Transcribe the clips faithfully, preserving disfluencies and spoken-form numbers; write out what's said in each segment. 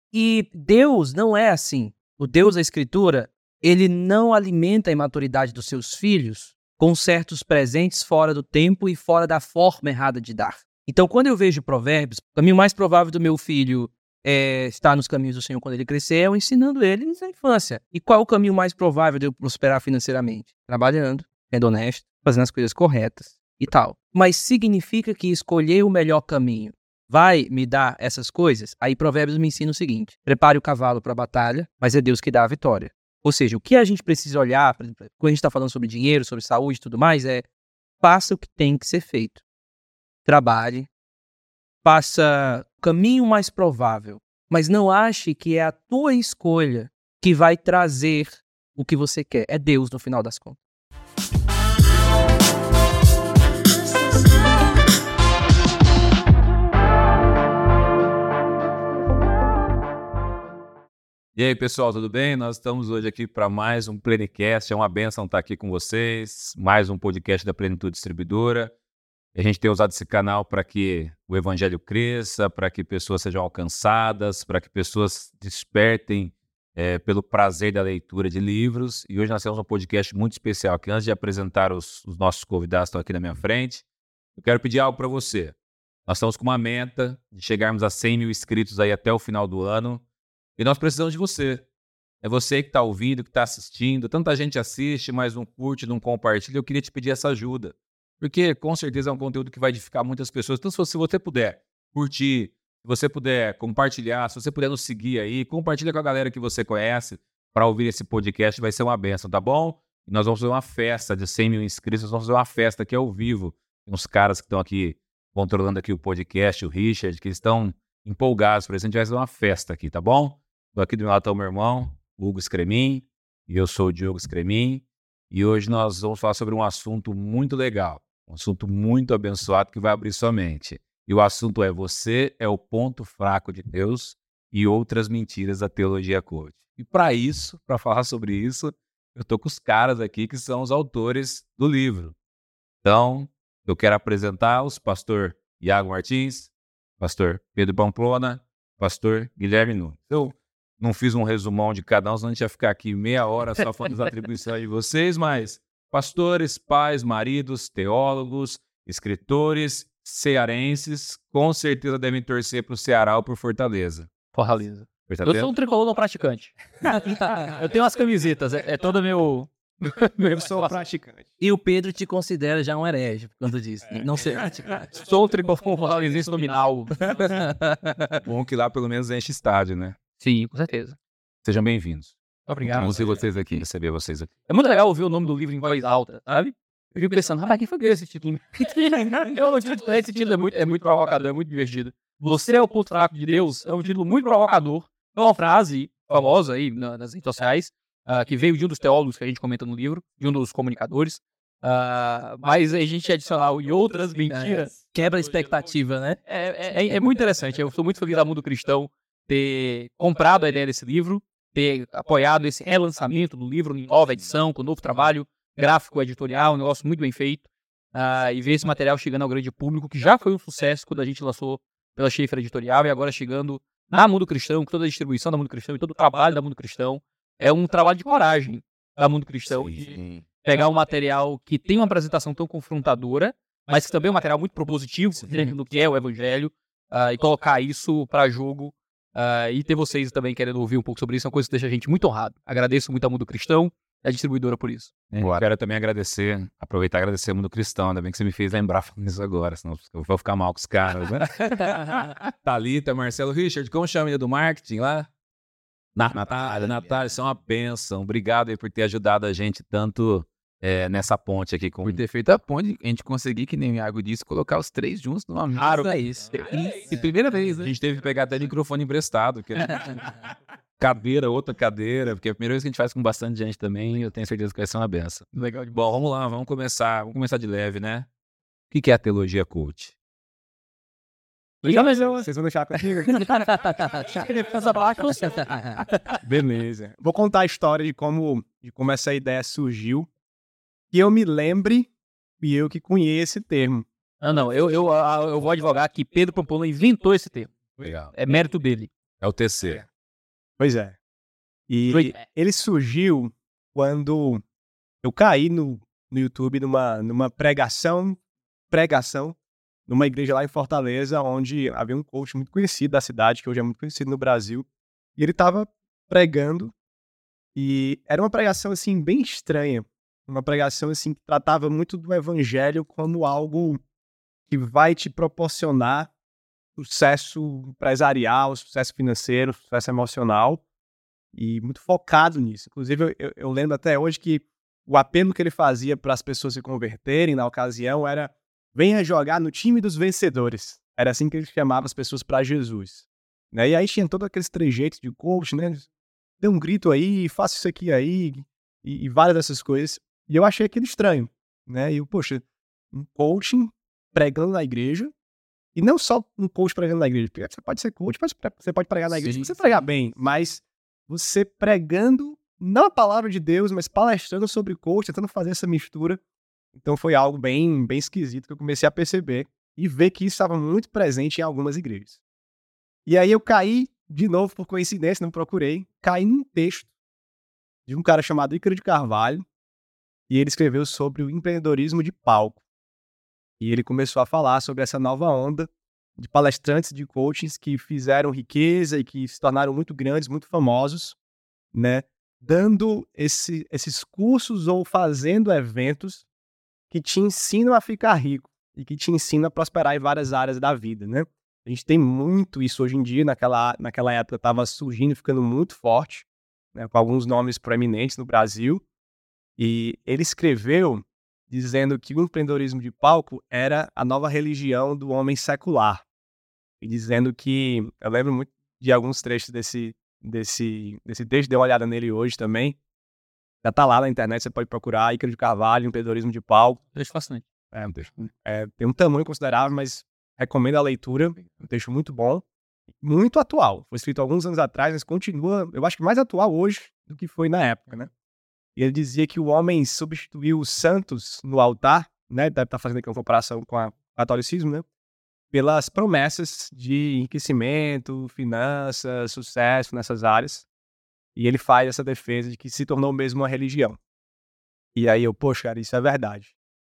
E Deus não é assim. O Deus da Escritura, ele não alimenta a imaturidade dos seus filhos com certos presentes fora do tempo e fora da forma errada de dar. Então, quando eu vejo Provérbios, o caminho mais provável do meu filho é estar nos caminhos do Senhor quando ele crescer, é eu ensinando ele na infância. E qual é o caminho mais provável de eu prosperar financeiramente? Trabalhando, sendo honesto, fazendo as coisas corretas e tal. Mas significa que escolher o melhor caminho vai me dar essas coisas? Aí Provérbios me ensina o seguinte: prepare o cavalo para a batalha, mas é Deus que dá a vitória. Ou seja, o que a gente precisa olhar, por exemplo, quando a gente está falando sobre dinheiro, sobre saúde e tudo mais, é faça o que tem que ser feito. Trabalhe, faça o caminho mais provável, mas não ache que é a tua escolha que vai trazer o que você quer. É Deus no final das contas. E aí, pessoal, tudo bem? Nós estamos hoje aqui para mais um Plenicast. É uma bênção estar aqui com vocês. Mais um podcast da Plenitude Distribuidora. A gente tem usado esse canal para que o evangelho cresça, para que pessoas sejam alcançadas, para que pessoas despertem é, pelo prazer da leitura de livros. E hoje nós temos um podcast muito especial aqui. Antes de apresentar os, os nossos convidados que estão aqui na minha frente, eu quero pedir algo para você. Nós estamos com uma meta de chegarmos a cem mil inscritos aí até o final do ano. E nós precisamos de você. É você que está ouvindo, que está assistindo. Tanta gente assiste, mas não curte, não compartilha. Eu queria te pedir essa ajuda. Porque, com certeza, é um conteúdo que vai edificar muitas pessoas. Então, se você puder curtir, se você puder compartilhar, se você puder nos seguir aí, compartilha com a galera que você conhece para ouvir esse podcast. Vai ser uma bênção, tá bom? E nós vamos fazer uma festa de cem mil inscritos. Nós vamos fazer uma festa aqui ao vivo. Tem uns caras que estão aqui controlando aqui o podcast, o Richard, que estão empolgados para isso. A gente vai fazer uma festa aqui, tá bom? Aqui do meu lado está o meu irmão, Hugo Scremin, e eu sou o Diogo Scremin, e hoje nós vamos falar sobre um assunto muito legal, um assunto muito abençoado que vai abrir sua mente. E o assunto é: você é o ponto fraco de Deus e outras mentiras da teologia coach. E para isso, para falar sobre isso, eu estou com os caras aqui que são os autores do livro. Então, eu quero apresentar os pastor Iago Martins, pastor Pedro Pamplona, pastor Guilherme Nunes. Eu não fiz um resumão de cada um, senão a gente ia ficar aqui meia hora só falando das atribuições de vocês, mas pastores, pais, maridos, teólogos, escritores, cearenses, com certeza devem torcer para o Ceará ou por Fortaleza. Fortaleza. Fortaleza? Eu sou um tricolor não praticante. Eu tenho umas camisetas, é, é todo meu... Eu sou praticante. E o Pedro te considera já um herege, quando diz. É, não ser praticante. Sou um tricolor fortalezense nominal. Bom que lá pelo menos enche estádio, né? Sim, com certeza. Sejam bem-vindos. Obrigado. Vamos ter vocês aqui, receber vocês aqui. É muito legal ouvir o nome do livro em voz alta, sabe? Eu fico pensando, rapaz, quem foi que deu esse título? Eu, esse título é muito, é muito provocador, é muito divertido. Você é o ponto fraco de Deus, é um título muito provocador. É uma frase famosa aí nas redes sociais, uh, que veio de um dos teólogos que a gente comenta no livro, de um dos comunicadores. Uh, mas a gente adicionar e outras mentiras. Quebra a expectativa, né? É, é, é muito interessante. Eu sou muito feliz da Mundo Cristão ter comprado a ideia desse livro, ter apoiado esse relançamento do livro em nova edição, com novo trabalho gráfico, editorial, um negócio muito bem feito, uh, e ver esse material chegando ao grande público, que já foi um sucesso quando a gente lançou pela Schaefer Editorial, e agora chegando na Mundo Cristão, com toda a distribuição da Mundo Cristão e todo o trabalho da Mundo Cristão. É um trabalho de coragem da Mundo Cristão, Sim. de pegar um material que tem uma apresentação tão confrontadora, mas que também é um material muito propositivo dentro do que é o Evangelho, uh, e colocar isso para jogo. Uh, e ter vocês também querendo ouvir um pouco sobre isso é uma coisa que deixa a gente muito honrado. Agradeço muito a Mundo Cristão e a distribuidora por isso. É, eu quero também agradecer, aproveitar e agradecer a Mundo Cristão, ainda bem que você me fez lembrar nisso agora, senão eu vou ficar mal com os caras, né? Thalita, Marcelo, Richard, como chama ele do marketing lá? Natália, Natália, isso é uma bênção. Obrigado aí por ter ajudado a gente tanto é, nessa ponte aqui. Com... Por ter feito a ponte, a gente conseguir, que nem o Iago disse, colocar os três juntos numa mesa. Claro, é isso. E primeira vez, né? A gente teve que pegar até microfone emprestado. Que... cadeira, outra cadeira, porque é a primeira vez que a gente faz com bastante gente também, eu tenho certeza que vai ser uma benção. Legal. Bom, vamos lá, vamos começar, vamos começar de leve, né? O que é a teologia coach? Legal, mas eu... Vocês vão deixar comigo? Beleza. Vou contar a história de como, de como essa ideia surgiu. Que eu me lembre e eu que conheço esse termo. Não, não, eu, eu, eu vou advogar que Pedro Pamplona inventou esse termo. Legal. É mérito dele. É o T C. Pois é. E Pois é. ele surgiu quando eu caí no, no YouTube numa, numa pregação, pregação, numa igreja lá em Fortaleza, onde havia um coach muito conhecido da cidade, que hoje é muito conhecido no Brasil, e ele estava pregando, e era uma pregação, assim, bem estranha, uma pregação, assim, que tratava muito do evangelho como algo que vai te proporcionar sucesso empresarial, sucesso financeiro, sucesso emocional, e muito focado nisso. Inclusive, eu, eu, eu lembro até hoje que o apelo que ele fazia para as pessoas se converterem na ocasião era: venha jogar no time dos vencedores. Era assim que ele chamava as pessoas para Jesus. Né? E aí tinha todos aqueles trejeitos de coach, né? Dê um grito aí, faça isso aqui aí, e, e várias dessas coisas. E eu achei aquilo estranho. Né? E eu, poxa, um coaching pregando na igreja, e não só um coach pregando na igreja, porque você pode ser coach, mas você pode pregar na igreja se você pregar bem, mas você pregando, não a palavra de Deus, mas palestrando sobre coach, tentando fazer essa mistura. Então foi algo bem, bem esquisito que eu comecei a perceber e ver que isso estava muito presente em algumas igrejas. E aí eu caí, de novo, por coincidência, não procurei, caí num texto de um cara chamado Ícaro de Carvalho, e ele escreveu sobre o empreendedorismo de palco. E ele começou a falar sobre essa nova onda de palestrantes de coachings que fizeram riqueza e que se tornaram muito grandes, muito famosos, né? Dando esse, esses cursos ou fazendo eventos que te ensinam a ficar rico e que te ensinam a prosperar em várias áreas da vida, né? A gente tem muito isso hoje em dia, naquela, naquela época estava surgindo, ficando muito forte, né? Com alguns nomes proeminentes no Brasil. E ele escreveu dizendo que o empreendedorismo de palco era a nova religião do homem secular. E dizendo que, eu lembro muito de alguns trechos desse, desse, desse texto, dei uma olhada nele hoje também. Já tá lá na internet, você pode procurar Ícaro de Carvalho, empreendedorismo de palco. Deixa fascinante. É, é, tem um tamanho considerável, mas recomendo a leitura. Um texto muito bom, muito atual. Foi escrito alguns anos atrás, mas continua, eu acho que mais atual hoje do que foi na época, né? E ele dizia que o homem substituiu os santos no altar, né? Deve estar fazendo aqui uma comparação com o catolicismo, né? Pelas promessas de enriquecimento, finanças, sucesso nessas áreas. E ele faz essa defesa de que se tornou mesmo uma religião. E aí eu, poxa, cara, isso é verdade.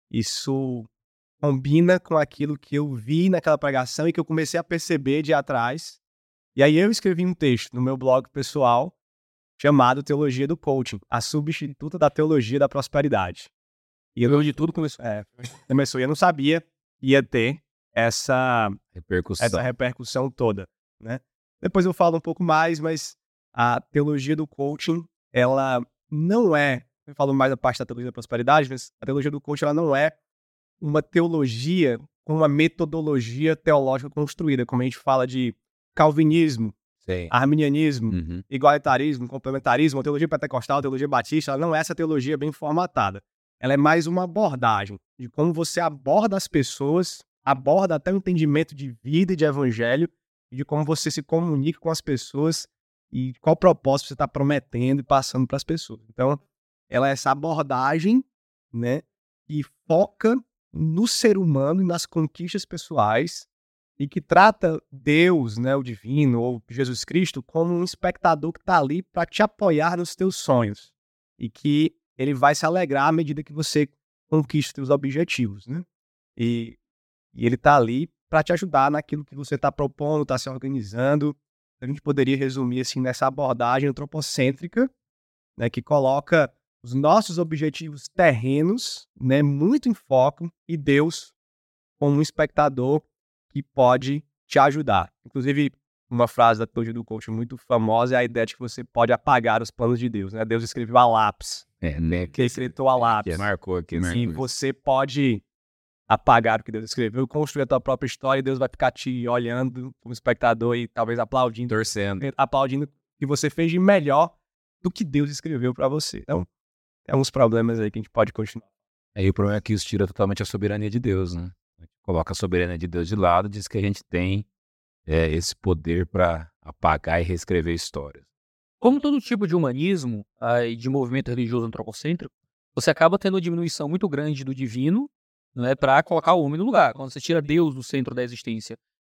Isso combina com aquilo que eu vi naquela pregação e que eu comecei a perceber de atrás. E aí eu escrevi um texto no meu blog pessoal chamado Teologia do Coaching, a substituta da teologia da prosperidade. E eu, de tudo começou. É, começou. E eu não sabia que ia ter essa repercussão, essa repercussão toda, né? Depois eu falo um pouco mais, mas a teologia do coaching, ela não é, eu falo mais da parte da teologia da prosperidade, mas a teologia do coaching, ela não é uma teologia com uma metodologia teológica construída, como a gente fala de calvinismo, Sim. arminianismo, Uhum. igualitarismo, complementarismo, a teologia pentecostal, a teologia batista, ela não é essa teologia bem formatada. Ela é mais uma abordagem de como você aborda as pessoas, aborda até o entendimento de vida e de evangelho, e de como você se comunica com as pessoas e qual propósito você está prometendo e passando para as pessoas. Então, ela é essa abordagem, né, que foca no ser humano e nas conquistas pessoais, e que trata Deus, né, o divino, ou Jesus Cristo, como um espectador que está ali para te apoiar nos teus sonhos. E que ele vai se alegrar à medida que você conquista os teus objetivos, né? E, e ele está ali para te ajudar naquilo que você está propondo, está se organizando. A gente poderia resumir assim nessa abordagem antropocêntrica, né, que coloca os nossos objetivos terrenos, né, muito em foco, e Deus como um espectador que pode te ajudar. Inclusive, uma frase da teologia do coaching muito famosa é a ideia de que você pode apagar os planos de Deus, né? Deus escreveu a lápis, É, né? que escritou a lápis. Que marcou aqui, né? E você pode apagar o que Deus escreveu, construir a tua própria história, e Deus vai ficar te olhando como espectador e talvez aplaudindo, Torcendo. aplaudindo o que você fez de melhor do que Deus escreveu para você. Então, tem alguns problemas aí que a gente pode continuar. Aí o problema é que isso tira totalmente a soberania de Deus, né? Coloca a soberania de Deus de lado, diz que a gente tem é, esse poder para apagar e reescrever histórias. Como todo tipo de humanismo ah, e de movimento religioso antropocêntrico, você acaba tendo uma diminuição muito grande do divino, não é, para colocar o homem no lugar. Quando você tira Deus do centro da existência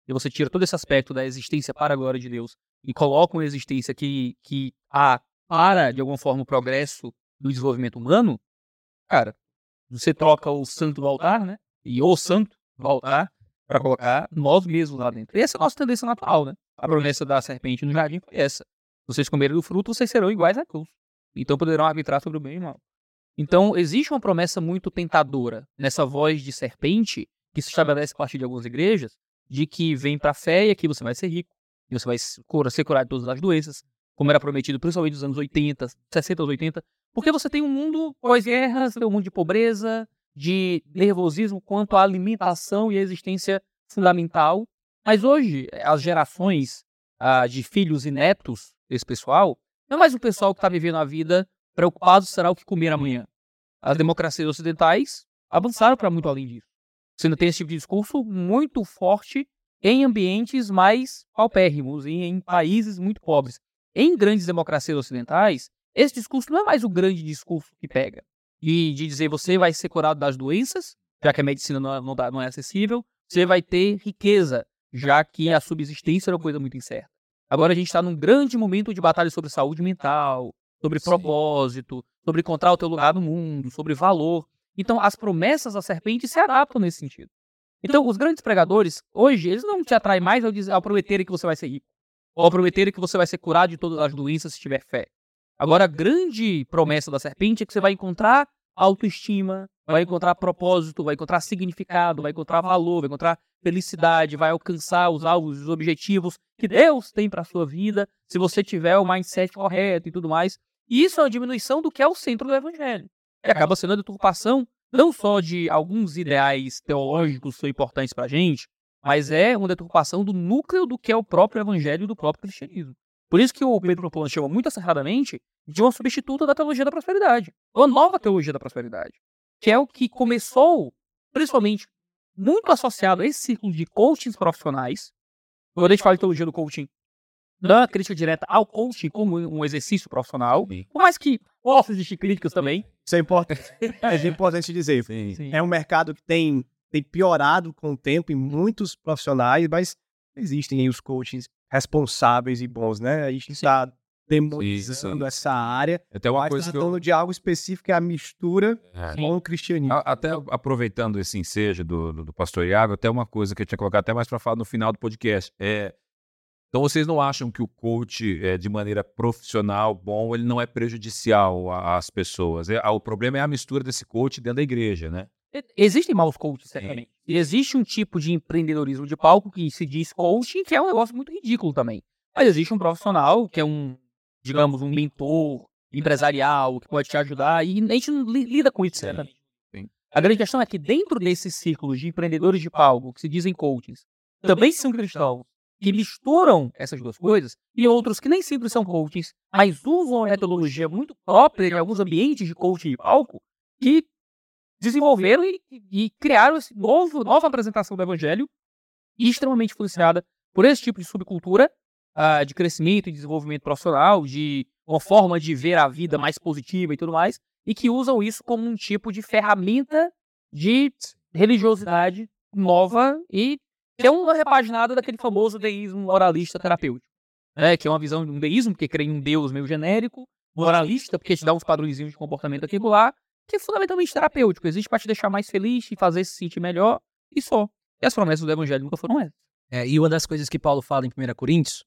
e você tira todo esse aspecto da existência para a glória de Deus e coloca uma existência que, que a, para, de alguma forma, o progresso do desenvolvimento humano, cara, você troca o santo do altar, né? E o santo do altar para colocar nós mesmos lá dentro. E essa é a nossa tendência natural, né? A promessa da serpente no jardim foi essa. Se vocês comerem do fruto, vocês serão iguais a Deus. Então poderão arbitrar sobre o bem e o mal. Então, existe uma promessa muito tentadora nessa voz de serpente que se estabelece a partir de algumas igrejas, de que vem para a fé e aqui você vai ser rico, e você vai ser curado de todas as doenças, como era prometido principalmente nos anos oitenta, sessenta aos oitenta, porque você tem um mundo pós-guerras, um mundo de pobreza, de nervosismo quanto à alimentação e à existência fundamental. Mas hoje, as gerações ah, de filhos e netos desse pessoal, não é mais o pessoal que está vivendo a vida preocupado será o que comer amanhã. As democracias ocidentais avançaram para muito além disso. Você ainda tem esse tipo de discurso muito forte em ambientes mais paupérrimos e em países muito pobres. Em grandes democracias ocidentais, esse discurso não é mais o grande discurso que pega. E de dizer você vai ser curado das doenças, já que a medicina não é, não dá, não é acessível, você vai ter riqueza, já que a subsistência é uma coisa muito incerta. Agora a gente está num grande momento de batalha sobre saúde mental, sobre propósito, sobre encontrar o teu lugar no mundo, sobre valor. Então, as promessas da serpente se adaptam nesse sentido. Então, os grandes pregadores, hoje, eles não te atraem mais ao, dizer, ao prometerem que você vai ser rico, ou ao prometerem que você vai ser curado de todas as doenças se tiver fé. Agora, a grande promessa da serpente é que você vai encontrar autoestima, vai encontrar propósito, vai encontrar significado, vai encontrar valor, vai encontrar felicidade, vai alcançar os alvos, os objetivos que Deus tem para a sua vida, se você tiver o mindset correto e tudo mais. E isso é uma diminuição do que é o centro do evangelho. E acaba sendo a deturpação não só de alguns ideais teológicos que são importantes para a gente, mas é uma deturpação do núcleo do que é o próprio evangelho e do próprio cristianismo. Por isso que o Pedro Propolano chama muito acertadamente de uma substituta da teologia da prosperidade. Uma nova teologia da prosperidade. Que é o que começou, principalmente, muito associado a esse círculo de coachings profissionais. Quando a gente fala de teologia do coaching, não é uma crítica direta ao coaching como um exercício profissional, Sim. por mais que possa existir críticas também. Isso é importante, é importante dizer. Sim. Sim. É um mercado que tem, tem piorado com o tempo em muitos profissionais, mas existem aí os coachings responsáveis e bons, né? A gente está demonizando Sim. essa área, Até uma mas coisa que tratando eu... de algo específico, que é a mistura É. com o cristianismo. A- Até aproveitando esse ensejo do, do, do pastor Iago, até uma coisa que eu tinha colocado até mais para falar no final do podcast. É, então vocês não acham que o coach, é, de maneira profissional, bom, ele não é prejudicial a- às pessoas? É, a- o problema é a mistura desse coach dentro da igreja, né? Existem maus coaches, certamente. E existe um tipo de empreendedorismo de palco que se diz coaching, que é um negócio muito ridículo também. Mas existe um profissional que é um, digamos, um mentor empresarial que pode te ajudar e a gente não li- lida com isso, certamente. Sim. A grande questão é que dentro desses círculos de empreendedores de palco, que se dizem coaches, também são cristãos que misturam essas duas coisas, e outros que nem sempre são coaches, mas usam a metodologia muito própria de alguns ambientes de coaching de palco, que desenvolveram e, e criaram essa nova apresentação do evangelho, extremamente influenciada por esse tipo de subcultura uh, de crescimento e desenvolvimento profissional, de uma forma de ver a vida mais positiva e tudo mais, e que usam isso como um tipo de ferramenta de religiosidade nova e que é uma repaginada daquele famoso deísmo moralista terapêutico, né? Que é uma visão de um deísmo que crê em um Deus meio genérico, moralista, porque te dá uns padrõezinhos de comportamento aqui e lá, que é fundamentalmente terapêutico, existe para te deixar mais feliz e fazer se sentir melhor, e só. E as promessas do evangelho nunca foram essas. É, e uma das coisas que Paulo fala em primeira Coríntios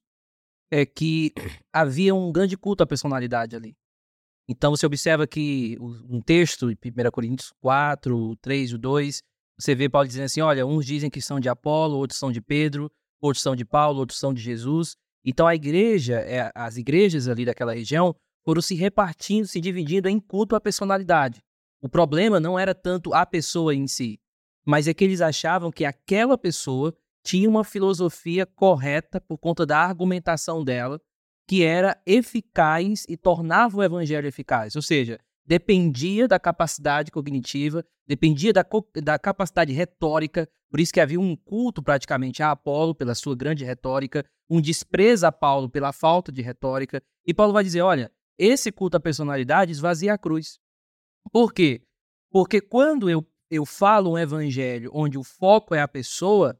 é que havia um grande culto à personalidade ali. Então você observa que um texto, em primeira Coríntios quatro, o três, o dois, você vê Paulo dizendo assim, olha, uns dizem que são de Apolo, outros são de Pedro, outros são de Paulo, outros são de Jesus. Então a igreja, é, as igrejas ali daquela região foram se repartindo, se dividindo em culto à personalidade. O problema não era tanto a pessoa em si, mas é que eles achavam que aquela pessoa tinha uma filosofia correta por conta da argumentação dela, que era eficaz e tornava o evangelho eficaz. Ou seja, dependia da capacidade cognitiva, dependia da, da capacidade retórica, por isso que havia um culto praticamente a Apolo pela sua grande retórica, um desprezo a Paulo pela falta de retórica, e Paulo vai dizer, olha, esse culto à personalidade esvazia a cruz. Por quê? Porque quando eu, eu falo um evangelho onde o foco é a pessoa,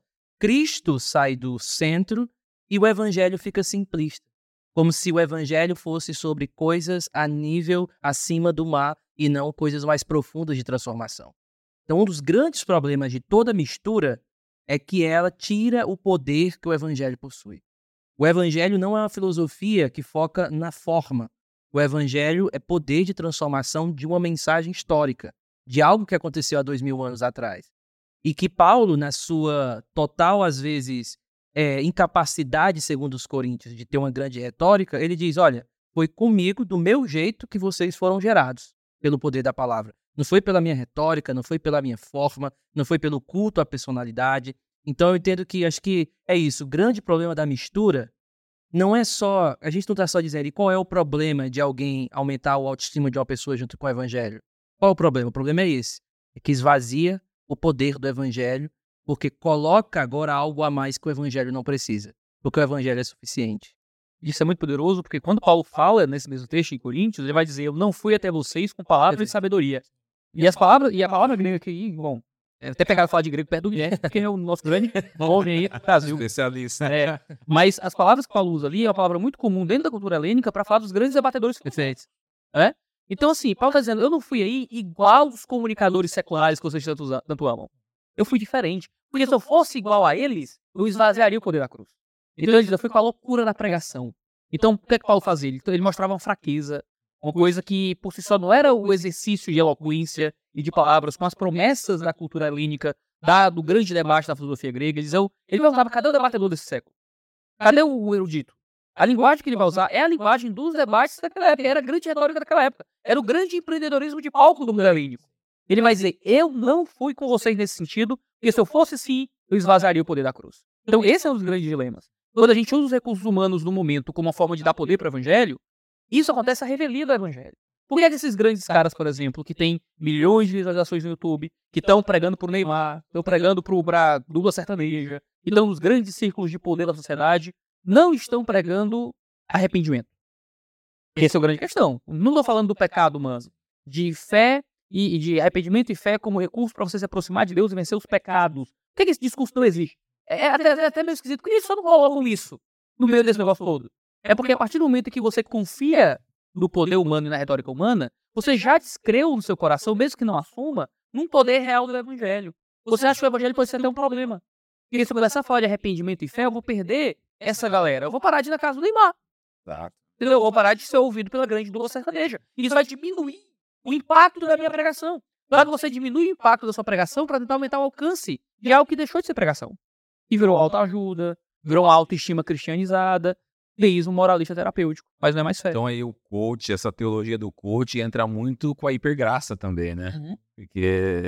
Cristo sai do centro e o evangelho fica simplista. Como se o evangelho fosse sobre coisas a nível acima do mar e não coisas mais profundas de transformação. Então, um dos grandes problemas de toda mistura é que ela tira o poder que o evangelho possui. O evangelho não é uma filosofia que foca na forma. O evangelho é poder de transformação de uma mensagem histórica, de algo que aconteceu há dois mil anos atrás. E que Paulo, na sua total, às vezes, é, incapacidade, segundo os Coríntios, de ter uma grande retórica, ele diz, olha, foi comigo, do meu jeito, que vocês foram gerados, pelo poder da palavra. Não foi pela minha retórica, não foi pela minha forma, não foi pelo culto à personalidade. Então eu entendo que, acho que é isso, o grande problema da mistura não é só, a gente não está só dizendo, e qual é o problema de alguém aumentar o autoestima de uma pessoa junto com o evangelho? Qual é o problema? O problema é esse, é que esvazia o poder do evangelho, porque coloca agora algo a mais que o evangelho não precisa, porque o evangelho é suficiente. Isso é muito poderoso, porque quando Paulo fala nesse mesmo texto em Coríntios, ele vai dizer, eu não fui até vocês com palavras de sabedoria. E as palavras, e a palavra grega aqui, bom, é até pegar falar de grego perto do Guilherme, porque é o nosso grande nome aí do Brasil. Especialista. É, mas as palavras que Paulo usa ali é uma palavra muito comum dentro da cultura helênica para falar dos grandes debatedores perfeitos. É? Então, assim, Paulo está dizendo, eu não fui aí igual os comunicadores seculares que vocês tanto, tanto amam. Eu fui diferente. Porque se eu fosse igual a eles, eu esvaziaria o poder da cruz. Então ele diz, eu fui com a loucura da pregação. Então, o que é que Paulo fazia? Ele, ele mostrava uma fraqueza, uma coisa que por si só não era o exercício de eloquência e de palavras com as promessas da cultura helênica, da, do grande debate da filosofia grega. Ele, diz, eu, ele vai usar, cadê o debatedor desse século? Cadê o erudito? A linguagem que ele vai usar é a linguagem dos debates daquela época, era a grande retórica daquela época. Era o grande empreendedorismo de palco do mundo helênico. Ele vai dizer, eu não fui com vocês nesse sentido, porque se eu fosse sim, eu esvaziaria o poder da cruz. Então esse é um dos grandes dilemas. Quando a gente usa os recursos humanos no momento como uma forma de dar poder para o evangelho, isso acontece a revelia do evangelho. Por que, é que esses grandes caras, por exemplo, que têm milhões de visualizações no YouTube, que estão pregando pro Neymar, estão pregando pro Bra dupla sertaneja, que estão nos grandes círculos de poder da sociedade, não estão pregando arrependimento? Essa é a grande questão. Não estou falando do pecado humano, de fé e, e de arrependimento e fé como recurso para você se aproximar de Deus e vencer os pecados. Por que, é que esse discurso não existe? É até, é até meio esquisito. Por que eles só não colocam isso no meio desse negócio todo? É porque a partir do momento em que você confia no poder humano e na retórica humana, você já descreu no seu coração, mesmo que não assuma, num poder real do evangelho. Você acha que o evangelho pode ser até um problema. Porque se eu começar a falar de arrependimento e fé, eu vou perder essa galera. Eu vou parar de ir na casa do Neymar. Tá. Entendeu? Eu vou parar de ser ouvido pela grande dupla sertaneja. E isso vai diminuir o impacto da minha pregação. Claro que você diminui o impacto da sua pregação para tentar aumentar o alcance de algo que deixou de ser pregação. E virou autoajuda, virou uma autoestima cristianizada, deísmo moralista terapêutico, mas não é mais fé. Então aí o coach, essa teologia do coach entra muito com a hipergraça também, né? Uhum. Porque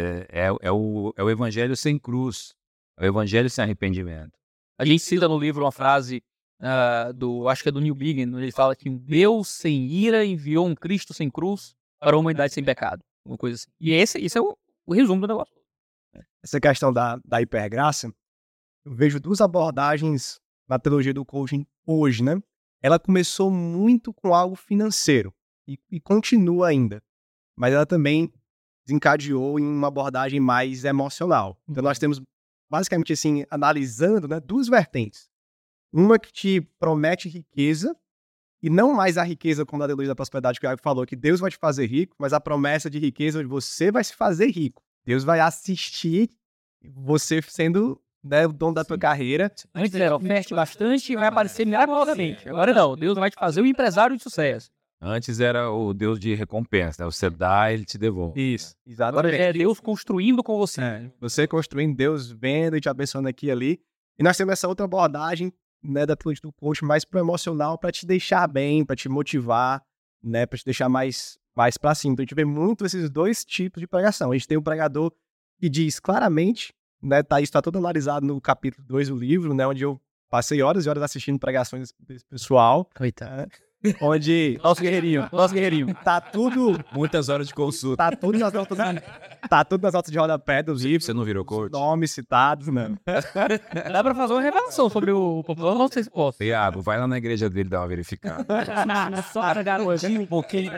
é, é, o, é o evangelho sem cruz, é o evangelho sem arrependimento. A gente cita no livro uma frase uh, do, acho que é do Neil Begin, onde ele fala que um Deus sem ira enviou um Cristo sem cruz para uma humanidade sem pecado. Uma coisa assim. E esse, esse é o, o resumo do negócio. Essa questão da, da hipergraça, eu vejo duas abordagens na teologia do coaching hoje, né? Ela começou muito com algo financeiro e, e continua ainda, mas ela também desencadeou em uma abordagem mais emocional. Então nós temos basicamente assim, analisando, né, duas vertentes. Uma que te promete riqueza, e não mais a riqueza como a teologia da prosperidade que o Iago falou, que Deus vai te fazer rico, mas a promessa de riqueza onde você vai se fazer rico. Deus vai assistir você sendo, né, o dono da tua carreira. Antes era, oferte bastante e vai aparecer milagrosamente. Agora não, Deus vai te fazer um empresário de sucesso. Antes era o Deus de recompensa, né? Você dá, ele te devolve. Isso, exatamente. Agora é Deus construindo com você. É, você construindo, Deus vendo e te abençoando aqui e ali. E nós temos essa outra abordagem, né, da teologia do coach mais pro emocional, para te deixar bem, para te motivar, né, para te deixar mais, mais para cima. Então a gente vê muito esses dois tipos de pregação. A gente tem um pregador que diz claramente, né, tá, isso está todo analisado no capítulo dois do livro, né, onde eu passei horas e horas assistindo pregações desse pessoal. Coitado. Né, onde... Nosso guerreirinho, nosso guerreirinho. Tá tudo... Muitas horas de consulta. Tá tudo nas notas, tá tudo nas notas de rodapé dos livros. Você não virou coach? Nomes citados, não. Dá pra fazer uma revelação sobre o popular, não sei se posso. Iago, vai lá na igreja dele dar uma verificada. Só para garoto, um pouquinho.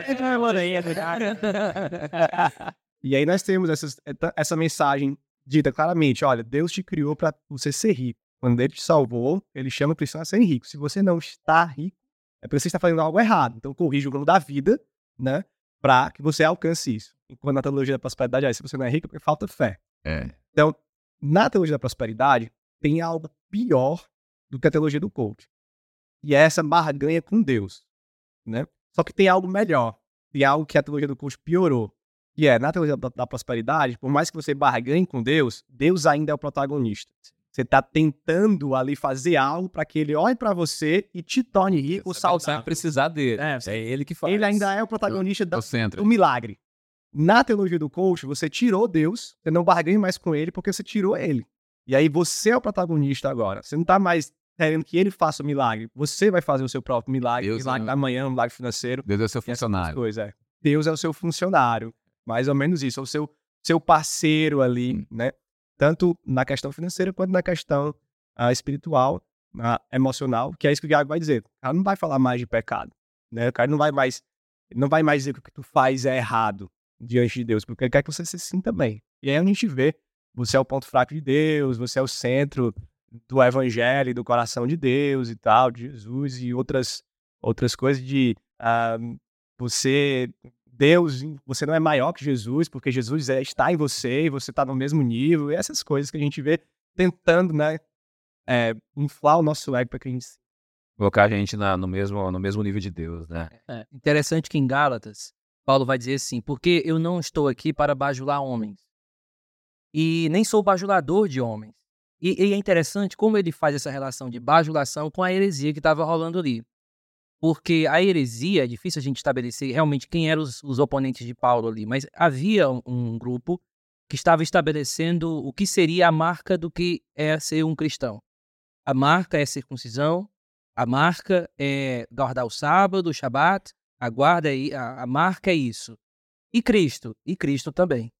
E aí nós temos essas, essa mensagem dita claramente, olha, Deus te criou para você ser rico. Quando ele te salvou, ele chama o cristão a ser rico. Se você não está rico, é porque você está fazendo algo errado. Então, corrija o rumo da vida, né? Para que você alcance isso. Enquanto na teologia da prosperidade, é, se você não é rico, é porque falta fé. É. Então, na teologia da prosperidade, tem algo pior do que a teologia do coach. E é essa barganha com Deus, né? Só que tem algo melhor. Tem algo que a teologia do coach piorou. Que é, na teologia da, da prosperidade, por mais que você barganhe com Deus, Deus ainda é o protagonista. Você está tentando ali fazer algo para que ele olhe para você e te torne rico, Você vai saudável. precisar dele. É, É, ele que faz. Ele ainda é o protagonista É da, o centro. do milagre. Na teologia do coach, você tirou Deus, você não barganha mais com ele porque você tirou ele. E aí você é o protagonista agora. Você não está mais querendo que ele faça o milagre. Você vai fazer o seu próprio milagre. Deus milagre é- da manhã, um milagre financeiro. Deus é o seu e essas funcionário. coisas, é. Deus é o seu funcionário. Mais ou menos isso. É o seu, seu parceiro ali, Hum. né? Tanto na questão financeira quanto na questão ah, espiritual, ah, emocional, que é isso que o Iago vai dizer. O cara não vai falar mais de pecado, né? O cara não vai mais, ele não vai mais dizer que o que tu faz é errado diante de Deus, porque ele quer que você se sinta bem. E aí a gente vê, você é o ponto fraco de Deus, você é o centro do evangelho, do coração de Deus e tal, de Jesus e outras, outras coisas de ah, você, Deus, você não é maior que Jesus, porque Jesus é, está em você e você está no mesmo nível, e essas coisas que a gente vê tentando, né, é, inflar o nosso ego para que a gente... Colocar a gente na- no, mesmo, no mesmo nível de Deus, né? É interessante que em Gálatas, Paulo vai dizer assim, porque eu não estou aqui para bajular homens, e nem sou bajulador de homens. E, e é interessante como ele faz essa relação de bajulação com a heresia que estava rolando ali. Porque a heresia, é difícil a gente estabelecer realmente quem eram os, os oponentes de Paulo ali, mas havia um, um grupo que estava estabelecendo o que seria a marca do que é ser um cristão. A marca é circuncisão, a marca é guardar o sábado, o Shabat, a, guarda é, a, a marca é isso. E Cristo? E Cristo também.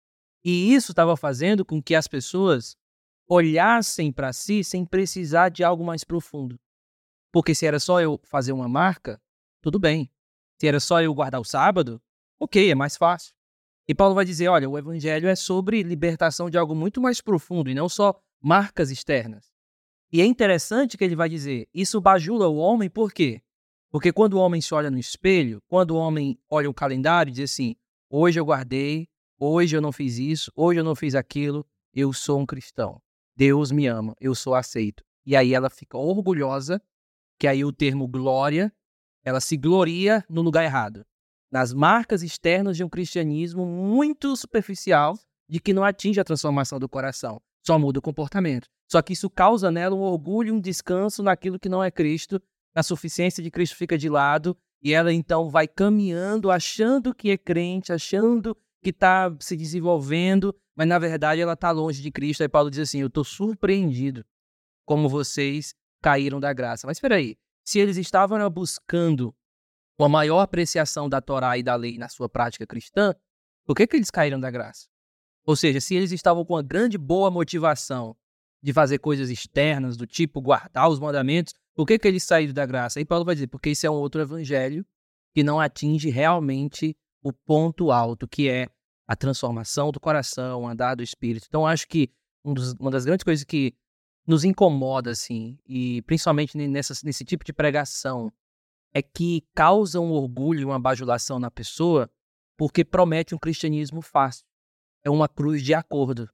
E isso estava fazendo com que as pessoas olhassem para si sem precisar de algo mais profundo. Porque se era só eu fazer uma marca, tudo bem. Se era só eu guardar o sábado, ok, é mais fácil. E Paulo vai dizer, olha, o evangelho é sobre libertação de algo muito mais profundo e não só marcas externas. E é interessante que ele vai dizer, isso bajula o homem por quê? Porque quando o homem se olha no espelho, quando o homem olha o calendário e diz assim, hoje eu guardei, hoje eu não fiz isso, hoje eu não fiz aquilo, eu sou um cristão. Deus me ama, eu sou aceito. E aí ela fica orgulhosa, que aí o termo glória, ela se gloria no lugar errado. Nas marcas externas de um cristianismo muito superficial, de que não atinge a transformação do coração, só muda o comportamento. Só que isso causa nela um orgulho, um descanso naquilo que não é Cristo, a suficiência de Cristo fica de lado, e ela então vai caminhando, achando que é crente, achando que está se desenvolvendo, mas na verdade ela está longe de Cristo. Aí Paulo diz assim, eu estou surpreendido como vocês caíram da graça. Mas espera aí, se eles estavam buscando uma maior apreciação da Torá e da lei na sua prática cristã, por que, que eles caíram da graça? Ou seja, se eles estavam com uma grande boa motivação de fazer coisas externas, do tipo guardar os mandamentos, por que, que eles saíram da graça? Aí Paulo vai dizer, porque isso é um outro evangelho que não atinge realmente o ponto alto, que é a transformação do coração, o andar do espírito. Então, acho que um dos, uma das grandes coisas que nos incomoda, assim, e principalmente nessa, nesse tipo de pregação, é que causa um orgulho e uma bajulação na pessoa porque promete um cristianismo fácil. É uma cruz de acordo.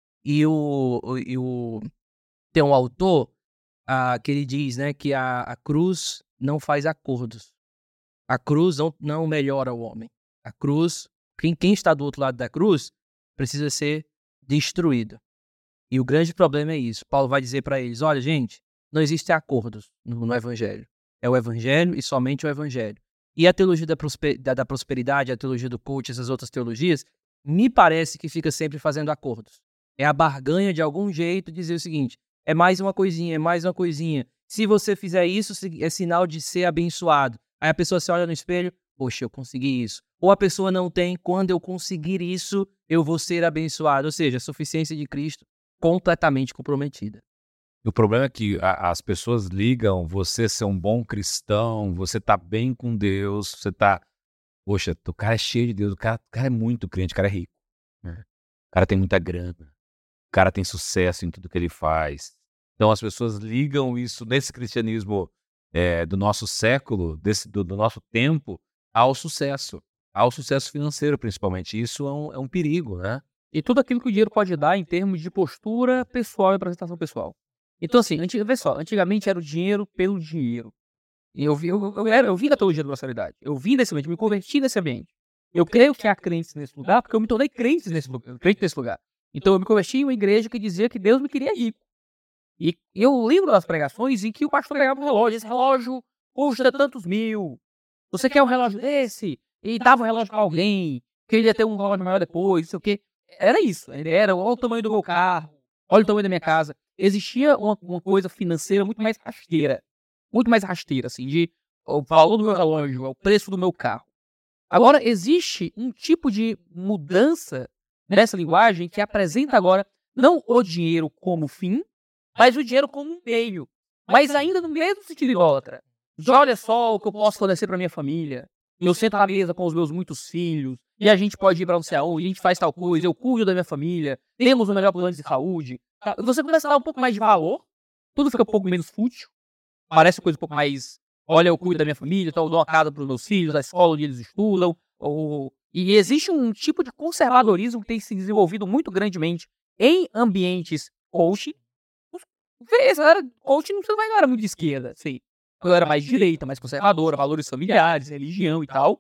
E o, o, e o tem um autor ah, que ele diz, né, que a, a cruz não faz acordos. A cruz não, não melhora o homem. A cruz, quem, quem está do outro lado da cruz, precisa ser destruído. E o grande problema é isso. Paulo vai dizer para eles, olha, gente, não existem acordos no, no evangelho. É o evangelho e somente o evangelho. E a teologia da, prosper, da, da prosperidade, a teologia do coach, essas outras teologias, me parece que fica sempre fazendo acordos. É a barganha de algum jeito dizer o seguinte, é mais uma coisinha, é mais uma coisinha. Se você fizer isso, é sinal de ser abençoado. Aí a pessoa se olha no espelho, poxa, eu consegui isso. Ou a pessoa não tem, quando eu conseguir isso, eu vou ser abençoado. Ou seja, a suficiência de Cristo completamente comprometida. O problema é que a, as pessoas ligam você ser um bom cristão, você tá bem com Deus, você tá... Poxa, o cara é cheio de Deus, o cara, o cara é muito crente, o cara é rico. Né? O cara tem muita grana, o cara tem sucesso em tudo que ele faz. Então as pessoas ligam isso nesse cristianismo é, do nosso século, desse, do, do nosso tempo, ao sucesso, ao sucesso financeiro principalmente. Isso é um, é um perigo, né? E tudo aquilo que o dinheiro pode dar em termos de postura pessoal e apresentação pessoal. Então assim, antig... vê só, antigamente era o dinheiro pelo dinheiro. E eu, vi, eu, eu, eu, eu vim da teologia da prosperidade, eu vim desse ambiente, me converti nesse ambiente. Eu creio que há crentes nesse lugar porque eu me tornei crente nesse lugar. Crente nesse lugar. Então eu me converti em uma igreja que dizia que Deus me queria rico. E eu lembro das pregações em que o pastor pegava um relógio. Esse relógio custa tantos mil. Você quer um relógio desse? E dava um relógio para alguém. Que ele ia ter um relógio maior depois, não sei o quê. Era isso. Ele era, olha o tamanho do meu carro. Olha o tamanho da minha casa. Existia uma, uma coisa financeira muito mais rasteira. Muito mais rasteira, assim, de o valor do meu relógio, o preço do meu carro. Agora, existe um tipo de mudança nessa linguagem que apresenta agora não o dinheiro como fim, mas o dinheiro como um meio. Mas ainda no mesmo sentido idólatra. Olha só o que eu posso fornecer para minha família. Eu sento na mesa com os meus muitos filhos, e a gente pode ir para não sei aonde, a gente faz tal coisa, eu cuido da minha família, temos o melhor plano de saúde. Você começa a dar um pouco mais de valor, tudo fica um pouco menos fútil, parece coisa um pouco mais... Olha, eu cuido da minha família, então eu dou uma casa para os meus filhos, da escola onde eles estudam. Ou... E existe um tipo de conservadorismo que tem se desenvolvido muito grandemente em ambientes coaching. Essa era coaching, você não vai era muito de esquerda, assim. Eu era mais de direita, mais conservadora, valores familiares, religião e tal.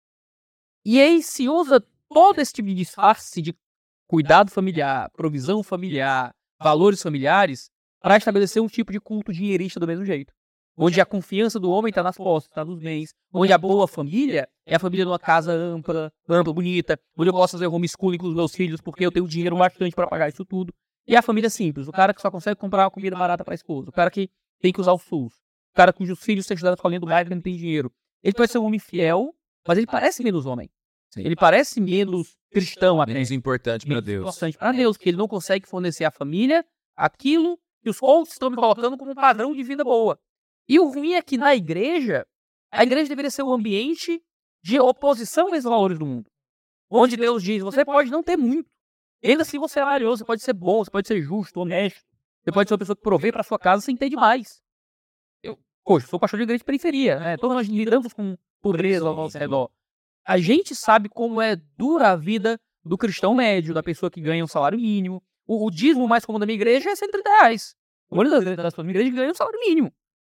E aí se usa todo esse tipo de disfarce de cuidado familiar, provisão familiar, valores familiares, para estabelecer um tipo de culto dinheirista do mesmo jeito. Onde a confiança do homem está nas posses, está nos bens. Onde a boa família é a família numa casa ampla, ampla, bonita. Onde eu posso fazer homeschooling com os meus filhos porque eu tenho dinheiro bastante para pagar isso tudo. E a família simples, o cara que só consegue comprar uma comida barata para a esposa. O cara que tem que usar o SUS. O cara cujos filhos estão estudando na escolinha do bairro porque não tem dinheiro. Ele pode ser um homem fiel, mas ele parece menos homem. Sim. Ele parece menos cristão até. Menos importante para Deus. Importante para Deus, porque ele não consegue fornecer à família aquilo que os outros estão me colocando como um padrão de vida boa. E o ruim é que na igreja, a igreja deveria ser um ambiente de oposição a esses valores do mundo. Onde Deus diz, você pode não ter muito. Ainda assim você é valioso, você pode ser bom, você pode ser justo, honesto. Você pode ser uma pessoa que provê para sua casa sem ter demais. Eu, poxa, sou pastor de igreja de periferia, né? Todos nós lidamos com pobreza ao nosso redor. A gente sabe como é dura a vida do cristão médio, da pessoa que ganha um salário mínimo. O, o dízimo mais comum da minha igreja é cento e trinta reais. A maioria das, das pessoas da minha igreja ganha um salário mínimo.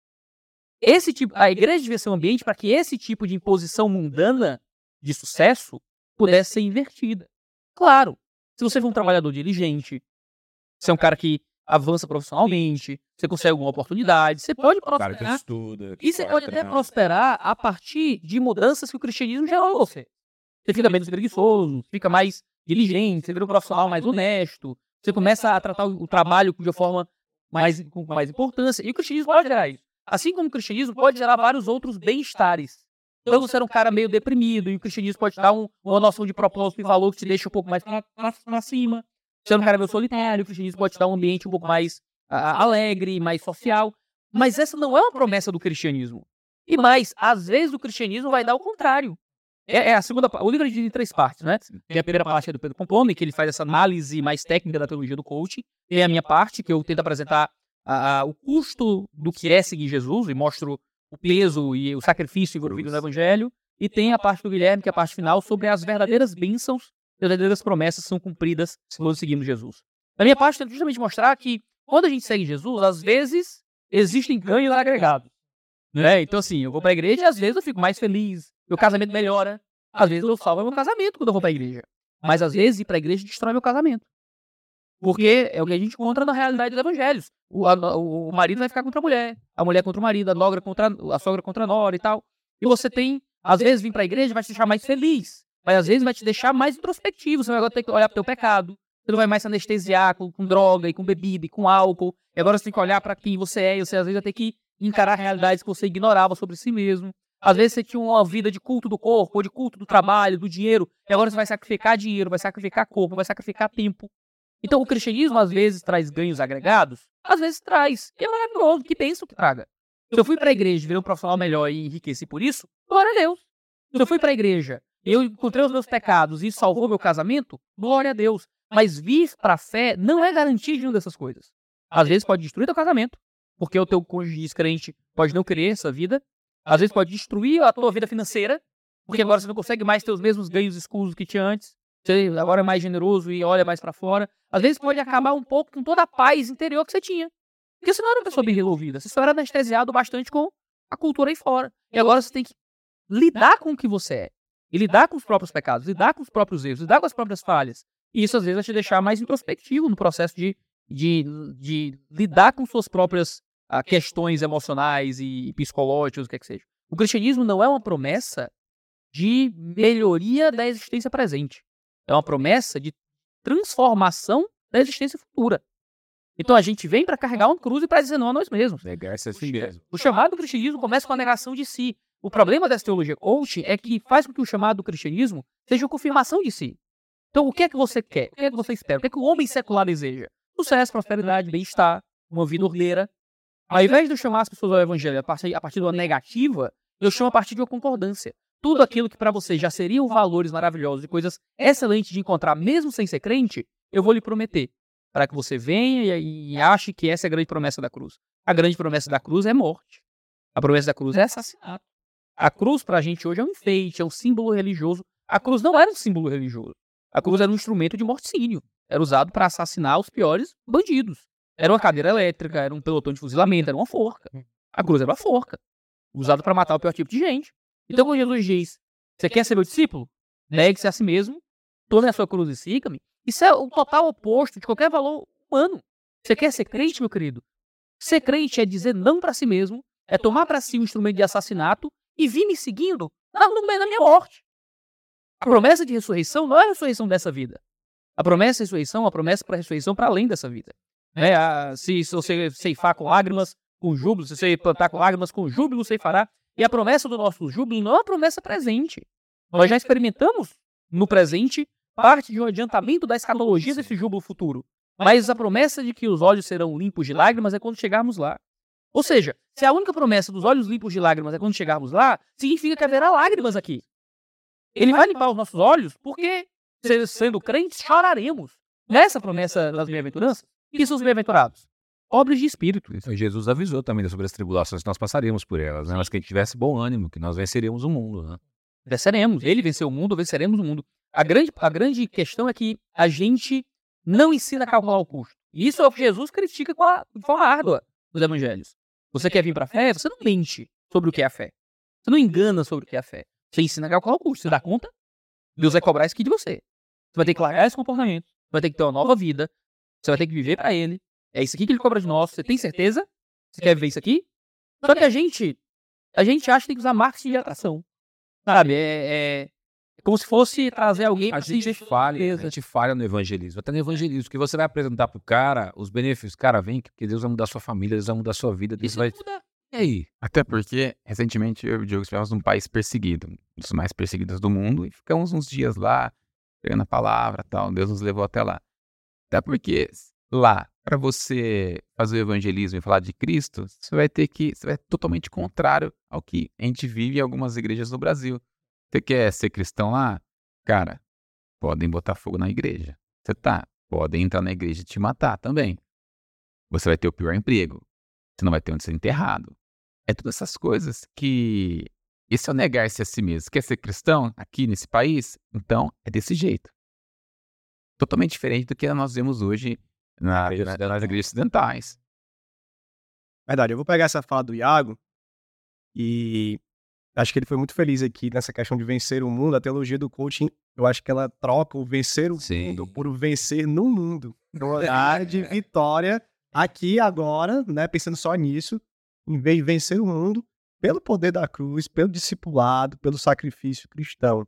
Esse tipo, a igreja devia ser um ambiente para que esse tipo de imposição mundana de sucesso pudesse ser invertida. Claro, se você for um trabalhador diligente, você é um cara que avança profissionalmente, você consegue alguma oportunidade, você pode prosperar. Cara que estuda, que e você pode até prosperar a partir de mudanças que o cristianismo gerou em você. Você fica menos preguiçoso, fica mais diligente, você vira um profissional mais honesto, você começa a tratar o trabalho de uma forma mais, com mais importância, e o cristianismo pode gerar isso. Assim como o cristianismo pode gerar vários outros bem-estares. Então você era um cara meio deprimido, e o cristianismo pode te dar um, uma noção de propósito e valor que te deixa um pouco mais pra, pra, pra cima. Você era um cara meio solitário, o cristianismo pode te dar um ambiente um pouco mais uh, alegre, mais social. Mas essa não é uma promessa do cristianismo. E mais, às vezes o cristianismo vai dar o contrário. É, é a segunda parte. O livro é dividido em três partes, né? Tem a primeira parte é do Pedro Pompone, que ele faz essa análise mais técnica da teologia do coaching. Tem a minha parte, que eu tento apresentar uh, o custo do que é seguir Jesus e mostro o peso e o sacrifício envolvido no evangelho. E tem a parte do Guilherme, que é a parte final, sobre as verdadeiras bênçãos e as verdadeiras promessas que são cumpridas quando seguimos Jesus. Na minha parte, eu tento justamente mostrar que quando a gente segue Jesus, às vezes existem ganhos agregados. Né? Então, assim, eu vou pra igreja e às vezes eu fico mais feliz, meu casamento melhora. Às vezes eu salvo meu casamento quando eu vou pra igreja. Mas às vezes ir pra igreja destrói meu casamento. Porque é o que a gente encontra na realidade dos evangelhos. O, a, o marido vai ficar contra a mulher, a mulher contra o marido, a, nogra contra, a sogra contra a nora e tal. E você tem, às vezes, vir pra igreja vai te deixar mais feliz, mas às vezes vai te deixar mais introspectivo. Você vai agora ter que olhar pro teu pecado, você não vai mais se anestesiar com, com droga e com bebida e com álcool. E agora você tem que olhar pra quem você é e você às vezes vai ter que encarar realidades que você ignorava sobre si mesmo. Às vezes você tinha uma vida de culto do corpo, ou de culto do trabalho, do dinheiro, e agora você vai sacrificar dinheiro, vai sacrificar corpo, vai sacrificar tempo. Então o cristianismo às vezes traz ganhos agregados, às vezes traz. E é maravilhoso, que pensa que traga. Se eu fui pra igreja, virei um profissional melhor e enriqueci por isso, glória a Deus. Se eu fui pra igreja, eu encontrei os meus pecados e isso salvou meu casamento, glória a Deus. Mas vir pra fé não é garantia de uma dessas coisas. Às vezes pode destruir teu casamento, porque o teu cônjuge descrente pode não querer essa vida. Às vezes pode destruir a tua vida financeira, porque agora você não consegue mais ter os mesmos ganhos escusos que tinha antes. Você agora é mais generoso e olha mais pra fora. Às vezes pode acabar um pouco com toda a paz interior que você tinha. Porque você não era uma pessoa bem resolvida. Você só era anestesiado bastante com a cultura aí fora. E agora você tem que lidar com o que você é. E lidar com os próprios pecados, lidar com os próprios erros, lidar com as próprias falhas. E isso às vezes vai te deixar mais introspectivo no processo de, de, de lidar com suas próprias ah, questões emocionais e psicológicas, o que é que seja. O cristianismo não é uma promessa de melhoria da existência presente. É uma promessa de transformação da existência futura. Então a gente vem para carregar uma cruz e para dizer não a nós mesmos. Negar-se a si mesmo. O chamado do cristianismo começa com a negação de si. O problema dessa teologia coach é que faz com que o chamado do cristianismo seja a confirmação de si. Então o que é que você quer? O que é que você espera? O que é que o homem secular deseja? Sucesso, prosperidade, bem-estar, uma vida ordeira. Ao invés de eu chamar as pessoas ao evangelho a partir, a partir de uma negativa, eu chamo a partir de uma concordância. Tudo aquilo que para você já seriam valores maravilhosos e coisas excelentes de encontrar, mesmo sem ser crente, eu vou lhe prometer. Para que você venha e, e ache que essa é a grande promessa da cruz. A grande promessa da cruz é morte. A promessa da cruz é assassinato. A cruz pra gente hoje é um enfeite, é um símbolo religioso. A cruz não era um símbolo religioso. A cruz era um instrumento de morticínio. Era usado para assassinar os piores bandidos. Era uma cadeira elétrica, era um pelotão de fuzilamento, era uma forca. A cruz era uma forca, usada para matar o pior tipo de gente. Então quando Jesus diz, você quer ser meu discípulo? Negue-se a si mesmo, tome a sua cruz e siga-me. Isso é o total oposto de qualquer valor humano. Você quer ser crente, meu querido? Ser crente é dizer não para si mesmo, é tomar para si um instrumento de assassinato e vir me seguindo no meio da minha morte. A promessa de ressurreição não é a ressurreição dessa vida. A promessa de ressurreição é uma promessa para a ressurreição para além dessa vida. É, a, se, se você ceifar com lágrimas, com júbilo, se você plantar com lágrimas, com júbilo ceifará. E a promessa do nosso júbilo não é uma promessa presente. Nós já experimentamos no presente parte de um adiantamento da escatologia desse júbilo futuro. Mas a promessa de que os olhos serão limpos de lágrimas é quando chegarmos lá. Ou seja, se a única promessa dos olhos limpos de lágrimas é quando chegarmos lá, significa que haverá lágrimas aqui. Ele vai limpar os nossos olhos porque, sendo crentes, choraremos. Nessa promessa das bem-aventuranças, que são os bem-aventurados? Pobres de espírito. Então, Jesus avisou também sobre as tribulações que nós passaríamos por elas, né? Mas que a gente tivesse bom ânimo, que nós venceríamos o mundo, né? Venceremos. Ele venceu o mundo, venceremos o mundo. A grande, a grande questão é que a gente não ensina a calcular o custo. E isso é o que Jesus critica com a, de forma árdua nos evangelhos. Você quer vir para a fé? Você não mente sobre o que é a fé. Você não engana sobre o que é a fé. Você ensina a calcular o custo. Você dá conta? Deus vai cobrar isso aqui de você. Você vai ter que largar esse comportamento. Você vai ter que ter uma nova vida. Você vai ter que viver para Ele. É isso aqui que Ele cobra de nós. Você tem certeza? Você quer viver isso aqui? Só que a gente, a gente acha que tem que usar marketing de atração. Sabe? É, é como se fosse trazer alguém... A gente falha, a gente falha no evangelismo. Até no evangelismo, que você vai apresentar pro cara os benefícios. Cara, vem, porque Deus vai mudar a sua família, Deus vai mudar a sua vida, Deus Isso vai... muda. E aí? Até porque, recentemente, eu e o Diogo estivemos num país perseguido, um dos mais perseguidos do mundo, e ficamos uns dias lá, pegando a palavra e tal. Deus nos levou até lá. Até porque lá, para você fazer o evangelismo e falar de Cristo, você vai ter que, você vai totalmente contrário ao que a gente vive em algumas igrejas no Brasil. Você quer ser cristão lá? Cara, podem botar fogo na igreja. Você tá, podem entrar na igreja e te matar também. Você vai ter o pior emprego. Você não vai ter onde ser enterrado. É todas essas coisas que... Esse é o negar-se a si mesmo. Quer ser cristão aqui nesse país? Então, é desse jeito. Totalmente diferente do que nós vemos hoje na, na, nas igrejas ocidentais. Verdade, eu vou pegar essa fala do Iago e acho que ele foi muito feliz aqui nessa questão de vencer o mundo. A teologia do coaching, eu acho que ela troca o vencer o Sim. mundo por o vencer no mundo. Uma área de vitória aqui agora, né, pensando só nisso, em vez de vencer o mundo pelo poder da cruz, pelo discipulado, pelo sacrifício cristão.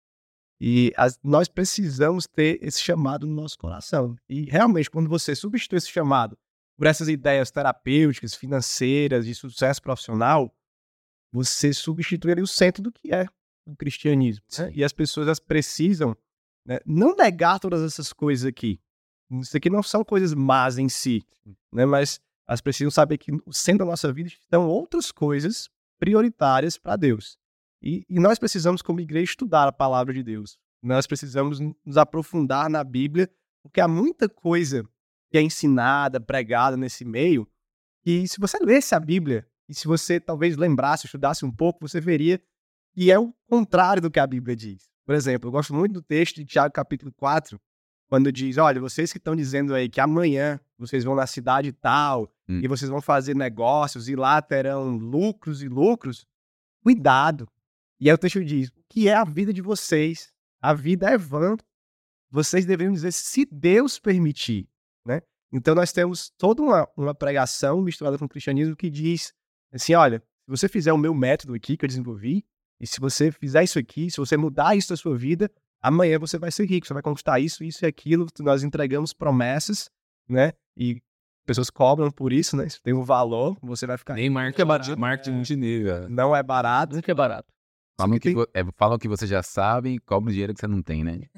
E as, nós precisamos ter esse chamado no nosso coração. E realmente, quando você substitui esse chamado por essas ideias terapêuticas, financeiras, de sucesso profissional, você substitui ali o centro do que é o cristianismo. Né? E as pessoas elas precisam, né, não negar todas essas coisas aqui. Isso aqui não são coisas más em si, né? Mas elas precisam saber que no centro da nossa vida estão outras coisas prioritárias para Deus. E, e nós precisamos, como igreja, estudar a palavra de Deus. Nós precisamos nos aprofundar na Bíblia, porque há muita coisa que é ensinada, pregada nesse meio, e se você lesse a Bíblia, e se você talvez lembrasse, estudasse um pouco, você veria que é o contrário do que a Bíblia diz. Por exemplo, eu gosto muito do texto de Tiago capítulo quatro, quando diz, olha, vocês que estão dizendo aí que amanhã vocês vão na cidade tal, hum. e vocês vão fazer negócios, e lá terão lucros e lucros, cuidado. E aí o texto diz, o que é a vida de vocês? A vida é vã. Vocês deveriam dizer, se Deus permitir, né? Então nós temos toda uma, uma pregação misturada com o cristianismo que diz assim, olha, se você fizer o meu método aqui que eu desenvolvi, e se você fizer isso aqui, se você mudar isso na sua vida, amanhã você vai ser rico, você vai conquistar isso, isso e aquilo, nós entregamos promessas, né? E pessoas cobram por isso, né? Isso tem um valor, você vai ficar... Nem marketing, é barato. marketing multinível. Não é barato. Nunca é barato. Falam que, tem... é, falam que você já sabe e cobra o dinheiro que você não tem, né?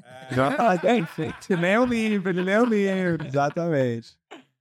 Você lê o livro, ele lê o livro. Exatamente.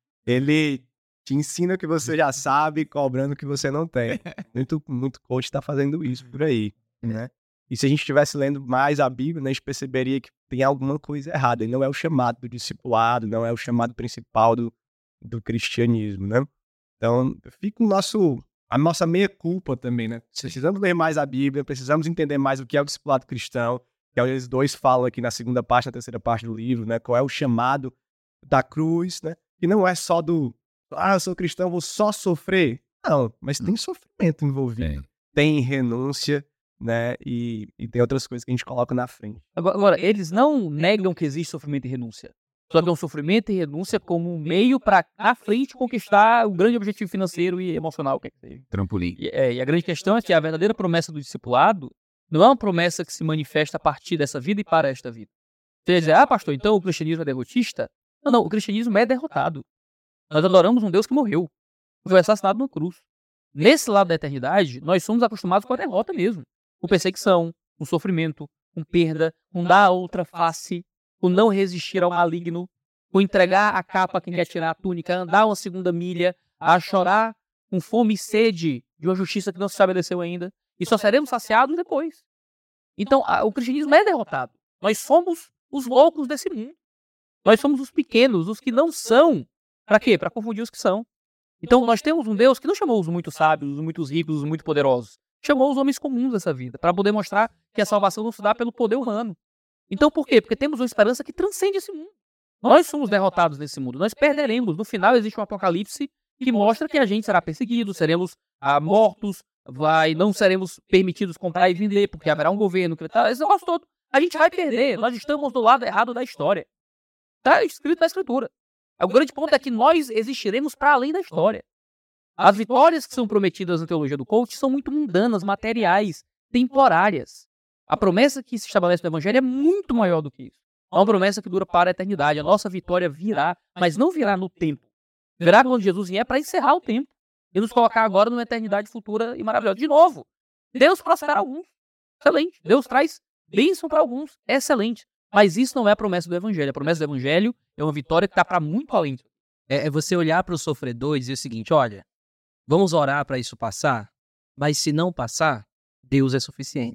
Ele te ensina o que você já sabe, cobrando o que você não tem. Muito, muito coach está fazendo isso por aí, né? E se a gente estivesse lendo mais a Bíblia, né, a gente perceberia que tem alguma coisa errada. Ele não é o chamado do discipulado, não é o chamado principal do, do cristianismo, né? Então, fica o nosso... a nossa meia-culpa também, né? Precisamos ler mais a Bíblia, precisamos entender mais o que é o discipulado cristão, que é o que eles dois falam aqui na segunda parte, na terceira parte do livro, né? Qual é o chamado da cruz, né? Que não é só do, ah, eu sou cristão, vou só sofrer. Não, mas tem sofrimento envolvido, é. Tem renúncia, né? E, e tem outras coisas que a gente coloca na frente. Agora, agora, eles não negam que existe sofrimento e renúncia. Só que é um sofrimento e renúncia como um meio para, à frente, conquistar o grande objetivo financeiro e emocional. Que é que seja. Trampolim. E, é, e a grande questão é que a verdadeira promessa do discipulado não é uma promessa que se manifesta a partir dessa vida e para esta vida. Você vai dizer, ah, pastor, então o cristianismo é derrotista? Não, não, o cristianismo é derrotado. Nós adoramos um Deus que morreu, que foi assassinado na cruz. Nesse lado da eternidade, nós somos acostumados com a derrota mesmo. Com perseguição, com sofrimento, com perda, com dar a outra face, com não resistir ao maligno, com entregar a capa a quem quer tirar a túnica, andar uma segunda milha, a chorar com fome e sede de uma justiça que não se estabeleceu ainda, e só seremos saciados depois. Então, a, o cristianismo é derrotado. Nós somos os loucos desse mundo. Nós somos os pequenos, os que não são. Para quê? Para confundir os que são. Então, nós temos um Deus que não chamou os muito sábios, os muito ricos, os muito poderosos. Chamou os homens comuns dessa vida, para poder mostrar que a salvação não se dá pelo poder humano. Então, por quê? Porque temos uma esperança que transcende esse mundo. Nós somos derrotados nesse mundo, nós perderemos. No final existe um apocalipse que mostra que a gente será perseguido, seremos ah, mortos, vai, não seremos permitidos comprar e vender, porque haverá um governo que tá, esse negócio todo. A gente vai perder, nós estamos do lado errado da história. Está escrito na Escritura. O grande ponto é que nós existiremos para além da história. As vitórias que são prometidas na teologia do coach são muito mundanas, materiais, temporárias. A promessa que se estabelece no Evangelho é muito maior do que isso. É uma promessa que dura para a eternidade. A nossa vitória virá, mas não virá no tempo. Virá quando Jesus vier para encerrar o tempo e nos colocar agora numa eternidade futura e maravilhosa. De novo, Deus prospera alguns. Excelente. Deus traz bênção para alguns. Excelente. Mas isso não é a promessa do Evangelho. A promessa do Evangelho é uma vitória que está para muito além. É, é você olhar para o sofredor e dizer o seguinte, olha, vamos orar para isso passar, mas se não passar, Deus é suficiente.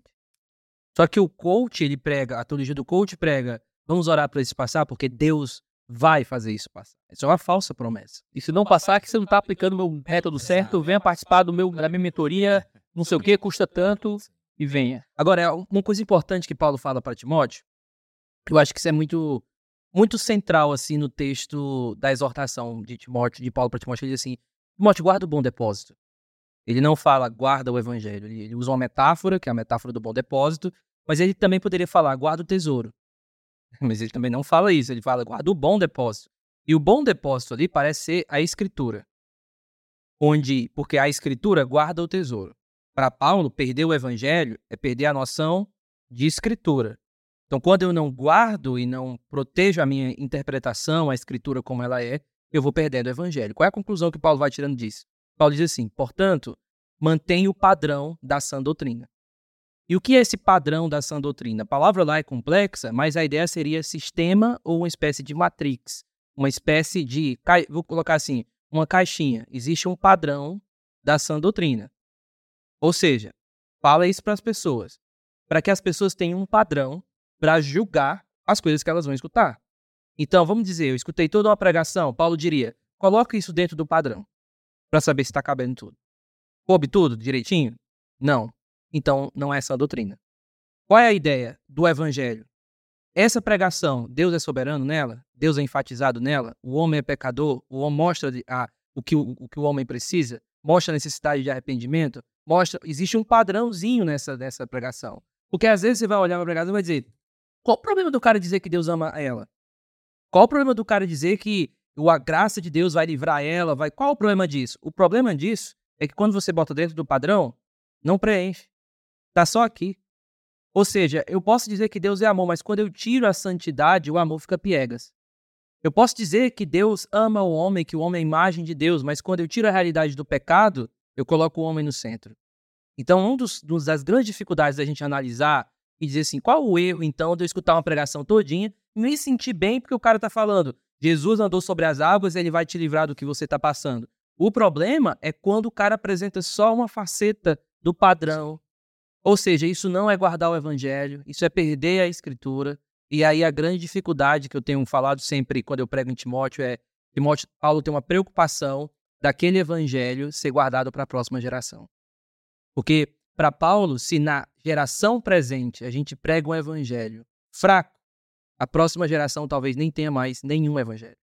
Só que o coach, ele prega, a teologia do coach prega, vamos orar para isso passar porque Deus vai fazer isso passar. Isso é uma falsa promessa. E se não passar, que você não está aplicando o meu método certo, venha participar do meu, da minha mentoria, não sei o que, custa tanto, e venha. Agora, uma coisa importante que Paulo fala para Timóteo, eu acho que isso é muito, muito central assim, no texto da exortação de Timóteo, de Paulo para Timóteo. Ele diz assim, Timóteo, guarda o bom depósito. Ele não fala guarda o evangelho, ele, ele usa uma metáfora, que é a metáfora do bom depósito, mas ele também poderia falar guarda o tesouro. Mas ele também não fala isso, ele fala guarda o bom depósito. E o bom depósito ali parece ser a escritura. Onde, porque a escritura guarda o tesouro. Para Paulo, perder o evangelho é perder a noção de escritura. Então, quando eu não guardo e não protejo a minha interpretação, a escritura como ela é, eu vou perdendo o evangelho. Qual é a conclusão que Paulo vai tirando disso? Paulo diz assim, portanto, mantenha o padrão da sã doutrina. E o que é esse padrão da sã doutrina? A palavra lá é complexa, mas a ideia seria sistema ou uma espécie de matrix. Uma espécie de, vou colocar assim, uma caixinha. Existe um padrão da sã doutrina. Ou seja, fala isso para as pessoas. Para que as pessoas tenham um padrão para julgar as coisas que elas vão escutar. Então, vamos dizer, eu escutei toda uma pregação, Paulo diria, coloca isso dentro do padrão, para saber se está cabendo tudo. Coube tudo direitinho? Não. Então, não é essa a doutrina. Qual é a ideia do evangelho? Essa pregação, Deus é soberano nela? Deus é enfatizado nela? O homem é pecador? O homem mostra a, o, que o, o que o homem precisa? Mostra a necessidade de arrependimento? Mostra, existe um padrãozinho nessa, nessa pregação. Porque às vezes você vai olhar para a pregação e vai dizer, qual o problema do cara dizer que Deus ama ela? Qual o problema do cara dizer que a graça de Deus vai livrar ela? Vai... Qual o problema disso? O problema disso é que quando você bota dentro do padrão, não preenche. Está só aqui. Ou seja, eu posso dizer que Deus é amor, mas quando eu tiro a santidade, o amor fica piegas. Eu posso dizer que Deus ama o homem, que o homem é a imagem de Deus, mas quando eu tiro a realidade do pecado, eu coloco o homem no centro. Então, uma das grandes dificuldades da gente analisar e dizer assim, qual o erro, então, de eu escutar uma pregação todinha e me sentir bem porque o cara está falando, Jesus andou sobre as águas, ele vai te livrar do que você está passando. O problema é quando o cara apresenta só uma faceta do padrão. Ou seja, isso não é guardar o evangelho, isso é perder a escritura. E aí a grande dificuldade que eu tenho falado sempre quando eu prego em Timóteo é Timóteo, Paulo tem uma preocupação daquele evangelho ser guardado para a próxima geração. Porque para Paulo, se na geração presente a gente prega um evangelho fraco, a próxima geração talvez nem tenha mais nenhum evangelho.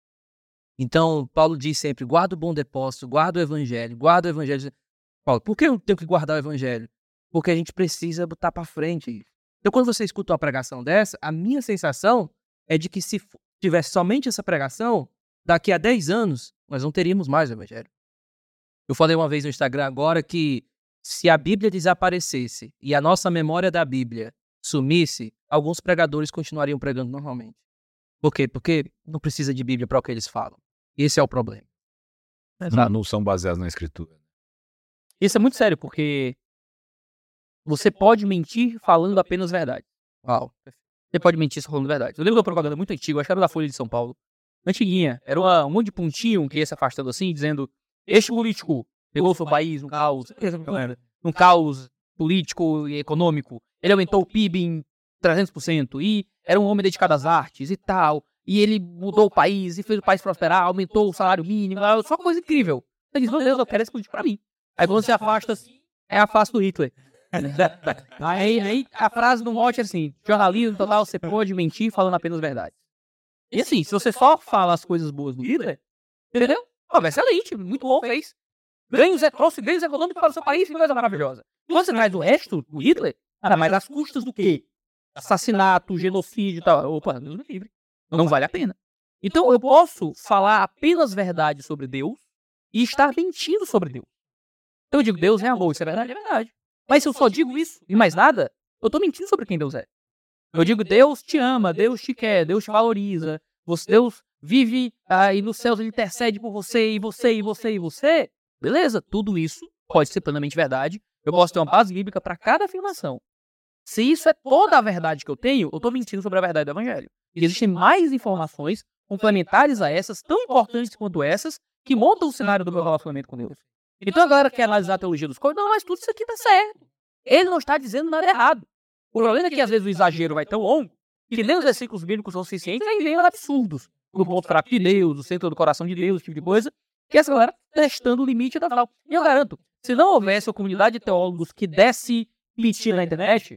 Então, Paulo diz sempre, guarda o bom depósito, guarda o evangelho, guarda o evangelho. Paulo, por que eu tenho que guardar o evangelho? Porque a gente precisa botar para frente. Então, quando você escuta uma pregação dessa, a minha sensação é de que se tivesse somente essa pregação, daqui a dez anos, nós não teríamos mais o evangelho. Eu falei uma vez no Instagram agora que se a Bíblia desaparecesse e a nossa memória da Bíblia sumisse, alguns pregadores continuariam pregando normalmente. Por quê? Porque não precisa de Bíblia para o que eles falam. Esse é o problema. Não, não são baseados na Escritura. Isso é muito sério, porque você pode mentir falando apenas verdade. Uau. Você pode mentir falando verdade. Eu lembro de uma propaganda muito antiga, acho que era da Folha de São Paulo. Antiguinha. Era uma, um monte de pontinho que ia se afastando assim, dizendo este político pegou o seu país num caos, num caos político e econômico. Ele aumentou o P I B em trezentos por cento e era um homem dedicado às artes e tal. E ele mudou o país e fez o país prosperar, aumentou o salário mínimo. Só coisa incrível. Você diz, meu Deus, eu quero esse político pra mim. Aí quando você afasta assim, é a face do Hitler. aí, aí a frase do mote é assim, jornalismo total, você pode mentir falando apenas verdade. E assim, se você só fala as coisas boas do Hitler, entendeu? Pô, excelente, muito bom, fez. Ganhos, trouxe ganhos econômicos para o seu país, que coisa maravilhosa. Quando você traz o resto do Hitler, ah, mas às custas do quê? Assassinato, genocídio e tal. Opa, Deus me livre. Não vale a pena. Então eu posso falar apenas verdade sobre Deus e estar mentindo sobre Deus. Então eu digo, Deus é amor, isso é verdade, é verdade. Mas se eu só digo isso e mais nada, eu estou mentindo sobre quem Deus é. Eu digo, Deus te ama, Deus te quer, Deus te valoriza, Deus vive ah, e nos céus ele intercede por você, e você, e você, e você. Beleza, tudo isso pode ser plenamente verdade. Eu posso ter uma base bíblica para cada afirmação. Se isso é toda a verdade que eu tenho, eu estou mentindo sobre a verdade do Evangelho. E existem mais informações complementares a essas, tão importantes quanto essas, que montam o cenário do meu relacionamento com Deus. Então a galera quer analisar a teologia dos corpos, não, mas tudo isso aqui tá certo. Ele não está dizendo nada errado. O problema é que às vezes o exagero vai tão longo que nem os versículos bíblicos são suficientes, aí vem absurdos. Do ponto fraco de Deus, do centro do coração de Deus, esse tipo de coisa, que essa galera testando o limite da tal. E eu garanto, se não houvesse uma comunidade de teólogos que desse limite na internet,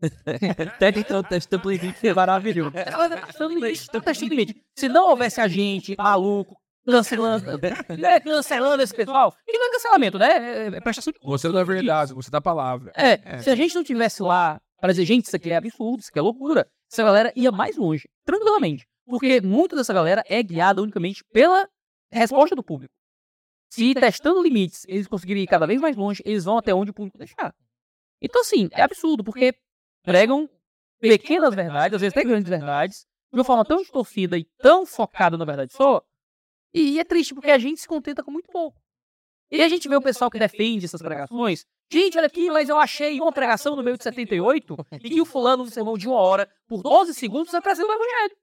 testando o limite é maravilhoso. Testando o limite. Se não houvesse a gente maluco, cancelando, né, cancelando esse pessoal, e não é cancelamento, né? É, é prestação de Você não é verdade, você dá palavra. É, é, se a gente não tivesse lá para dizer, gente, isso aqui é absurdo, isso aqui é loucura, essa galera ia mais longe, tranquilamente. Porque muita dessa galera é guiada unicamente pela resposta do público. Se testando limites eles conseguirem ir cada vez mais longe, eles vão até onde o público deixar. Então, assim, é absurdo, porque pregam pequenas verdades, às vezes até grandes verdades, de uma forma tão distorcida e tão focada na verdade só. E é triste, porque a gente se contenta com muito pouco. E a gente vê o pessoal que defende essas pregações. Gente, olha aqui, mas eu achei uma pregação no meio de setenta e oito e que o fulano, no sermão de uma hora, por doze segundos, apresenta o evangelho.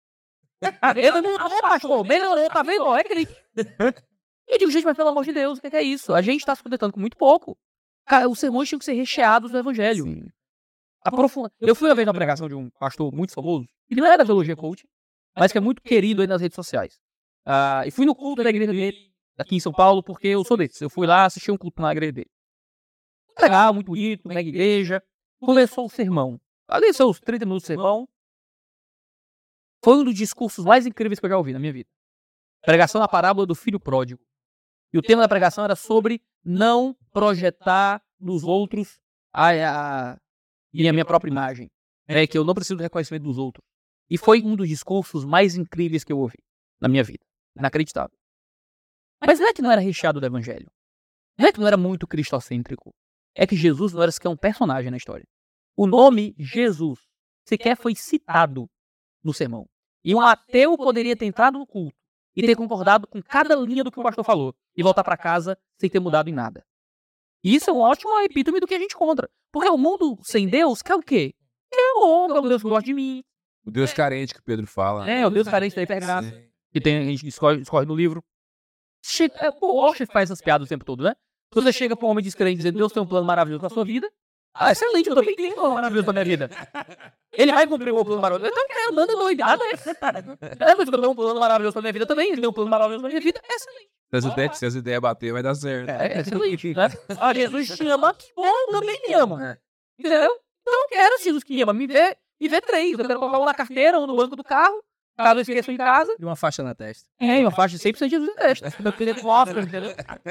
Ele não é pastor, melhorou, tá vendo? É crente. Eu digo, gente, mas pelo amor de Deus, o que é isso? A gente tá se contentando com muito pouco. Cara, os sermões tinham que ser recheados do evangelho. Aprofunda. Eu fui uma vez na pregação de um pastor muito famoso, ele não era teologia coach, mas que é muito querido aí nas redes sociais. Ah, e fui no culto da igreja dele, aqui em São Paulo, porque eu sou desses. Eu fui lá assistir um culto na igreja dele. Muito legal, muito bonito, mega igreja. Começou o sermão. Ali são os trinta minutos de sermão. Foi um dos discursos mais incríveis que eu já ouvi na minha vida. Pregação na parábola do filho pródigo. E o tema da pregação era sobre não projetar nos outros a, a, e a minha própria imagem. É que eu não preciso do reconhecimento dos outros. E foi um dos discursos mais incríveis que eu ouvi na minha vida. Inacreditável. Mas não é que não era recheado do evangelho. Não é que não era muito cristocêntrico. É que Jesus não era sequer um personagem na história. O nome Jesus sequer foi citado no sermão. E um ateu poderia ter entrado no culto e ter concordado com cada linha do que o pastor falou e voltar para casa sem ter mudado em nada. E isso é um ótimo epítome do que a gente encontra. Porque o mundo sem Deus quer o quê? Quer o homem, o Deus que gosta de mim. O Deus carente que o Pedro fala. É, o Deus carente da hipergraça. Que tem, a gente discorre, discorre no livro. Chega, é, pô, o Osher faz essas piadas o tempo todo, né? Se você chega para um homem descrente dizendo Deus tem um plano maravilhoso pra sua vida, ah, excelente, eu também tenho um plano maravilhoso pra minha vida. Ele vai cumprir o plano maravilhoso. Então, cara, manda doidada. É, mas eu tenho um plano maravilhoso pra minha vida também, ele tem um plano maravilhoso pra minha vida, é excelente. Se as ideias, se as ideias bater, vai dar certo. É, é excelente, né? Ah, Jesus te ama, que bom, eu também me ama. Entendeu? Então eu quero Jesus que me ama, me vê, me vê três. Eu quero colocar um na carteira, um no banco do carro, caso eu esqueça em casa. E uma faixa na testa. É, uma faixa de cem por cento de Jesus na testa. Meu querido Oscar, entendeu?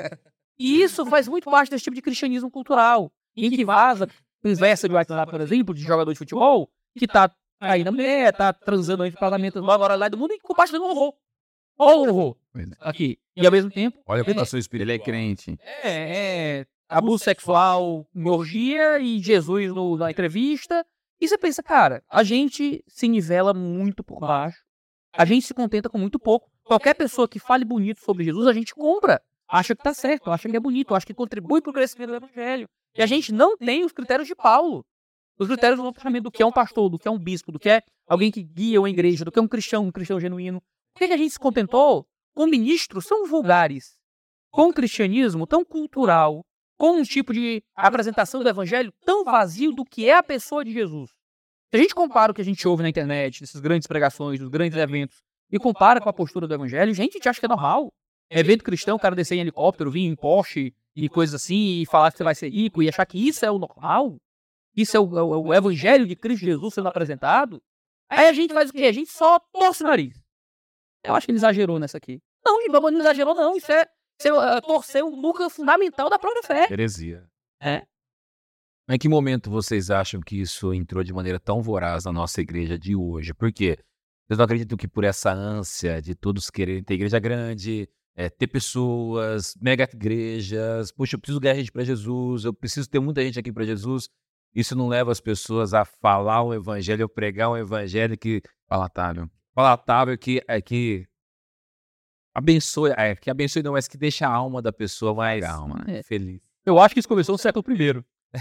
E isso faz muito parte desse tipo de cristianismo cultural, em que vaza conversa de WhatsApp, por exemplo, de jogador de futebol, que tá aí na mulher, tá transando entre parlamentos agora lá do mundo e compartilhando horror. Olha o horror. Aqui. E ao mesmo tempo. Olha pra sua Ele espiritual. é crente. É, é abuso sexual, orgia e Jesus no, na entrevista. E você pensa, cara, a gente se nivela muito por baixo. A gente se contenta com muito pouco. Qualquer pessoa que fale bonito sobre Jesus, a gente compra. Acha que tá certo, acha que é bonito, acha que contribui pro crescimento do evangelho. E a gente não tem os critérios de Paulo. Os critérios do Novo Testamento do que é um pastor, do que é um bispo, do que é alguém que guia uma igreja, do que é um cristão, um cristão genuíno. Por que a gente se contentou com ministros tão vulgares, com um cristianismo tão cultural, com um tipo de apresentação do evangelho tão vazio do que é a pessoa de Jesus? Se a gente compara o que a gente ouve na internet, dessas grandes pregações, dos grandes eventos, e compara com a postura do evangelho, gente, a gente acha que é normal. Evento cristão, o cara descer em helicóptero, vir em Porsche e coisas assim, e falar que você vai ser rico e achar que isso é o normal? Isso é o, o, o evangelho de Cristo Jesus sendo apresentado? Aí a gente faz o quê? A gente só torce o nariz. Eu acho que ele exagerou nessa aqui. Não, gente, não exagerou não. Isso é, isso é uh, torcer o núcleo fundamental da própria fé. Heresia. É. Mas em que momento vocês acham que isso entrou de maneira tão voraz na nossa igreja de hoje? Por quê? Vocês não acreditam que por essa ânsia de todos quererem ter igreja grande, é, ter pessoas, mega igrejas, poxa, eu preciso ganhar gente para Jesus, eu preciso ter muita gente aqui para Jesus, isso não leva as pessoas a falar um evangelho, ou pregar um evangelho que Palatável. palatável, que, é, que abençoe, é, que abençoe não, mas que deixa a alma da pessoa mais Calma, né? feliz. Eu acho que isso começou no século primeiro.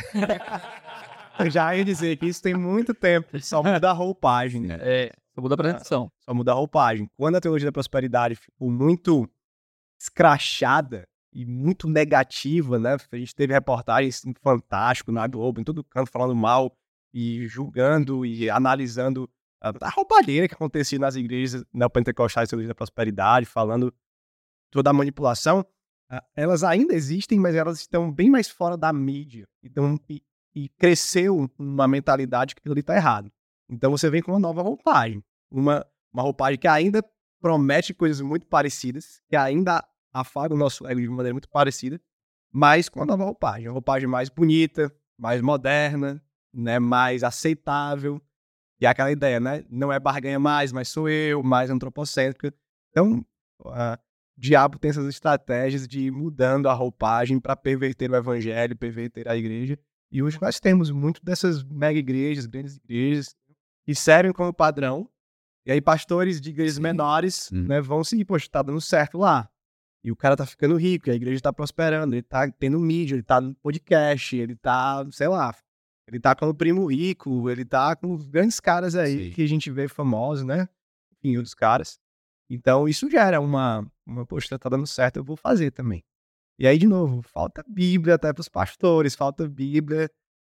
Eu já ia dizer que isso tem muito tempo, só muda a roupagem, né? É, só muda a apresentação. Só muda a roupagem. Quando a teologia da prosperidade ficou muito escrachada e muito negativa, né? A gente teve reportagens em Fantástico, na Globo, em todo canto, falando mal e julgando e analisando a, a roubalheira que acontecia nas igrejas neopentecostais da teologia da prosperidade, falando toda a manipulação. Elas ainda existem, mas elas estão bem mais fora da mídia. Então, e, e cresceu uma mentalidade que aquilo ali está errado. Então você vem com uma nova roupagem. Uma, uma roupagem que ainda promete coisas muito parecidas, que ainda afaga o nosso ego de uma maneira muito parecida, mas com uma nova roupagem. Uma roupagem mais bonita, mais moderna, né, mais aceitável. E aquela ideia, né? Não é barganha mais, mas sou eu, mais antropocêntrica. Então, uh, o diabo tem essas estratégias de ir mudando a roupagem para perverter o evangelho, perverter a igreja. E hoje nós temos muito dessas mega igrejas, grandes igrejas, que servem como padrão. E aí pastores de igrejas menores Hum. né, vão seguir, poxa, tá dando certo lá. E o cara tá ficando rico, e a igreja tá prosperando, ele tá tendo mídia, ele tá no podcast, ele tá, sei lá, ele tá com o primo rico, ele tá com os grandes caras aí Sim. que a gente vê famosos, né? Enfim, outros caras. Então isso gera uma, uma, poxa, tá dando certo, eu vou fazer também. E aí, de novo, falta Bíblia até pros pastores, falta Bíblia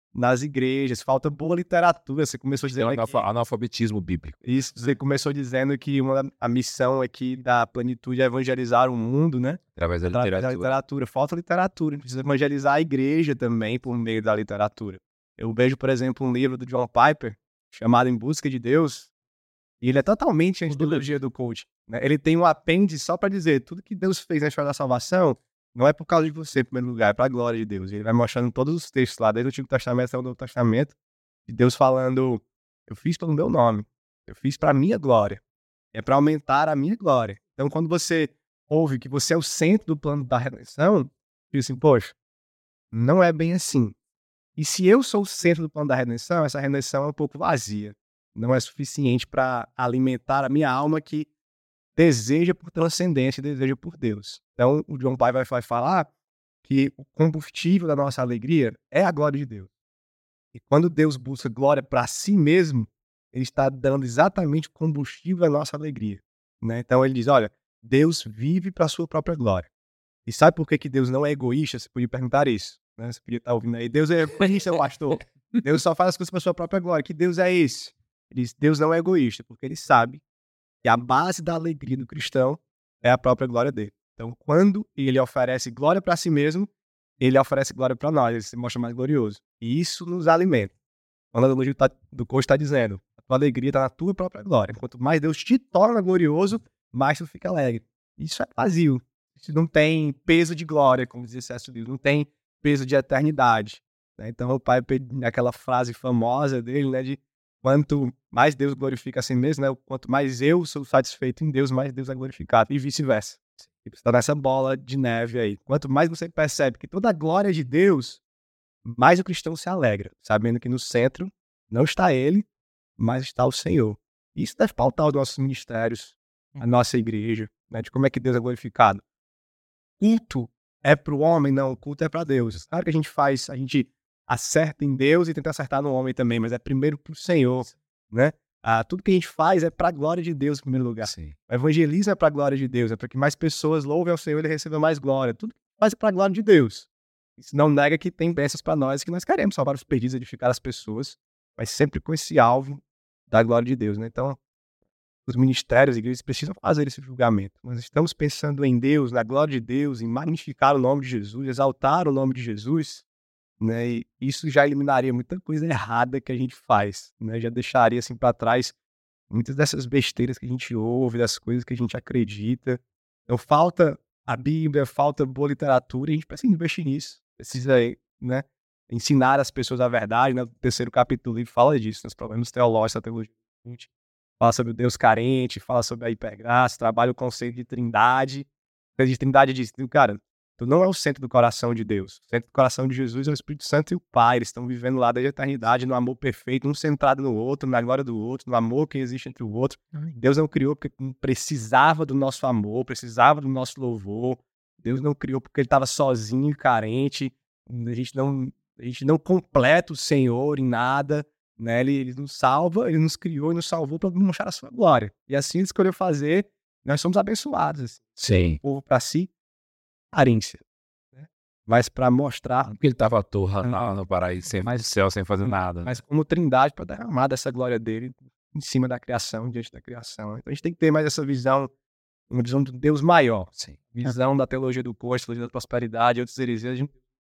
nas igrejas, falta boa literatura. Você começou Tem dizendo o que... analfa- analfabetismo bíblico. Isso, você começou dizendo que uma, a missão aqui da Plenitude é evangelizar o mundo, né? Através da Através da literatura. literatura. Falta literatura. A gente precisa evangelizar a igreja também por meio da literatura. Eu vejo, por exemplo, um livro do John Piper chamado Em Busca de Deus, e ele é totalmente a teologia do coaching, né? Ele tem um apêndice só para dizer tudo que Deus fez na história da salvação não é por causa de você, em primeiro lugar, é para a glória de Deus. Ele vai mostrando todos os textos lá, desde o Antigo Testamento até o Novo Testamento, de Deus falando: eu fiz pelo meu nome, eu fiz para a minha glória, é para aumentar a minha glória. Então, quando você ouve que você é o centro do plano da redenção, diz assim: poxa, não é bem assim. E se eu sou o centro do plano da redenção, essa redenção é um pouco vazia. Não é suficiente para alimentar a minha alma que deseja por transcendência, deseja por Deus. Então, o John Piper vai falar que o combustível da nossa alegria é a glória de Deus. E quando Deus busca glória para si mesmo, ele está dando exatamente o combustível da nossa alegria, né? Então, ele diz: olha, Deus vive para a sua própria glória. E sabe por que, que Deus não é egoísta? Você podia perguntar isso, né? Você podia estar ouvindo aí: Deus é egoísta, pastor? Deus só faz as coisas para a sua própria glória. Que Deus é esse? Ele diz: Deus não é egoísta, porque ele sabe que a base da alegria do cristão é a própria glória dele. Então, quando ele oferece glória para si mesmo, ele oferece glória para nós, ele se mostra mais glorioso. E isso nos alimenta. Quando a analogia do coach está dizendo: a tua alegria está na tua própria glória. Quanto mais Deus te torna glorioso, mais tu fica alegre. Isso é vazio. Isso não tem peso de glória, como dizia C S Lewis, não tem peso de eternidade, né? Então, o pai, aquela frase famosa dele, né, de quanto mais Deus glorifica a si mesmo, né, quanto mais eu sou satisfeito em Deus, mais Deus é glorificado, e vice-versa. Você está nessa bola de neve aí. Quanto mais você percebe que toda a glória é de Deus, mais o cristão se alegra, sabendo que no centro não está ele, mas está o Senhor. Isso deve pautar os nossos ministérios, a nossa igreja, né, de como é que Deus é glorificado. Culto é para o homem? Não, o culto é para Deus. Claro que a gente faz, a gente acerta em Deus e tenta acertar no homem também, mas é primeiro para o Senhor, né? Ah, tudo que a gente faz é para a glória de Deus em primeiro lugar. Sim. O evangelismo é para a glória de Deus, é para que mais pessoas louvem ao Senhor e ele receba mais glória. Tudo que faz é para a glória de Deus. Isso não nega que tem bênçãos para nós, que nós queremos salvar os perdidos, edificar as pessoas, mas sempre com esse alvo da glória de Deus, né? Então, os ministérios, as igrejas precisam fazer esse julgamento. Nós estamos pensando em Deus, na glória de Deus, em magnificar o nome de Jesus, exaltar o nome de Jesus, né? E isso já eliminaria muita coisa errada que a gente faz, né? Já deixaria assim para trás muitas dessas besteiras que a gente ouve, das coisas que a gente acredita. Então, falta a Bíblia, falta boa literatura, e a gente precisa investir nisso. Precisa, né, ensinar as pessoas a verdade, né? O terceiro capítulo do livro fala disso, nos problemas teológicos da teologia. A gente fala sobre o Deus carente, fala sobre a hipergraça, trabalha o conceito de trindade. O conceito de trindade diz: cara, tu não é o centro do coração de Deus. O centro do coração de Jesus é o Espírito Santo e o Pai. Eles estão vivendo lá desde a eternidade, no amor perfeito, um centrado no outro, na glória do outro, no amor que existe entre o outro. Deus não criou porque precisava do nosso amor, precisava do nosso louvor. Deus não criou porque ele estava sozinho e carente. A gente não, a gente não completa o Senhor em nada, né? Ele, ele nos salva, ele nos criou e nos salvou para mostrar a sua glória. E assim ele escolheu fazer, nós somos abençoados. Assim. Sim. O povo para si, carência, né? Mas para mostrar. Porque ele estava à toa lá no paraíso, sem mais céu, sem fazer nada. Mas como trindade, para derramar dessa glória dele em cima da criação, diante da criação. Então a gente tem que ter mais essa visão, uma visão de Deus maior. Sim. Visão da teologia do coach, teologia da prosperidade, outros heresias.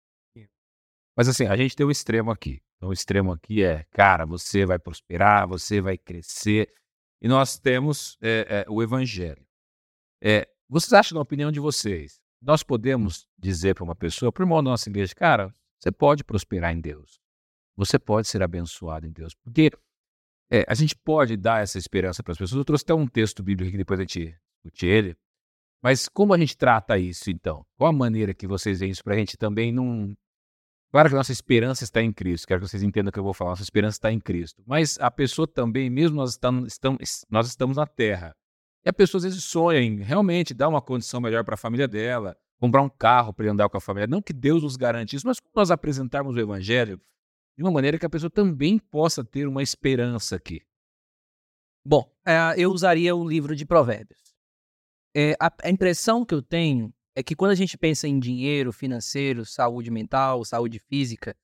Mas assim, a gente tem um extremo aqui. Então, o extremo aqui é, cara, você vai prosperar, você vai crescer. E nós temos é, é, o evangelho. É, vocês acham, na opinião de vocês, nós podemos dizer para uma pessoa, para o irmão da nossa igreja, cara, você pode prosperar em Deus. Você pode ser abençoado em Deus. Porque é, a gente pode dar essa esperança para as pessoas. Eu trouxe até um texto bíblico que depois a gente discute ele. Mas como a gente trata isso, então? Qual a maneira que vocês veem isso para a gente também não... Claro que a nossa esperança está em Cristo. Quero que vocês entendam o que eu vou falar. Nossa esperança está em Cristo. Mas a pessoa também, mesmo nós estamos, estamos, nós estamos na Terra. E a pessoa às vezes sonha em realmente dar uma condição melhor para a família dela, comprar um carro para ele andar com a família. Não que Deus nos garante isso, mas como nós apresentarmos o Evangelho de uma maneira que a pessoa também possa ter uma esperança aqui. Bom, é, eu usaria o livro de Provérbios. É, a, a impressão que eu tenho é que quando a gente pensa em dinheiro, financeiro, saúde mental, saúde física,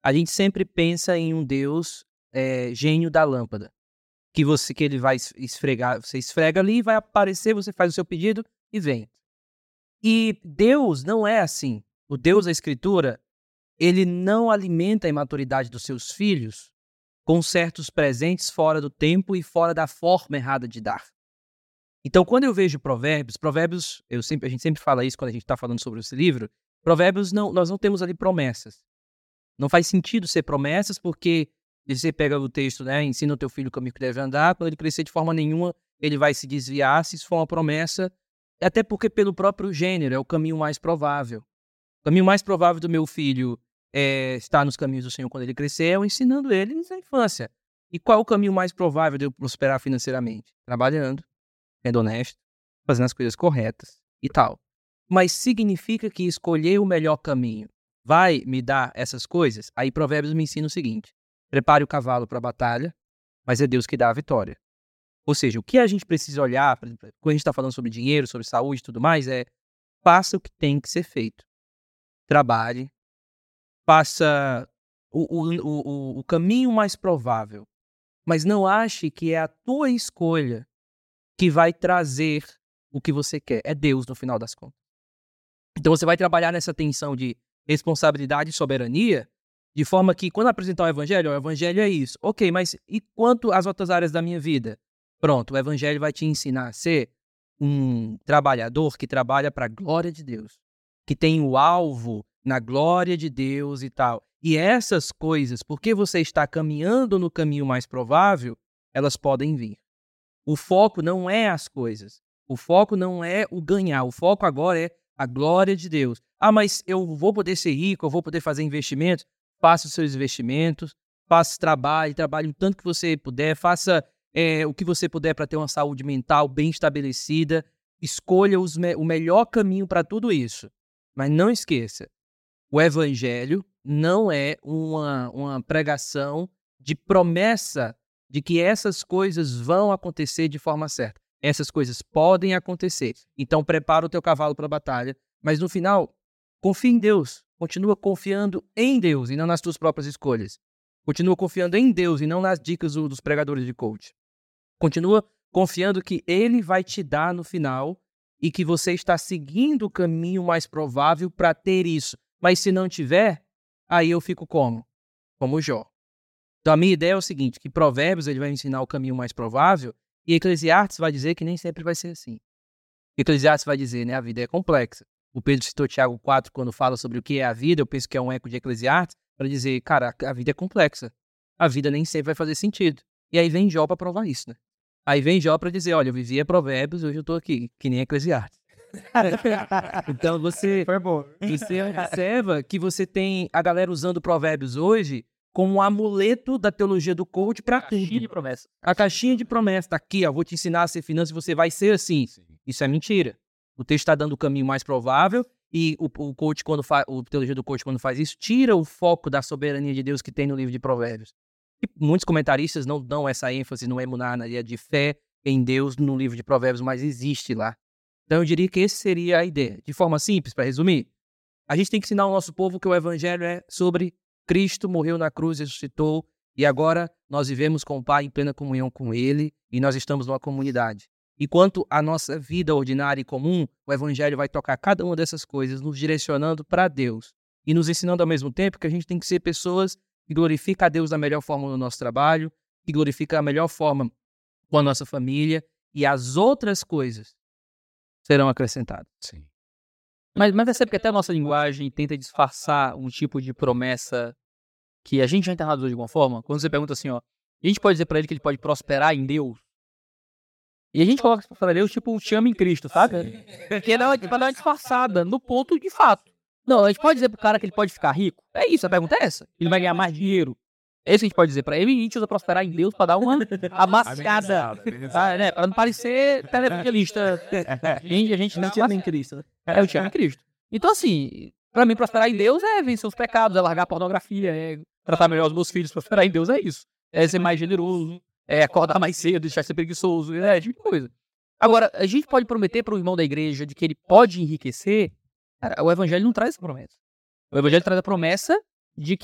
A gente sempre pensa em um Deus é, gênio da lâmpada. Que, você, que ele vai esfregar, você esfrega ali, vai aparecer, você faz o seu pedido e vem. E Deus não é assim. O Deus da Escritura, ele não alimenta a imaturidade dos seus filhos com certos presentes fora do tempo e fora da forma errada de dar. Então, quando eu vejo provérbios, provérbios, eu sempre, a gente sempre fala isso quando a gente está falando sobre esse livro, provérbios, não, nós não temos ali promessas. Não faz sentido ser promessas, porque você pega o texto, né, ensina o teu filho o caminho que deve andar, quando ele crescer de forma nenhuma, ele vai se desviar, se isso for uma promessa, até porque pelo próprio gênero, é o caminho mais provável. O caminho mais provável do meu filho é estar nos caminhos do Senhor quando ele crescer, é eu ensinando ele na infância. E qual é o caminho mais provável de eu prosperar financeiramente? Trabalhando, sendo honesto, fazendo as coisas corretas e tal. Mas significa que escolher o melhor caminho vai me dar essas coisas? Aí Provérbios me ensina o seguinte: prepare o cavalo para a batalha, mas é Deus que dá a vitória. Ou seja, o que a gente precisa olhar, quando a gente está falando sobre dinheiro, sobre saúde e tudo mais, é faça o que tem que ser feito. Trabalhe, faça o, o, o, o caminho mais provável, mas não ache que é a tua escolha que vai trazer o que você quer. É Deus, no final das contas. Então você vai trabalhar nessa tensão de responsabilidade e soberania, de forma que, quando apresentar o evangelho, o evangelho é isso. Ok, mas e quanto às outras áreas da minha vida? Pronto, o evangelho vai te ensinar a ser um trabalhador que trabalha para a glória de Deus, que tem o alvo na glória de Deus e tal. E essas coisas, porque você está caminhando no caminho mais provável, elas podem vir. O foco não é as coisas. O foco não é o ganhar. O foco agora é a glória de Deus. Ah, mas eu vou poder ser rico, eu vou poder fazer investimentos. Faça os seus investimentos, faça trabalho, trabalhe o tanto que você puder, faça é, o que você puder para ter uma saúde mental bem estabelecida. Escolha os me- o melhor caminho para tudo isso. Mas não esqueça, o evangelho não é uma, uma pregação de promessa de que essas coisas vão acontecer de forma certa. Essas coisas podem acontecer. Então, prepara o teu cavalo para a batalha. Mas, no final, confia em Deus. Continua confiando em Deus e não nas tuas próprias escolhas. Continua confiando em Deus e não nas dicas do, dos pregadores de coach. Continua confiando que Ele vai te dar no final e que você está seguindo o caminho mais provável para ter isso. Mas se não tiver, aí eu fico como? Como Jó. Então, a minha ideia é o seguinte, que Provérbios ele vai ensinar o caminho mais provável e Eclesiastes vai dizer que nem sempre vai ser assim. Eclesiastes vai dizer, né, a vida é complexa. O Pedro citou Tiago quatro quando fala sobre o que é a vida, eu penso que é um eco de Eclesiastes, para dizer, cara, a vida é complexa. A vida nem sempre vai fazer sentido. E aí vem Jó para provar isso, né? Aí vem Jó para dizer, olha, eu vivia Provérbios, hoje eu estou aqui, que nem Eclesiastes. Então você, Foi bom. você observa que você tem a galera usando Provérbios hoje como um amuleto da teologia do coach para tudo. Caixinha de promessa. A caixinha de promessa tá aqui, ó, vou te ensinar a ser finanças e você vai ser assim. Sim. Isso é mentira. O texto está dando o caminho mais provável e o, o coach, quando faz, o teologia do coach, quando faz isso, tira o foco da soberania de Deus que tem no livro de Provérbios. E muitos comentaristas não dão essa ênfase no emuná, na ideia de fé em Deus no livro de Provérbios, mas existe lá. Então eu diria que essa seria a ideia. De forma simples, para resumir, a gente tem que ensinar ao nosso povo que o evangelho é sobre Cristo, morreu na cruz, ressuscitou, e agora nós vivemos com o Pai em plena comunhão com Ele, e nós estamos numa comunidade. Enquanto a nossa vida ordinária e comum, o evangelho vai tocar cada uma dessas coisas, nos direcionando para Deus, e nos ensinando ao mesmo tempo que a gente tem que ser pessoas que glorificam a Deus da melhor forma no nosso trabalho, que glorificam a melhor forma com a nossa família, e as outras coisas serão acrescentadas. Sim. Mas, mas percebe que até a nossa linguagem tenta disfarçar um tipo de promessa que a gente já internalizou de alguma forma. Quando você pergunta assim, ó, a gente pode dizer pra ele que ele pode prosperar em Deus? E a gente coloca prosperar em Deus tipo um te ama em Cristo, sabe? Porque ela é uma disfarçada no ponto de fato. Não, a gente pode dizer pro cara que ele pode ficar rico? É isso, a pergunta é essa. Ele vai ganhar mais dinheiro. É isso que a gente pode dizer pra ele. E a gente usa prosperar em Deus pra dar uma amaciada. Ah, né? Pra não parecer televangelista. A gente, a gente não Te ama em Cristo, né? É, eu te amo em Cristo. Então, assim, pra mim, prosperar em Deus é vencer os pecados, é largar a pornografia, é tratar melhor os meus filhos. Prosperar em Deus é isso. É ser mais generoso, é acordar mais cedo, deixar de ser preguiçoso, é esse tipo de coisa. Agora, a gente pode prometer para um irmão da igreja de que ele pode enriquecer. Cara, o evangelho não traz essa promessa. O evangelho traz a promessa de que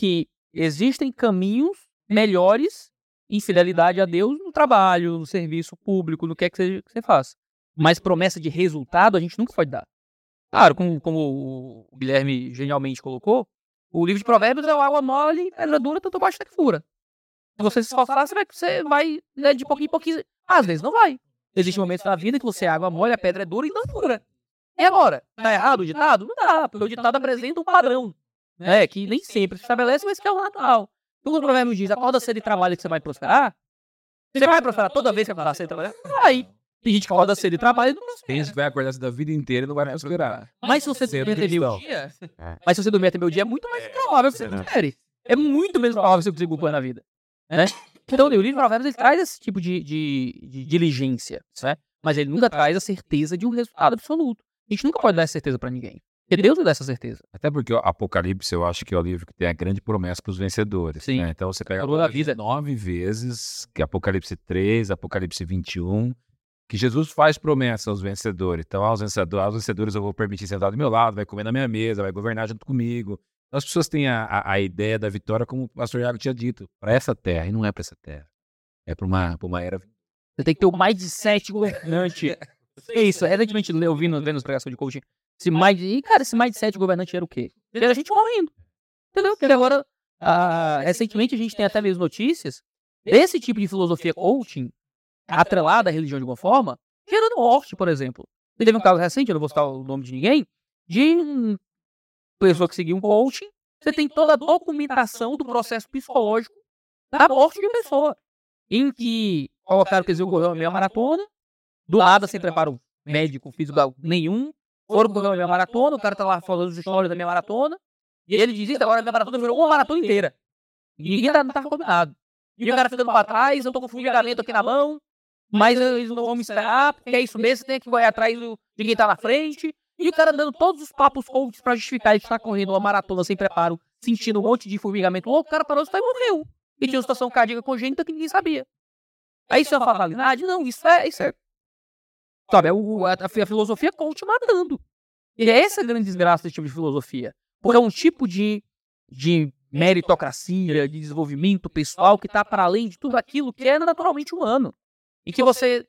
existem caminhos melhores em fidelidade a Deus no trabalho, no serviço público, no que é que você, que você faz. Mas promessa de resultado a gente nunca pode dar. Claro, como, como o Guilherme genialmente colocou, o livro de Provérbios é o água mole, pedra dura, tanto baixa até que fura. Se você se esforçar, você vai, você vai né, de pouquinho em pouquinho. Às vezes não vai. Existem momentos na vida que você é água mole, a pedra é dura e não fura. E agora? Tá errado o ditado? Não dá, porque o ditado apresenta um padrão, né, que nem sempre se estabelece, mas que é o natural. Então, quando o Provérbios diz, acorda cedo e trabalha que você vai prosperar, você vai prosperar toda vez que você acordar cedo e trabalhar? Vai. Tem gente que acorda cedo e trabalha e não prospera. Tem gente que vai acordar da vida inteira e não vai prosperar. Mas se você dormir até meio dia, mas se você dormir até meio dia, é muito mais provável que você prospere. É muito menos provável que você consiga um plano na vida. Né? Então, o livro de Provérbios ele traz esse tipo de, de, de diligência, né? Mas ele nunca traz a certeza de um resultado absoluto. A gente nunca pode dar essa certeza pra ninguém. Porque Deus não dá essa certeza. Até porque o Apocalipse, eu acho que é o livro que tem a grande promessa para os vencedores. Sim. Né? Então você pega Toda a vida. nove vezes, que é Apocalipse três, Apocalipse vinte e um, que Jesus faz promessa aos vencedores. Então, aos vencedores, aos vencedores eu vou permitir sentar do meu lado, vai comer na minha mesa, vai governar junto comigo. Então, as pessoas têm a, a, a ideia da vitória, como o pastor Iago tinha dito, para essa terra, e não é para essa terra. É para uma, pra uma era. Você tem que ter o mindset governante. É isso, recentemente eu vi vendo as pregações de coaching. Esse mind... E, cara, esse mindset governante era o quê? Era a gente morrendo. Entendeu? Porque agora, ah, recentemente, a gente tem até mesmo notícias desse tipo de filosofia coaching, atrelada à religião de alguma forma, gerando morte, por exemplo. Teve um caso recente, eu não vou citar o nome de ninguém, de uma pessoa que seguiu um coaching. Você tem toda a documentação do processo psicológico da morte de uma pessoa. Em que colocaram que eles iam correr uma meia maratona, do nada sem preparo médico, físico nenhum, foram correr uma meia maratona, o cara tá lá falando as histórias da minha maratona, e ele diz isso, agora a minha maratona virou uma maratona inteira. E ninguém não tava combinado. E o cara ficando pra trás, eu tô com formigamento aqui na mão, mas eles não vão me esperar, porque é isso mesmo, você tem que correr atrás de quem tá na frente. E o cara dando todos os papos coaches pra justificar ele estar correndo uma maratona sem preparo, sentindo um monte de formigamento louco, o cara parou e morreu. E tinha uma situação cardíaca congênita que ninguém sabia. Aí isso é uma fatalidade? Não, isso é... Isso é sabe, é o, a, a filosofia coach matando. E é essa a grande desgraça desse tipo de filosofia. Porque é um tipo de, de meritocracia, de desenvolvimento pessoal que está para além de tudo aquilo que é naturalmente humano. E que você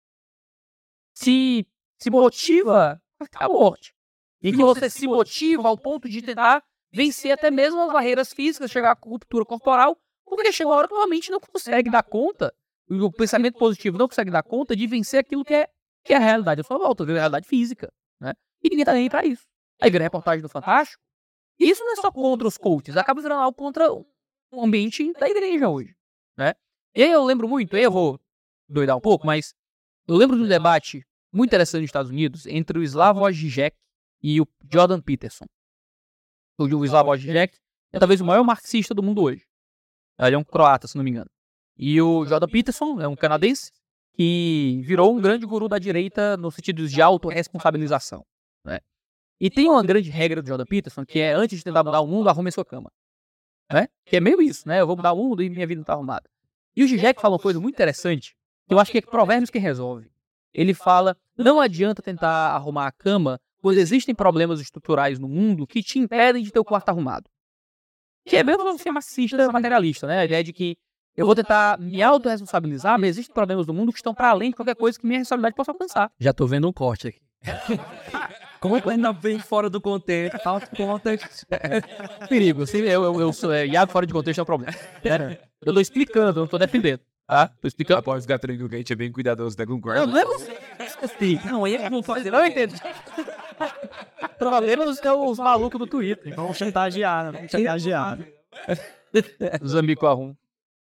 se, se motiva a morte. E que você se motiva ao ponto de tentar vencer até mesmo as barreiras físicas, chegar à ruptura corporal, porque chega uma hora que realmente não consegue dar conta, o pensamento positivo não consegue dar conta de vencer aquilo que é, que é a realidade à sua volta, a realidade física, né? E ninguém tá nem pra isso. Aí vira reportagem do Fantástico. Isso não é só contra os coaches, acaba virando algo contra o ambiente da igreja hoje, né? E aí eu lembro muito, eu vou doidar um pouco, mas eu lembro de um debate muito interessante nos Estados Unidos entre o Slavoj Žižek e o Jordan Peterson. O Slavoj Žižek é talvez o maior marxista do mundo hoje. Ele é um croata, se não me engano. E o Jordan Peterson é um canadense que virou um grande guru da direita no sentido de autorresponsabilização, né? E tem uma grande regra do Jordan Peterson, que é antes de tentar mudar o mundo, arrume a sua cama, né? Que é meio isso, né? Eu vou mudar o mundo e minha vida não tá arrumada. E o Žižek fala uma coisa muito interessante, que eu acho que é Provérbios que resolve. Ele fala, não adianta tentar arrumar a cama, pois existem problemas estruturais no mundo que te impedem de ter o quarto arrumado. Que é mesmo você marxista materialista, né? A ideia de que eu vou tentar me autorresponsabilizar, mas existem problemas do mundo que estão para além de qualquer coisa que minha responsabilidade possa alcançar. Já tô vendo um corte aqui. Como é que ainda vem fora do contexto? Out of context. Perigo. Eu, eu, eu sou é, Iago fora de contexto é um problema. Eu tô explicando, eu não tô defendendo. Tá? Tô explicando. Ah, pode ficar tranquilo que a gente é bem cuidadoso, até com corte. Não, não é você. Não, eu não faço. Não entendo. Problemas são os malucos do Twitter. Vamos chantagear, né? Vamos chantagear. Os amigos arrumam.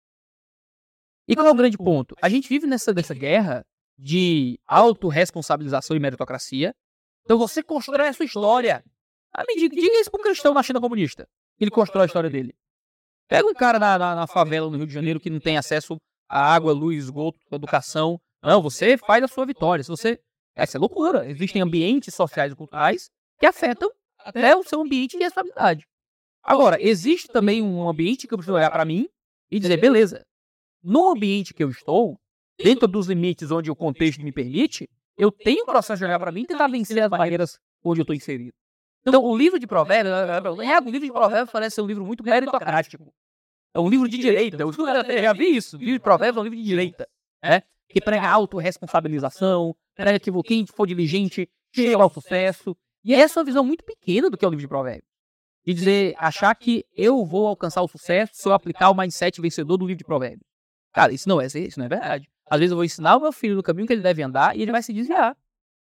E qual é o grande ponto? A gente vive nessa, nessa guerra de autorresponsabilização e meritocracia. Então você constrói a sua história. Ah, me diga, diga isso para um cristão na China comunista. Ele constrói a história dele. Pega um cara na, na, na favela no Rio de Janeiro que não tem acesso a água, luz, esgoto, educação. Não, você faz a sua vitória. Se você... Essa é loucura. Existem ambientes sociais e culturais que afetam até o seu ambiente de responsabilidade. Agora, existe também um ambiente que eu preciso olhar para mim e dizer, beleza, no ambiente que eu estou, dentro dos limites onde o contexto me permite, eu tenho um processo de olhar para mim e tentar vencer as barreiras onde eu estou inserido. Então, o livro de Provérbios, o livro de Provérbios parece ser um livro muito meritocrático. É um livro de direita. Eu já vi isso. O livro de Provérbios é um livro de direita. Né? Que prega autorresponsabilização, prega que quem for diligente chega ao sucesso. E essa é uma visão muito pequena do que é o livro de Provérbios. De dizer, achar que eu vou alcançar o sucesso se eu aplicar o mindset vencedor do livro de Provérbios. Cara, isso não é, isso não é verdade. Às vezes eu vou ensinar o meu filho no caminho que ele deve andar e ele vai se desviar.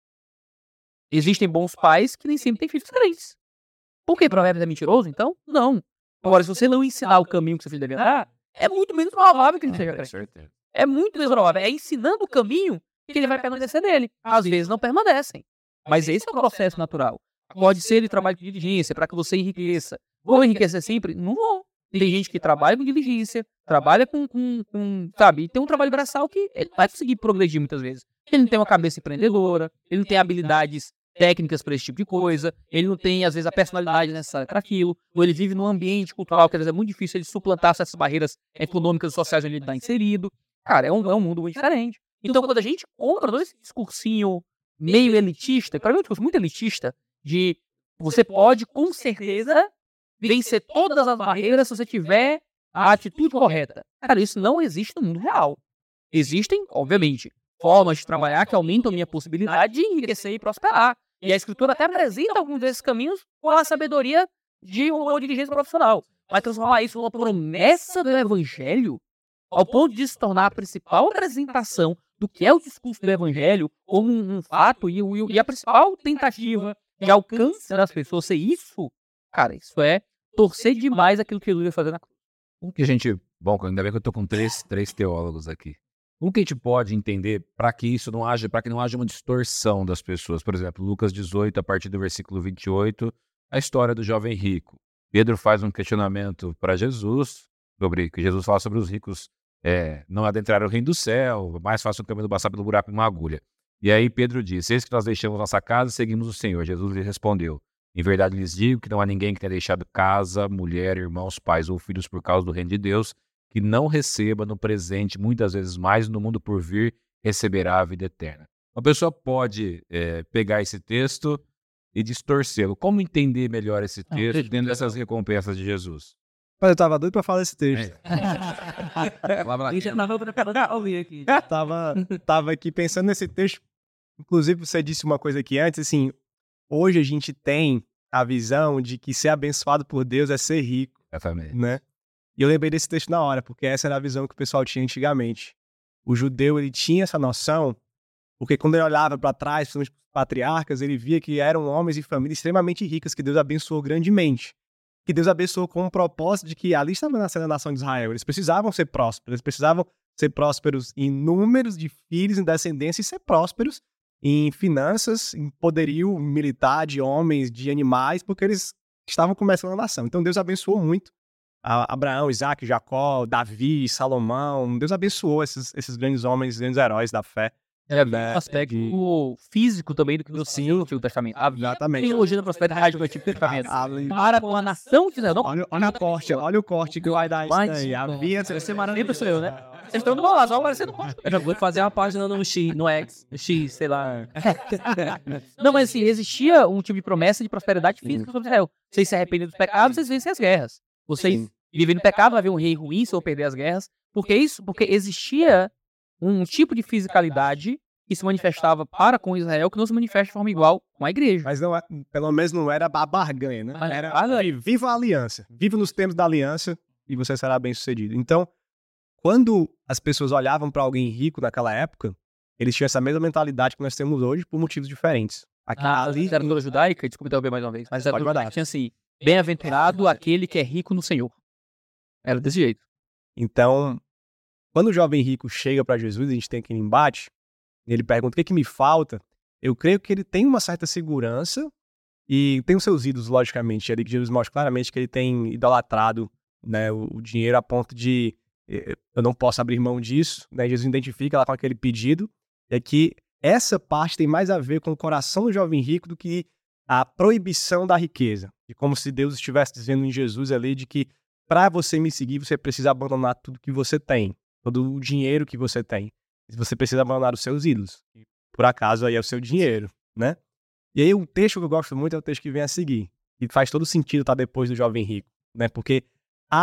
Existem bons pais que nem sempre têm filhos crentes. Por que Provérbios é mentiroso, então? Não. Agora, se você não ensinar o caminho que seu filho deve andar, é muito menos provável que ele seja crente. É muito menos provável. É ensinando o caminho que ele vai permanecer nele. Às vezes não permanecem. Mas esse é o processo natural. Pode ser ele trabalho de diligência para que você enriqueça. Vou enriquecer sempre? Não vou. Tem gente que trabalha com diligência, trabalha com, com, com sabe, e tem um trabalho braçal que ele vai conseguir progredir muitas vezes. Ele não tem uma cabeça empreendedora, ele não tem habilidades técnicas para esse tipo de coisa, ele não tem, às vezes, a personalidade necessária para aquilo, ou ele vive num ambiente cultural que às vezes é muito difícil ele suplantar essas barreiras econômicas e sociais onde ele está inserido. Cara, é um, é um mundo muito diferente. Então, quando a gente compra todo esse discursinho meio elitista, para mim é um discurso muito elitista, de você pode, com certeza, vencer todas as barreiras se você tiver a atitude correta. Cara, isso não existe no mundo real. Existem, obviamente, formas de trabalhar que aumentam a minha possibilidade de enriquecer e prosperar. E a Escritura até apresenta alguns desses caminhos com a sabedoria de uma dirigência profissional. Mas transformar isso numa promessa do Evangelho, ao ponto de se tornar a principal apresentação do que é o discurso do Evangelho como um, um fato e, e a principal tentativa de alcance das pessoas ser isso, cara, isso é torcer demais aquilo que Jesus vai fazer na cruz. Como que a gente... Bom, ainda bem que eu tô com três, três teólogos aqui. Como que a gente pode entender para que isso não haja, para que não haja uma distorção das pessoas? Por exemplo, Lucas dezoito, a partir do versículo vinte e oito, a história do jovem rico. Pedro faz um questionamento para Jesus, sobre que Jesus fala sobre os ricos é, não adentraram o reino do céu, mais fácil o caminho passar pelo buraco de uma agulha. E aí Pedro diz, eis que nós deixamos nossa casa e seguimos o Senhor. Jesus lhe respondeu, em verdade lhes digo que não há ninguém que tenha deixado casa, mulher, irmãos, pais ou filhos por causa do reino de Deus, que não receba no presente, muitas vezes mais, no mundo por vir, receberá a vida eterna. Uma pessoa pode é, pegar esse texto e distorcê-lo. Como entender melhor esse texto dentro dessas recompensas de Jesus? Mas eu tava doido pra falar esse texto. tava, tava aqui pensando nesse texto. Inclusive, você disse uma coisa aqui antes, assim, hoje a gente tem a visão de que ser abençoado por Deus é ser rico. Exatamente. Né? E eu lembrei desse texto na hora, porque essa era a visão que o pessoal tinha antigamente. O judeu, ele tinha essa noção, porque quando ele olhava para trás, principalmente os patriarcas, ele via que eram homens e famílias extremamente ricas, que Deus abençoou grandemente. Que Deus abençoou com o propósito de que ali estava nascendo a nação de Israel. Eles precisavam ser prósperos, eles precisavam ser prósperos em números de filhos, em descendência, e ser prósperos em finanças, em poderio militar de homens, de animais, porque eles estavam começando a nação. Então Deus abençoou muito a Abraão, Isaac, Jacó, Davi, Salomão. Deus abençoou esses, esses grandes homens, grandes heróis da fé. É, né? Um aspecto de... físico também do que Deus tinha no Antigo Testamento. Exatamente. A teologia da prosperidade do Antigo Testamento. Para com a nação de Israel. Olha, olha a corte, olha o corte que vai dar isso aí. Havia... Sempre sou eu, né? Vocês estão do meu lado, só aparecendo corte. Eu vou fazer uma página no X, no X, no X, sei lá. Não, mas assim, existia um tipo de promessa de prosperidade física sobre Israel. Vocês se arrependem dos pecados, vocês vencem as guerras. Vocês Sim. vivem no pecado, vai haver um rei ruim se vão perder as guerras. Por que isso? Porque existia um tipo de fisicalidade que se manifestava para com Israel que não se manifesta de forma igual com a igreja. Mas não, pelo menos não era a barganha, né? Era a, viva a aliança. Viva nos termos da aliança e você será bem sucedido. Então, quando as pessoas olhavam para alguém rico naquela época, eles tinham essa mesma mentalidade que nós temos hoje por motivos diferentes. Aqui, ah, ali... A literatura judaica, desculpa interromper mais uma vez, mas a literatura judaica tinha assim, bem-aventurado aquele que é rico no Senhor. Era desse jeito. Então, quando o jovem rico chega para Jesus, a gente tem aquele embate, ele pergunta o que, que me falta, eu creio que ele tem uma certa segurança e tem os seus ídolos, logicamente. Ali que Jesus mostra claramente que ele tem idolatrado, né, o, o dinheiro a ponto de eu não posso abrir mão disso. Né? Jesus identifica lá com aquele pedido. É que essa parte tem mais a ver com o coração do jovem rico do que a proibição da riqueza. E como se Deus estivesse dizendo em Jesus ali de que para você me seguir, você precisa abandonar tudo que você tem, todo o dinheiro que você tem. Você precisa abandonar os seus ídolos. Por acaso, aí é o seu dinheiro, né? E aí, um texto que eu gosto muito é o texto que vem a seguir. E faz todo sentido estar depois do jovem rico, né? Porque a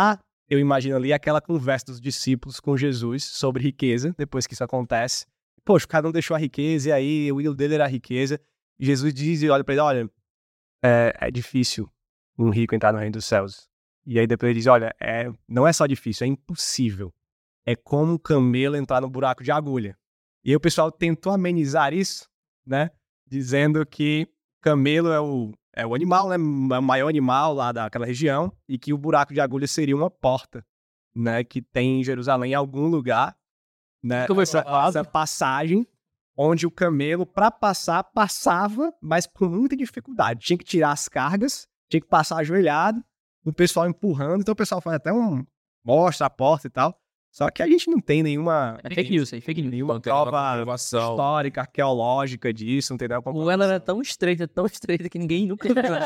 eu imagino ali aquela conversa dos discípulos com Jesus sobre riqueza, depois que isso acontece. Poxa, o cara não deixou a riqueza, e aí o ídolo dele era a riqueza. E Jesus diz e olha pra ele, olha, é, é difícil um rico entrar no reino dos céus. E aí depois ele diz, olha, é, não é só difícil, é impossível. É como um camelo entrar no buraco de agulha. E aí o pessoal tentou amenizar isso, né? Dizendo que camelo é o, é o animal, né? É o maior animal lá daquela região. E que o buraco de agulha seria uma porta, né? Que tem em Jerusalém, em algum lugar, né? Essa, essa passagem onde o camelo, para passar, passava, mas com muita dificuldade. Tinha que tirar as cargas, tinha que passar ajoelhado, o pessoal empurrando. Então o pessoal faz até um... mostra a porta e tal. Só que a gente não tem nenhuma... É fake news, é fake news. Nenhuma prova histórica, arqueológica disso, não tem nenhuma Ou ela era tão estreita, tão estreita que ninguém nunca...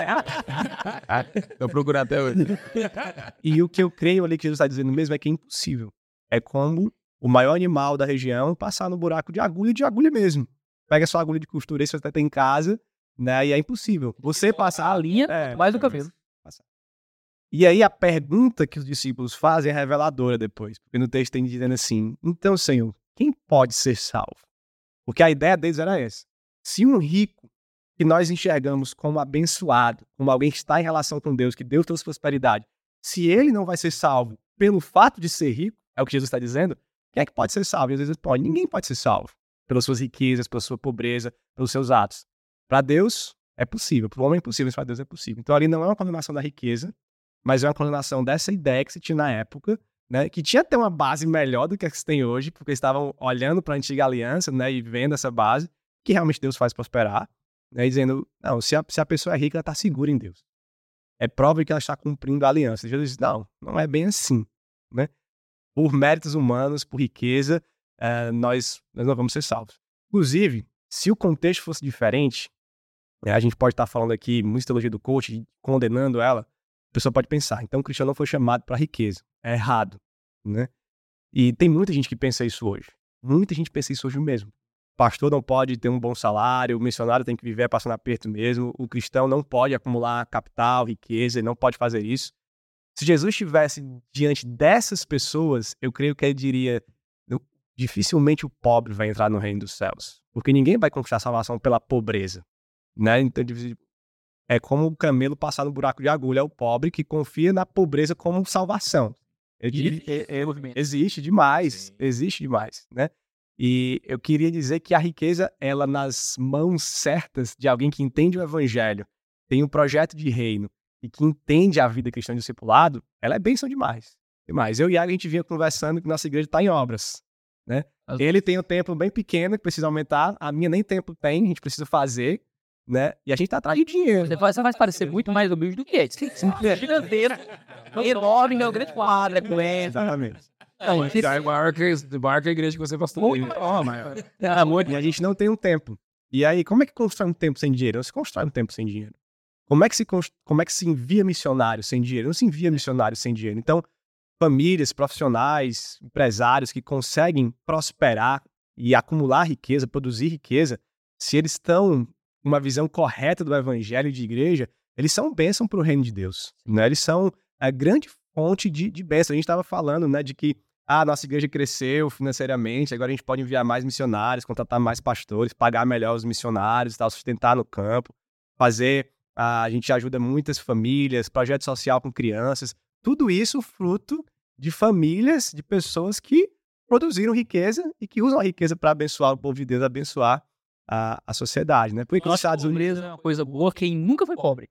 Tô procurando até hoje. E o que eu creio ali que Jesus está dizendo mesmo é que é impossível. É como o maior animal da região passar no buraco de agulha de agulha mesmo. Pega sua agulha de costura, isso você tem em casa, né? E é impossível. Você passar A linha, é, mais do cabelo. E aí a pergunta que os discípulos fazem é reveladora depois. Porque no texto tem dizendo assim, então, Senhor, quem pode ser salvo? Porque a ideia deles era essa. Se um rico que nós enxergamos como abençoado, como alguém que está em relação com Deus, que Deus trouxe prosperidade, se ele não vai ser salvo pelo fato de ser rico, é o que Jesus está dizendo, quem é que pode ser salvo? E às vezes pode. Ninguém pode ser salvo pelas suas riquezas, pela sua pobreza, pelos seus atos. Para Deus é possível, para o homem é impossível, mas para Deus é possível. Então ali não é uma condenação da riqueza, mas é uma condenação dessa ideia que se tinha na época, né, que tinha até uma base melhor do que a que se tem hoje, porque eles estavam olhando para a antiga aliança, né, e vendo essa base, que realmente Deus faz prosperar, né, e dizendo, não, se a, se a pessoa é rica, ela está segura em Deus. É prova de que ela está cumprindo a aliança. E Jesus diz, não, não é bem assim, né? Por méritos humanos, por riqueza, é, nós, nós não vamos ser salvos. Inclusive, se o contexto fosse diferente, né, a gente pode estar falando aqui, muita teologia do coach, condenando ela, a pessoa pode pensar, então o cristão não foi chamado para riqueza. É errado, né? E tem muita gente que pensa isso hoje. Muita gente pensa isso hoje mesmo. O pastor não pode ter um bom salário, o missionário tem que viver passando aperto mesmo, o cristão não pode acumular capital, riqueza, ele não pode fazer isso. Se Jesus estivesse diante dessas pessoas, eu creio que ele diria, dificilmente o pobre vai entrar no reino dos céus, porque ninguém vai conquistar a salvação pela pobreza, né? Então, é como o camelo passar no buraco de agulha, é o pobre que confia na pobreza como salvação. Ele, é, é, é, existe demais, Sim. existe demais, né? E eu queria dizer que a riqueza, ela nas mãos certas de alguém que entende o evangelho, tem um projeto de reino e que entende a vida cristã de discipulado, ela é bênção demais. demais. Eu e a gente vinha conversando que nossa igreja está em obras, né? As... Ele tem um templo bem pequeno que precisa aumentar, a minha nem templo tem, a gente precisa fazer, né? E a gente tá atrás de dinheiro. Você faz, você faz parecer muito mais humilde do que ele. É giganteira, enorme, é um grande quadro, com essa. Exatamente. Não, esse... é maior que, maior que a igreja que você faz tudo. Muito maior. Ah, muito. E a gente não tem um templo. E aí, como é que constrói um templo sem dinheiro? Não se constrói um templo sem dinheiro. Como é que se, const... como é que se envia missionário sem dinheiro? Não se envia missionário sem dinheiro. Então, famílias, profissionais, empresários que conseguem prosperar e acumular riqueza, produzir riqueza, se eles estão com uma visão correta do evangelho e de igreja, eles são bênção para o reino de Deus, né? Eles são a grande fonte de, de bênção. A gente estava falando, né, de que ah, a nossa igreja cresceu financeiramente, agora a gente pode enviar mais missionários, contratar mais pastores, pagar melhor os missionários, tal, sustentar no campo, fazer, ah, a gente ajuda muitas famílias, projeto social com crianças, tudo isso fruto de famílias, de pessoas que produziram riqueza e que usam a riqueza para abençoar o povo de Deus, abençoar a, a sociedade, né? Porque os Estados Unidos é uma coisa boa, quem nunca foi pobre.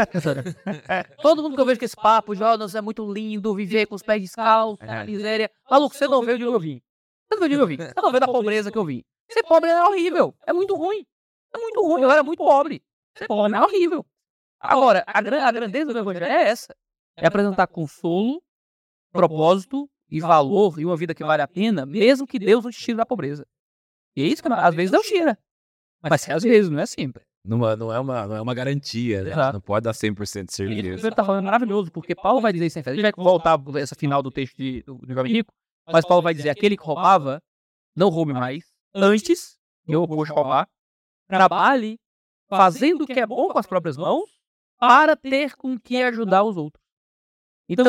Todo mundo que eu vejo com esse papo, Jonas, é muito lindo, viver com os pés descalços, é. miséria. Maluco, você não veio de onde eu vim. Você não veio de onde eu vim. Você não veio da pobreza que eu vim. Ser pobre é horrível. É muito ruim. É muito ruim. Eu era muito pobre. Ser pobre é horrível. Agora, a, a grandeza do evangelho é essa. É apresentar consolo, propósito e valor e uma vida que vale a pena, mesmo que Deus não te tire da pobreza. E é isso que às vezes Deus tira. Mas às vezes, não é sempre. Não, não, é uma, não é uma garantia, né? Não pode dar cem por cento de certeza. Isso que ele tá falando é maravilhoso, porque Paulo vai dizer isso em Efésios. A gente vai voltar para essa final do texto de, do, do Jovem Rico, mas Paulo vai dizer, aquele que roubava, não roube mais. Antes, que eu vou roubar, trabalhe fazendo o que é bom com as próprias mãos, para ter com que ajudar os outros. Então,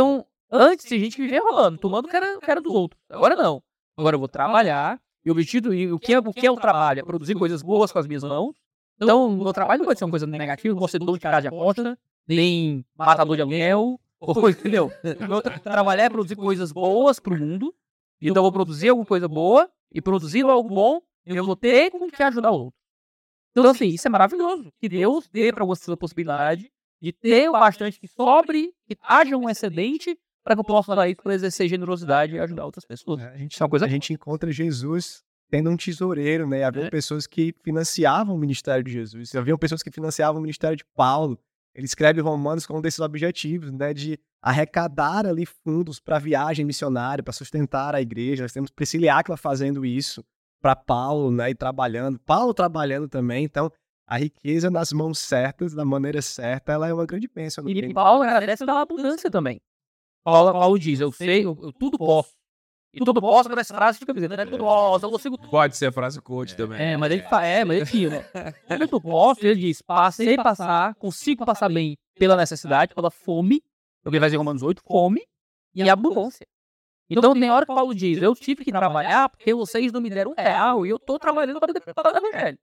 Antes, a gente vivia rolando, tomando o que era, o que era dos outros. Agora não. Agora eu vou trabalhar, e o objetivo, e o que é o, que é o trabalho? É produzir coisas boas com as minhas mãos. Então, o meu trabalho não pode ser uma coisa negativa, não vou ser dono de casa de aposta, nem matador de aluguel, ou coisa, entendeu? O meu tra trabalho é produzir coisas boas pro mundo, então eu vou produzir alguma coisa boa, e produzindo algo bom, eu vou ter com que ajudar o outro. Então, assim, isso é maravilhoso, que Deus dê para você a possibilidade de ter o bastante que sobre, que haja um excedente, para que eu possa usar isso para exercer generosidade e ajudar outras pessoas. A gente, Isso é uma coisa a gente encontra Jesus tendo um tesoureiro, né? Havia É. pessoas que financiavam o ministério de Jesus. Havia pessoas que financiavam o ministério de Paulo. Ele escreve Romanos com um desses objetivos, né? De arrecadar ali fundos para viagem missionária, para sustentar a igreja. Nós temos Priscila e Áquila fazendo isso para Paulo, né? E trabalhando. Paulo trabalhando também. Então, a riqueza nas mãos certas, da maneira certa, ela é uma grande bênção. no E reino. Paulo agradece pela abundância também. Paulo, Paulo diz, eu sei, eu, eu tudo posso. E tudo posso, agora essa frase fica dizendo, né? Tudo posso, eu consigo tudo. Pode ser a frase coach também. É, mas ele fa- é, mas ele tira, né? Tudo posso, ele diz, passei passar, consigo passar bem pela necessidade, pela fome, o que ele vai dizer em Romanos oito, fome e abundância. Então tem hora que Paulo diz, eu tive que trabalhar porque vocês não me deram um real e eu tô trabalhando para o evangelho.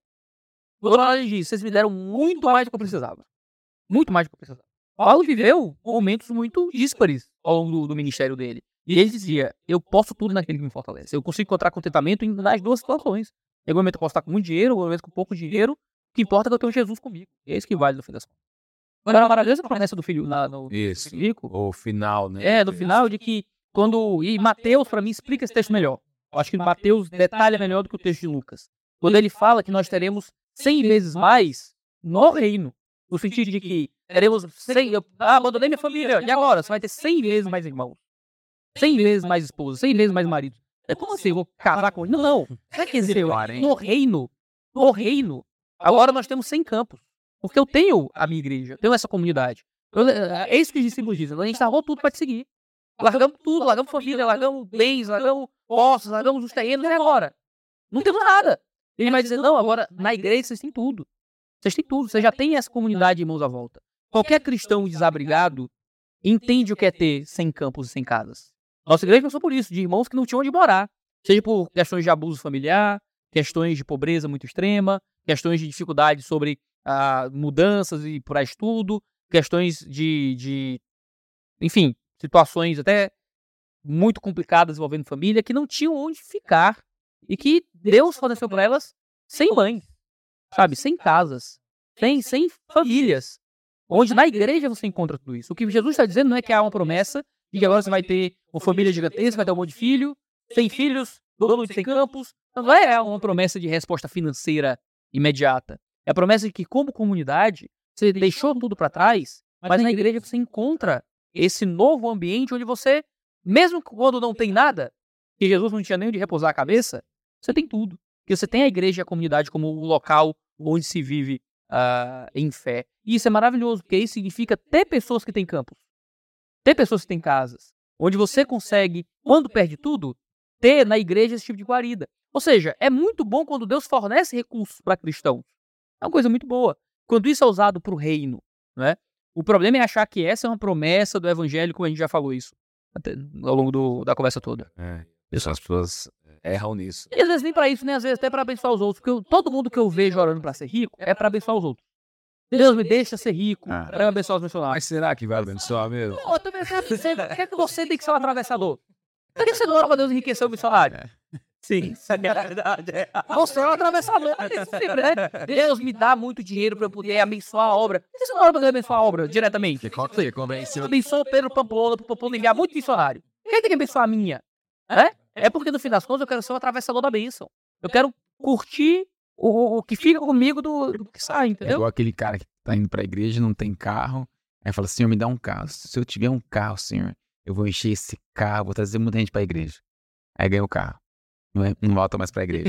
O outro ele diz, vocês me deram muito mais do que eu precisava. Muito mais do que eu precisava. Paulo viveu momentos muito díspares ao longo do, do ministério dele. E ele dizia, eu posso tudo naquele que me fortalece. Eu consigo encontrar contentamento em- nas duas situações. Em algum momento eu posso estar com muito dinheiro, em algum momento com pouco dinheiro. O que importa é que eu tenho Jesus comigo. É isso que vale no fim das contas. Agora, a maravilhosa promessa do filho na, no Isso. filho rico O final, né? é, no final, de que quando... E Mateus, pra mim, explica esse texto melhor. Eu acho que Mateus detalha melhor do que o texto de Lucas. Quando ele fala que nós teremos cem vezes mais no reino. No sentido de que teremos cem... Eu ah, abandonei minha família. E agora? Você vai ter cem vezes mais irmãos. cem vezes mais esposa. cem vezes mais marido. É como assim? Eu vou casar com ele? Não, não. Não quer dizer, no reino. No reino. Agora nós temos cem campos. Porque eu tenho a minha igreja. Eu tenho essa comunidade. Eu, é isso que os discípulos dizem. A gente largou tudo para te seguir. Largamos tudo. Largamos família. Largamos bens. Largamos postos. Largamos os terrenos. E agora? Não temos nada. Ele vai dizer, não, agora na igreja vocês têm tudo. Vocês têm tudo. Vocês já têm essa comunidade de irmãos à volta. Qualquer cristão desabrigado entende o que é ter sem campos e sem casas. Nossa igreja passou por isso, de irmãos que não tinham onde morar. Seja por questões de abuso familiar, questões de pobreza muito extrema, questões de dificuldade sobre ah, mudanças e para estudo, questões de, de, enfim, situações até muito complicadas envolvendo família, que não tinham onde ficar e que Deus forneceu para elas sem mãe, sabe, sem casas, sem, sem famílias. Onde na igreja você encontra tudo isso. O que Jesus está dizendo não é que há uma promessa de que agora você vai ter uma família gigantesca, vai ter um monte de filho, sem filhos, dono de cem campos. Não é uma promessa de resposta financeira imediata. É a promessa de que, como comunidade, você deixou tudo para trás, mas na igreja você encontra esse novo ambiente onde você, mesmo quando não tem nada, que Jesus não tinha nem onde repousar a cabeça, você tem tudo. Porque você tem a igreja e a comunidade como o local onde se vive Uh, em fé. E isso é maravilhoso, porque isso significa ter pessoas que têm campos, ter pessoas que têm casas, onde você consegue, quando perde tudo, ter na igreja esse tipo de guarida. Ou seja, é muito bom quando Deus fornece recursos para cristãos. É uma coisa muito boa. Quando isso é usado para o reino, né? O problema é achar que essa é uma promessa do evangelho, como a gente já falou isso até, ao longo do, da conversa toda. É. As pessoas erram nisso. E às vezes nem pra isso, né? Às vezes até pra abençoar os outros. Porque eu, todo mundo que eu vejo orando pra ser rico é pra abençoar os outros. Deus me deixa ser rico Ah. pra eu abençoar os missionários. Mas será que vai abençoar mesmo? Não, eu também quero dizer, por que é que você tem que ser um atravessador? Por que você não ora pra Deus enriquecer o missionário? Sim, isso é verdade. Você é um atravessador. É isso sempre, né? Deus me dá muito dinheiro pra eu poder abençoar a obra. Por que você não ora pra Deus abençoar a obra diretamente? Você abençoa o Pedro Pamplona, pro Pamplona enviar muito missionário. Quem tem que abençoar a minha? É? É porque, no fim das contas, eu quero ser um atravessador da bênção. Eu quero curtir o, o que fica comigo do, do que sai, É entendeu? igual aquele cara que tá indo pra igreja, não tem carro. Aí fala, Senhor, me dá um carro. Se eu tiver um carro, Senhor, eu vou encher esse carro, vou trazer muita gente pra igreja. Aí ganha o carro. Não, é- não volta mais pra igreja.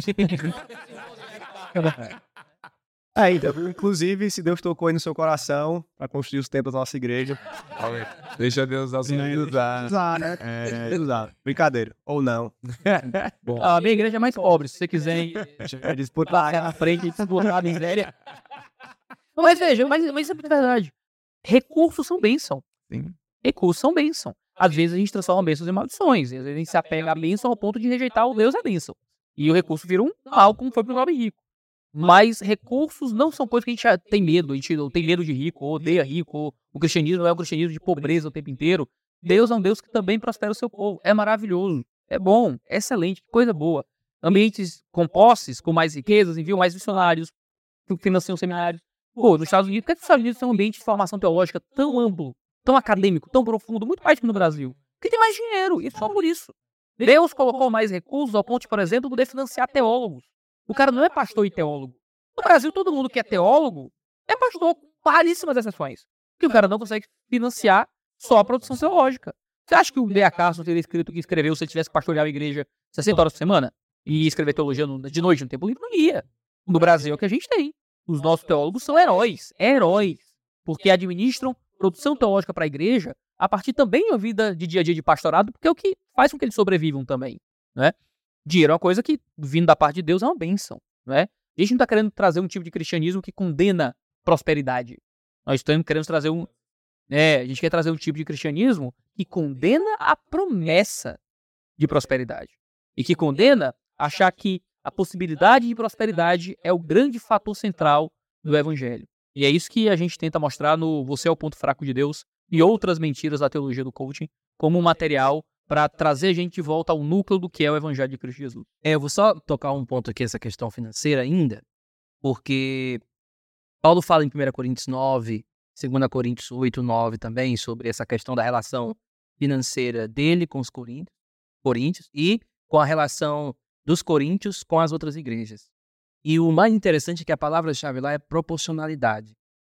É, então, inclusive, se Deus tocou aí no seu coração para construir os templos da nossa igreja, Deixa Deus dar sua usar, usar, né? É, usar. Brincadeira. Ou não. Bom, A minha igreja é mais pobre, se você quiser ir É disputar. lá na frente e disputar a miséria. Mas veja, mas, mas isso é verdade. Recursos são bênção. Sim. Recursos são bênção. às vezes a gente transforma bênçãos em maldições. Às vezes a gente se apega à bênção ao ponto de rejeitar o Deus e a bênção. E o recurso vira um mal, como foi pro pobre rico. Mas recursos não são coisas que a gente já tem medo. A gente tem medo de rico, ou odeia rico. Ou o cristianismo não é um cristianismo de pobreza o tempo inteiro. Deus é um Deus que também prospera o seu povo. É maravilhoso. É bom. É excelente. Que coisa boa. Ambientes com posses, com mais riquezas, enviam mais missionários, financiam seminários. Pô, nos Estados Unidos, por que os Estados Unidos têm um ambiente de formação teológica tão amplo, tão acadêmico, tão profundo, muito mais que no Brasil? Porque tem mais dinheiro, e só por isso. Deus colocou mais recursos ao ponto, por exemplo, de poder financiar teólogos. O cara não é pastor e teólogo. No Brasil, todo mundo que é teólogo é pastor, com raríssimas exceções. Porque o cara não consegue financiar só a produção teológica. Você acha que o D A Castro teria escrito o que escreveu se ele tivesse que pastorear a igreja sessenta horas por semana? E escrever teologia no, de noite no tempo livre? Não ia. No Brasil é o que a gente tem. Os nossos teólogos são heróis. Heróis. Porque administram produção teológica para a igreja a partir também de uma vida de dia a dia de pastorado, porque é o que faz com que eles sobrevivam também. Né? Dinheiro é uma coisa que, vindo da parte de Deus, é uma bênção. Né? A gente não está querendo trazer um tipo de cristianismo que condena prosperidade. Nós estamos querendo trazer um... É, a gente quer trazer um tipo de cristianismo que condena a promessa de prosperidade. E que condena achar que a possibilidade de prosperidade é o grande fator central do evangelho. E é isso que a gente tenta mostrar no Você é o Ponto Fraco de Deus e outras mentiras da teologia do coaching como um material para trazer a gente de volta ao núcleo do que é o evangelho de Cristo Jesus. É, eu vou só tocar um ponto aqui, essa questão financeira ainda, porque Paulo fala em primeira Coríntios nove, segunda Coríntios oito, nove também, sobre essa questão da relação financeira dele com os coríntios, coríntios e com a relação dos coríntios com as outras igrejas. E o mais interessante é que a palavra-chave lá é proporcionalidade.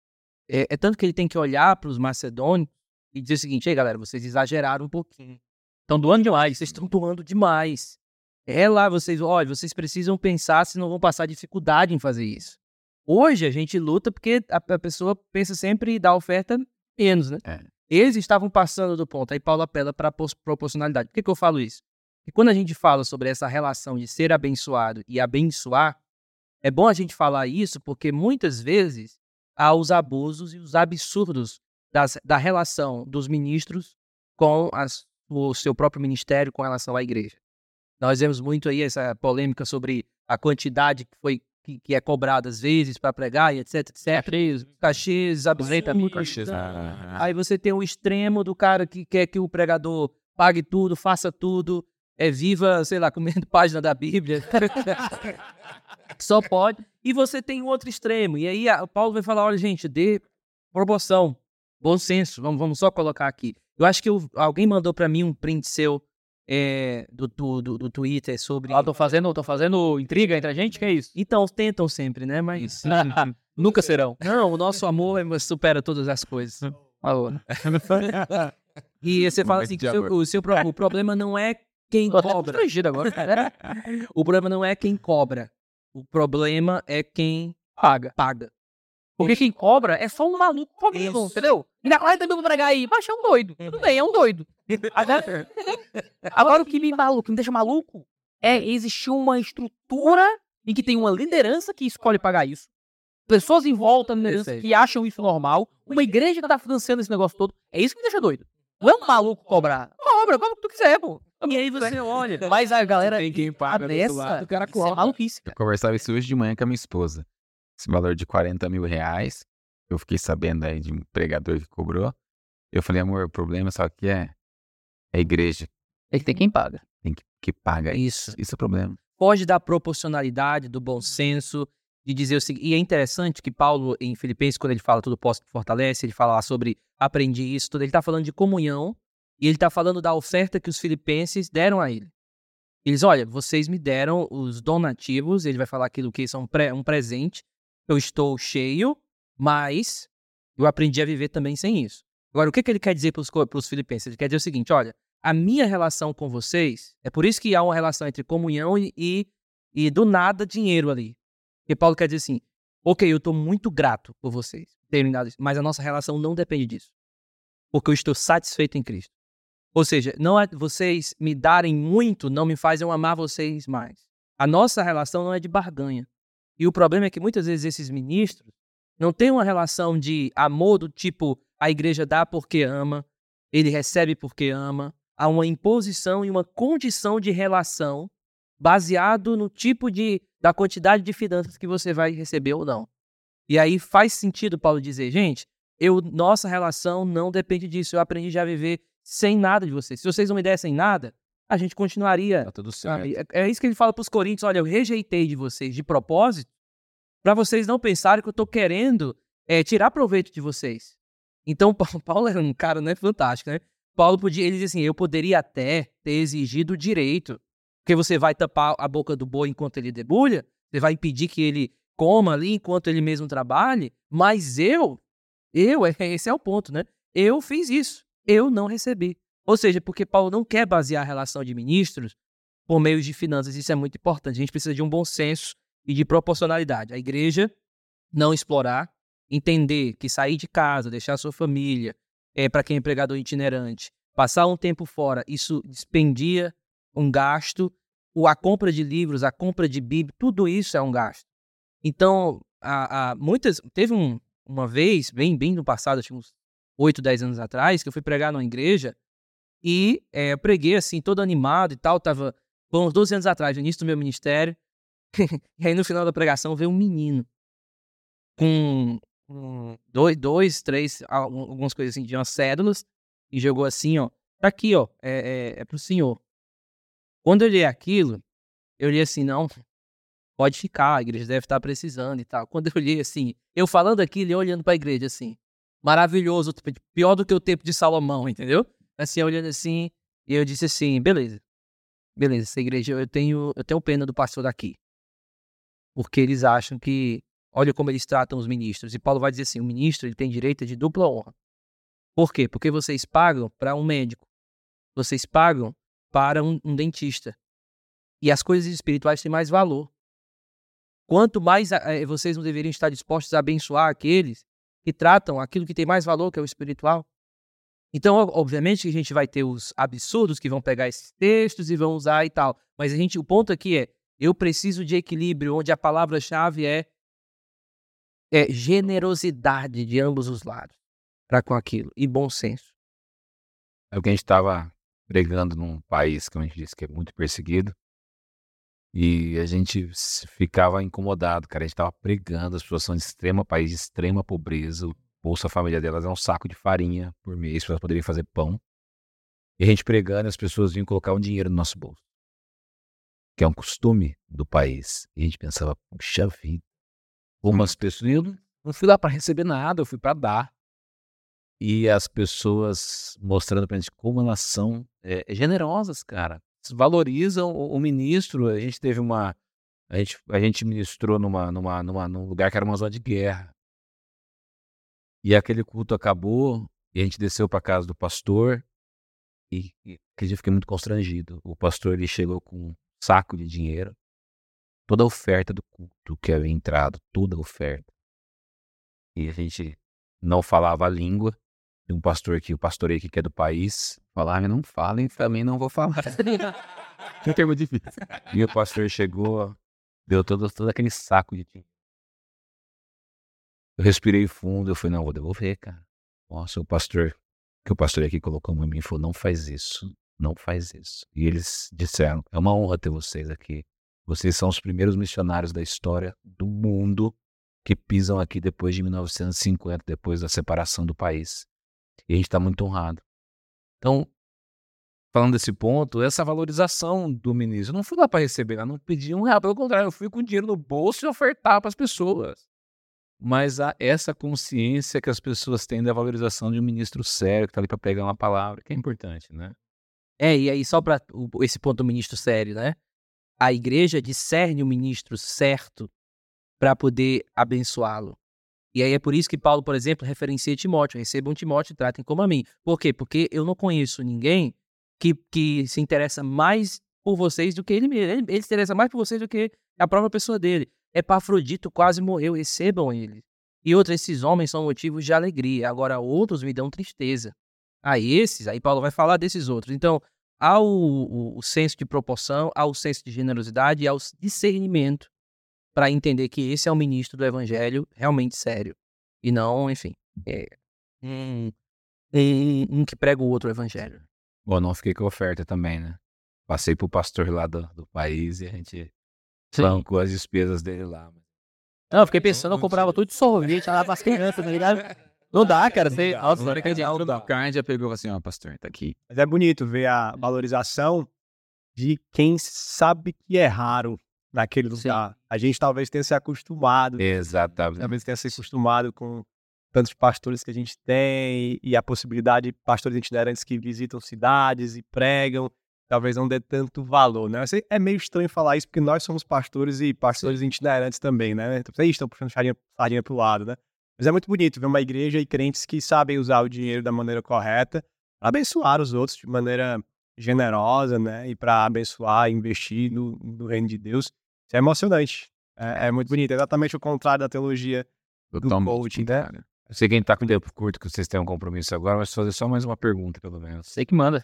É, é tanto que ele tem que olhar para os macedônios e dizer o seguinte: ei, galera, vocês exageraram um pouquinho. Estão doando demais, vocês estão doando demais. É lá, vocês, olha, vocês precisam pensar se não vão passar dificuldade em fazer isso. Hoje a gente luta porque a, a pessoa pensa sempre em dar oferta menos, né? É. Eles estavam passando do ponto. Aí Paulo apela para a proporcionalidade. Por que, que eu falo isso? Porque quando a gente fala sobre essa relação de ser abençoado e abençoar, é bom a gente falar isso porque muitas vezes há os abusos e os absurdos das, da relação dos ministros com as, o seu próprio ministério com relação à igreja. Nós vemos muito aí essa polêmica sobre a quantidade que foi que, que é cobrada às vezes para pregar e etc, etcétera. Cachês absurdos. Cachês. Ah, Aí você tem o extremo do cara que quer que o pregador pague tudo, faça tudo, é viva, sei lá, comendo página da Bíblia. Só pode. E você tem o outro extremo. E aí o Paulo vai falar, olha, gente, dê proporção, bom senso. Vamos, vamos só colocar aqui. Eu acho que eu, alguém mandou para mim um print seu é, do, do, do, do Twitter sobre... Ah, tô fazendo, tô fazendo intriga entre a gente? Que é isso? Então, tentam sempre, né? Mas... Nunca serão. Não, o nosso amor supera todas as coisas. E você fala assim, que o, seu, o, seu, o problema não é quem Tô até cobra. constrangido agora. O problema não é quem cobra. O problema é quem Paga. paga. Porque quem cobra é só um maluco cobrando, Isso. entendeu? Ainda vai também pra pregar aí. Mas é um doido. Tudo bem, é um doido. Agora, agora o que me maluco, que me deixa maluco é existir uma estrutura em que tem uma liderança que escolhe pagar isso. Pessoas em volta da liderança que acham isso normal. Uma igreja que tá financiando esse negócio todo. É isso que me deixa doido. Não é um maluco cobrar. Cobra, cobra o que tu quiser, pô. E aí você olha. Mas a galera Tem quem paga do outro dessa, lado, o cara isso é cobra. maluquice, eu cara. conversava isso hoje de manhã com a minha esposa. Esse valor de quarenta mil reais, eu fiquei sabendo aí de um pregador que cobrou. Eu falei, amor, o problema só que é a igreja É que tem quem paga. tem que, que paga isso. Isso. Isso é o problema. Foge da proporcionalidade, do bom senso, de dizer o seguinte. E é interessante que Paulo, em Filipenses, quando ele fala tudo posso que fortalece, ele fala lá sobre aprendi isso, tudo. Ele está falando de comunhão e ele está falando da oferta que os filipenses deram a ele. Eles, olha, vocês me deram os donativos, ele vai falar aquilo que são pré, um presente, eu estou cheio, mas eu aprendi a viver também sem isso. Agora, o que, que ele quer dizer para os filipenses? Ele quer dizer o seguinte, olha, a minha relação com vocês, é por isso que há uma relação entre comunhão e, e, e do nada dinheiro ali. Porque Paulo quer dizer assim, ok, eu estou muito grato por vocês terem dado isso, mas a nossa relação não depende disso. Porque eu estou satisfeito em Cristo. Ou seja, não é, vocês me darem muito não me fazem amar vocês mais. A nossa relação não é de barganha. E o problema é que muitas vezes esses ministros não têm uma relação de amor do tipo a igreja dá porque ama, ele recebe porque ama. Há uma imposição e uma condição de relação baseado no tipo de, da quantidade de finanças que você vai receber ou não. E aí faz sentido Paulo dizer, gente, eu, nossa relação não depende disso, eu aprendi já a viver sem nada de vocês. Se vocês não me dessem nada, a gente continuaria. Tá tudo certo. É, é isso que ele fala para os coríntios, olha, eu rejeitei de vocês de propósito, para vocês não pensarem que eu estou querendo é, tirar proveito de vocês. Então, Paulo era um cara, né, fantástico, né? Paulo podia, ele diz assim, eu poderia até ter exigido o direito, porque você vai tampar a boca do boi enquanto ele debulha, você vai impedir que ele coma ali enquanto ele mesmo trabalhe, mas eu, eu, esse é o ponto, né? Eu fiz isso, eu não recebi. Ou seja, porque Paulo não quer basear a relação de ministros por meio de finanças, isso é muito importante. A gente precisa de um bom senso e de proporcionalidade. A igreja não explorar, entender que sair de casa, deixar a sua família, é, para quem é empregador itinerante, passar um tempo fora, isso dispendia um gasto, o, a compra de livros, a compra de Bíblia, tudo isso é um gasto. Então, a, a, muitas, teve um, uma vez, bem, bem no passado, acho que uns oito, dez anos atrás, que eu fui pregar numa igreja e é, eu preguei assim, todo animado e tal, tava, foi uns doze anos atrás, no início do meu ministério, e aí no final da pregação veio um menino com um, dois, dois, três, algumas coisas assim, de umas cédulas, e jogou assim, ó, tá aqui, ó, é, é, é pro senhor. Quando eu olhei aquilo, eu olhei assim, não, pode ficar, a igreja deve estar precisando e tal. Quando eu olhei assim, eu falando aquilo e eu olhando pra igreja assim, maravilhoso, pior do que o tempo de Salomão, entendeu? Assim, eu olhando assim, e eu disse assim, beleza, beleza, essa igreja, eu tenho, eu tenho pena do pastor daqui. Porque eles acham que, olha como eles tratam os ministros. E Paulo vai dizer assim, o ministro ele tem direito de dupla honra. Por quê? Porque vocês pagam para um médico, vocês pagam para um, um dentista. E as coisas espirituais têm mais valor. Quanto mais é, vocês não deveriam estar dispostos a abençoar aqueles que tratam aquilo que tem mais valor, que é o espiritual. Então, obviamente, que a gente vai ter os absurdos que vão pegar esses textos e vão usar e tal. Mas a gente, o ponto aqui é, eu preciso de equilíbrio, onde a palavra-chave é, é generosidade de ambos os lados para com aquilo e bom senso. É o que a gente estava pregando num país que a gente disse que é muito perseguido e a gente ficava incomodado, cara. A gente estava pregando, as pessoas são de extrema país, de extrema pobreza. O Bolsa Família delas é um saco de farinha por mês para elas poderem fazer pão. E a gente pregando, as pessoas vinham colocar um dinheiro no nosso bolso, que é um costume do país. E a gente pensava, puxa vida, como as pessoas... Eu não fui lá para receber nada, eu fui para dar. E as pessoas mostrando pra gente como elas são é, generosas, cara. Valorizam o, o ministro. A gente teve uma... A gente, a gente ministrou numa, numa, numa, num lugar que era uma zona de guerra. E aquele culto acabou, e a gente desceu para casa do pastor, e, e aquele dia eu fiquei muito constrangido. O pastor ele chegou com um saco de dinheiro, toda a oferta do culto que havia entrado, toda a oferta. E a gente não falava a língua. Tem um pastor aqui, o pastorei aqui que é do país. Falar, não falem, também não vou falar. Tem um termo difícil. E o pastor chegou, deu todo, todo aquele saco de dinheiro. Eu respirei fundo, eu falei, não, vou devolver, cara. Nossa, o pastor, que o pastor aqui colocou a mão em mim, falou, não faz isso, não faz isso. E eles disseram, é uma honra ter vocês aqui. Vocês são os primeiros missionários da história do mundo que pisam aqui depois de mil novecentos e cinquenta, depois da separação do país. E a gente está muito honrado. Então, falando desse ponto, essa valorização do ministro, eu não fui lá para receber, eu não pedi um real, pelo contrário, eu fui com dinheiro no bolso e ofertar para as pessoas. Mas há essa consciência que as pessoas têm da valorização de um ministro sério que está ali para pegar uma palavra, que é importante, né? É, e aí só para esse ponto do ministro sério, né? A igreja discerne o ministro certo para poder abençoá-lo. E aí é por isso que Paulo, por exemplo, referencia Timóteo. Recebam Timóteo e tratem como a mim. Por quê? Porque eu não conheço ninguém que, que se interessa mais por vocês do que ele mesmo. Ele, ele se interessa mais por vocês do que a própria pessoa dele. Epafrodito quase morreu, recebam ele. E outros, esses homens são motivos de alegria. Agora outros me dão tristeza. A esses, aí Paulo vai falar desses outros. Então, há o, o, o senso de proporção, há o senso de generosidade e há o discernimento para entender que esse é um ministro do evangelho realmente sério. E não, enfim, é um, um, um que prega o outro evangelho. Bom, não fiquei com a oferta também, né? Passei pro pastor lá do, do país e a gente Sim. bancou as despesas dele lá. Não, eu fiquei pensando, eu comprava tudo de sorvete, lá pras crianças, tá ligado? Não dá, cara. Você... Nossa, Na hora que a gente não abre dá. o card, já pegou assim, ó, pastor, tá aqui. Mas é bonito ver a valorização de quem sabe que é raro naquele Sim. lugar. A gente talvez tenha se acostumado, Exatamente. talvez tenha se acostumado com tantos pastores que a gente tem e a possibilidade de pastores itinerantes que visitam cidades e pregam, talvez não dê tanto valor, né? Assim, é meio estranho falar isso porque nós somos pastores e pastores itinerantes também, né? Então, vocês estão puxando sardinha, sardinha pro lado, né? Mas é muito bonito ver uma igreja e crentes que sabem usar o dinheiro da maneira correta para abençoar os outros de maneira generosa, né? E para abençoar e investir no, no reino de Deus. Isso é emocionante. É, é muito bonito. É exatamente o contrário da teologia do Totalmente coaching, né? contrário. Eu sei que a gente tá com tempo curto, que vocês têm um compromisso agora, mas fazer só mais uma pergunta, pelo menos. Sei que manda.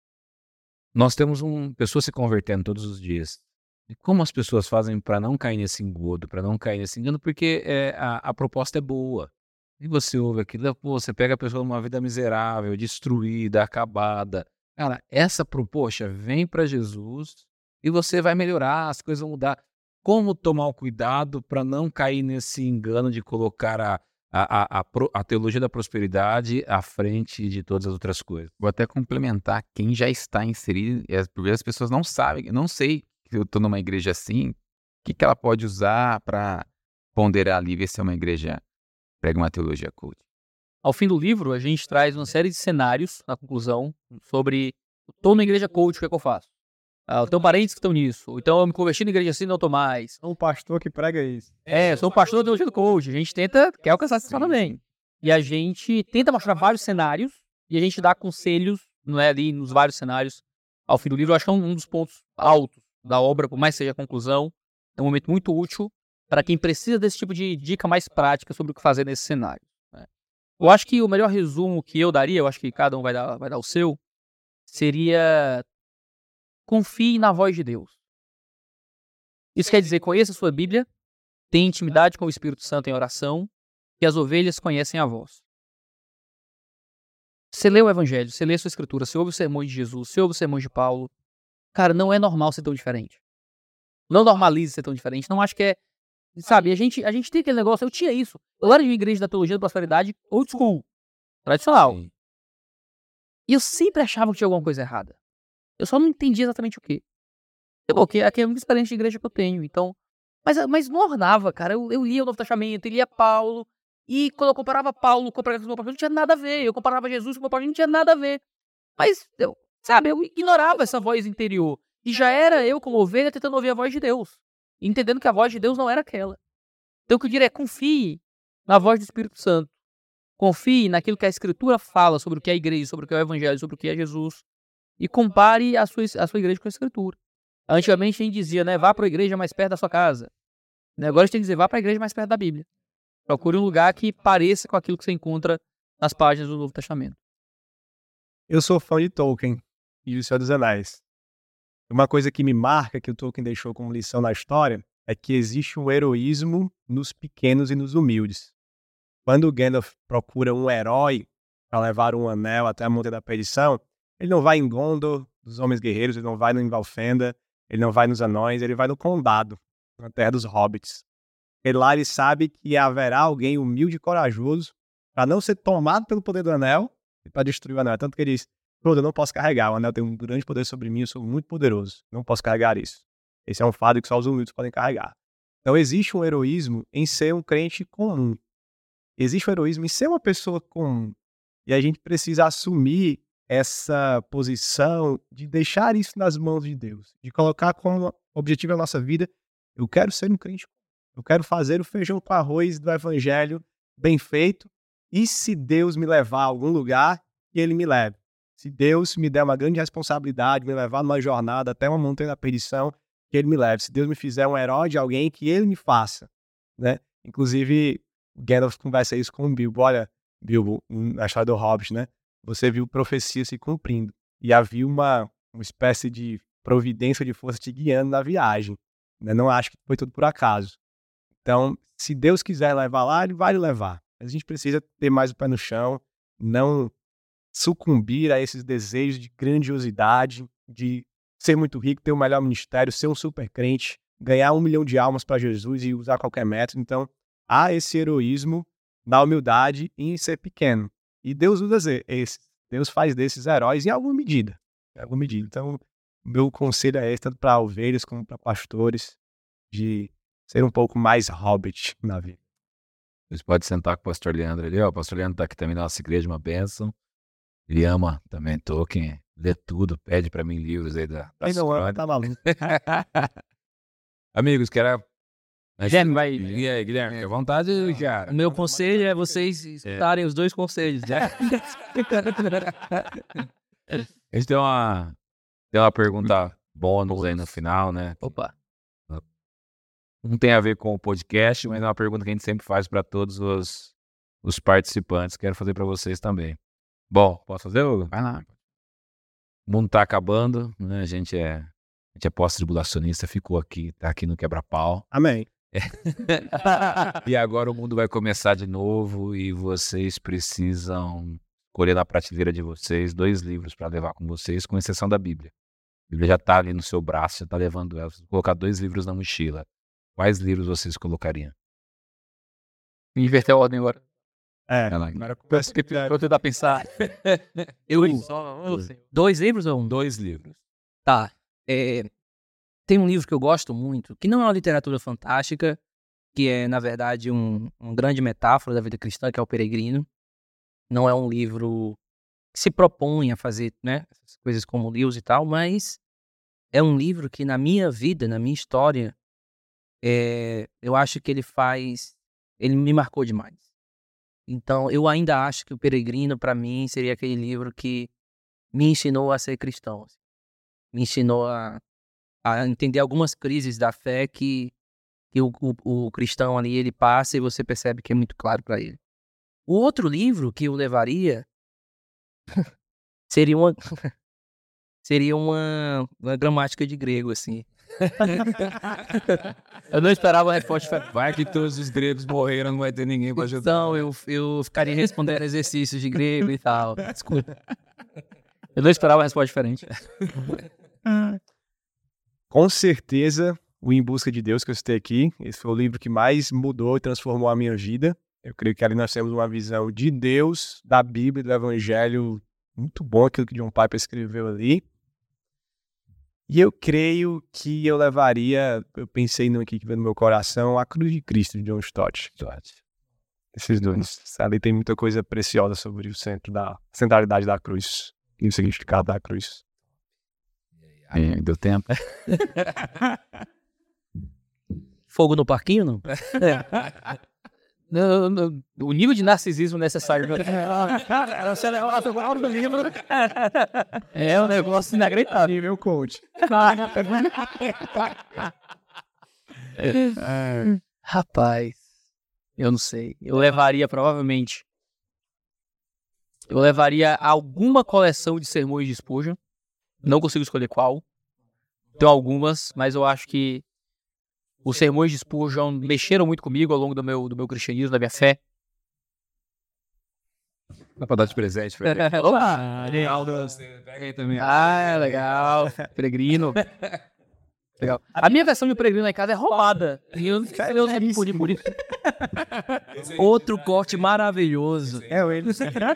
Nós temos um, pessoas se convertendo todos os dias. E como as pessoas fazem para não cair nesse engodo, para não cair nesse engano? Porque é, a, a proposta é boa. E você ouve aquilo, pô, você pega a pessoa numa vida miserável, destruída, acabada. Cara, essa proposta vem para Jesus e você vai melhorar, as coisas vão mudar. Como tomar o cuidado para não cair nesse engano de colocar a, a, a, a, pro- a teologia da prosperidade à frente de todas as outras coisas? Vou até complementar quem já está inserido, e as, porque as pessoas não sabem, eu não sei se eu tô numa igreja assim, o que, que ela pode usar para ponderar ali, ver se é uma igreja prega uma teologia coach. Ao fim do livro, a gente traz uma série de cenários, na conclusão, sobre tô na igreja coach, o que é que eu faço? Ah, eu tenho parentes que estão nisso. Ou então eu me converti na igreja assim, não tô mais. É um pastor que prega isso. É, sou um pastor da teologia do coach. A gente tenta, quer alcançar essa história também. E a gente tenta mostrar vários cenários e a gente dá conselhos, não é, ali nos vários cenários ao fim do livro. Eu acho que é um, um dos pontos altos da obra, por mais que seja a conclusão. É um momento muito útil para quem precisa desse tipo de dica mais prática sobre o que fazer nesse cenário. Né? Eu acho que o melhor resumo que eu daria, eu acho que cada um vai dar, vai dar o seu, seria confie na voz de Deus. Isso quer dizer, conheça a sua Bíblia, tenha intimidade com o Espírito Santo em oração, que as ovelhas conhecem a voz. Você lê o Evangelho, você lê a sua Escritura, você ouve os sermões de Jesus, você ouve os sermões de Paulo. Cara, não é normal ser tão diferente. Não normalize ser tão diferente. Não acho que é... Sabe, a gente, a gente tem aquele negócio, eu tinha isso. Eu era de uma igreja da teologia da prosperidade old school, tradicional. Sim. E eu sempre achava que tinha alguma coisa errada. Eu só não entendia exatamente o quê. Eu, porque aqui é a única experiência de igreja que eu tenho, então... Mas, mas não ornava, cara. Eu, eu lia o Novo Testamento, eu lia Paulo, e quando eu comparava Paulo com o pregação do meu pastor, não tinha nada a ver. Eu comparava Jesus com o meu pastor, não tinha nada a ver. Mas, eu, sabe, eu ignorava essa voz interior. E já era eu, como ovelha, tentando ouvir a voz de Deus. Entendendo que a voz de Deus não era aquela. Então o que eu diria é, confie na voz do Espírito Santo. Confie naquilo que a Escritura fala sobre o que é a igreja, sobre o que é o Evangelho, sobre o que é Jesus. E compare a sua, a sua igreja com a Escritura. Antigamente a gente dizia, né, vá para a igreja mais perto da sua casa. Agora a gente tem que dizer, vá para a igreja mais perto da Bíblia. Procure um lugar que pareça com aquilo que você encontra nas páginas do Novo Testamento. Eu sou fã de Tolkien e o Senhor dos Anéis. Uma coisa que me marca, que o Tolkien deixou como lição na história, é que existe um heroísmo nos pequenos e nos humildes. Quando o Gandalf procura um herói para levar um anel até a Montanha da Perdição, ele não vai em Gondor, dos Homens Guerreiros, ele não vai em Valfenda, ele não vai nos Anões, ele vai no Condado, na Terra dos Hobbits. E lá ele sabe que haverá alguém humilde e corajoso para não ser tomado pelo poder do anel e para destruir o anel. Tanto que ele diz, Frodo, eu não posso carregar, o anel tem um grande poder sobre mim, eu sou muito poderoso, não posso carregar isso. Esse é um fardo que só os humildes podem carregar. Então existe um heroísmo em ser um crente comum. Existe um heroísmo em ser uma pessoa comum. E a gente precisa assumir essa posição de deixar isso nas mãos de Deus, de colocar como objetivo na nossa vida, eu quero ser um crente, eu quero fazer o feijão com arroz do evangelho bem feito, e se Deus me levar a algum lugar, que ele me leve. Se Deus me der uma grande responsabilidade, me levar numa jornada até uma montanha da perdição, que ele me leve. Se Deus me fizer um herói de alguém, que ele me faça, né? Inclusive, Gandalf conversa isso com o Bilbo. Olha, Bilbo, na história do Hobbit, né? Você viu profecia se cumprindo. E havia uma, uma espécie de providência de força te guiando na viagem. Né? Não acho que foi tudo por acaso. Então, se Deus quiser levar lá, ele vai lhe levar. Mas a gente precisa ter mais o pé no chão, não sucumbir a esses desejos de grandiosidade, de ser muito rico, ter o melhor ministério, ser um super crente, ganhar um milhão de almas para Jesus e usar qualquer método. Então, há esse heroísmo na humildade e em ser pequeno. E Deus usa esse. Deus faz desses heróis em alguma medida. Em alguma medida. Então, meu conselho é esse, tanto para ovelhas como para pastores, de ser um pouco mais hobbit na vida. Vocês podem sentar com o pastor Leandro ali, ó. O pastor Leandro tá aqui também na nossa igreja, uma bênção. Ele ama também Tolkien, lê tudo, pede pra mim livros aí da... da Ainda não ama, tá maluco. Amigos, quero... Guilherme, vai. E aí, Guilherme, fica à vontade, cara. O meu conselho é vocês escutarem os dois conselhos. Né? A gente tem uma, tem uma pergunta bônus aí no final, né? Opa. Não tem a ver com o podcast, mas é uma pergunta que a gente sempre faz para todos os, os participantes. Quero fazer para vocês também. Bom, posso fazer, Hugo? Vai lá. O mundo tá acabando, né? A gente é, a gente é pós-tribulacionista, ficou aqui, tá aqui no quebra-pau. Amém. E agora o mundo vai começar de novo e vocês precisam escolher na prateleira de vocês dois livros para levar com vocês, com exceção da Bíblia. A Bíblia já tá ali no seu braço, já tá levando ela. Vocês vão colocar dois livros na mochila. Quais livros vocês colocariam? Inverter a ordem agora. É. Vai lá. Agora Vou tentar pensar. Eu, Só, dois livros ou um? Dois livros. Tá. É, tem um livro que eu gosto muito, que não é uma literatura fantástica, que é, na verdade, um, uma grande metáfora da vida cristã, que é O Peregrino. Não é um livro que se propõe a fazer, né, essas coisas como Lewis e tal, mas é um livro que, na minha vida, na minha história, é, eu acho que ele faz... Ele me marcou demais. Então, eu ainda acho que O Peregrino, para mim, seria aquele livro que me ensinou a ser cristão. Assim. Me ensinou a, a entender algumas crises da fé que, que o, o, o cristão ali, ele passa e você percebe que é muito claro para ele. O outro livro que eu levaria seria uma seria uma, uma gramática de grego, assim. Eu não esperava a resposta diferente. Vai que todos os gregos morreram, não vai ter ninguém pra ajudar. Então, eu, eu ficaria respondendo exercícios de grego e tal. Desculpa. Eu não esperava a resposta diferente. Com certeza, o Em Busca de Deus que eu citei aqui, esse foi o livro que mais mudou e transformou a minha vida. Eu creio que ali nós temos uma visão de Deus, da Bíblia, do Evangelho, muito bom aquilo que John Piper escreveu ali. E eu creio que eu levaria, eu pensei no aqui que veio no meu coração, A Cruz de Cristo, de John Stott. Esses dois. Ali tem muita coisa preciosa sobre o centro da centralidade da cruz e o significado da cruz. É, deu tempo. Fogo no parquinho, não? No, no, o nível de narcisismo necessário é um negócio inacreditável. Nível coach. Rapaz, eu não sei. Eu levaria provavelmente. Eu levaria alguma coleção de sermões de Spurgeon. Não consigo escolher qual. Tem algumas, mas eu acho que os sermões de Spurgeon mexeram muito comigo ao longo do meu, do meu cristianismo, da minha fé. Dá pra dar de presente pra ele. Opa! Pega aí também. Ah, legal. Peregrino. Legal. A minha versão de Peregrino lá em casa é roubada. E eu não sei eu não por por isso. Outro corte maravilhoso. É, ele.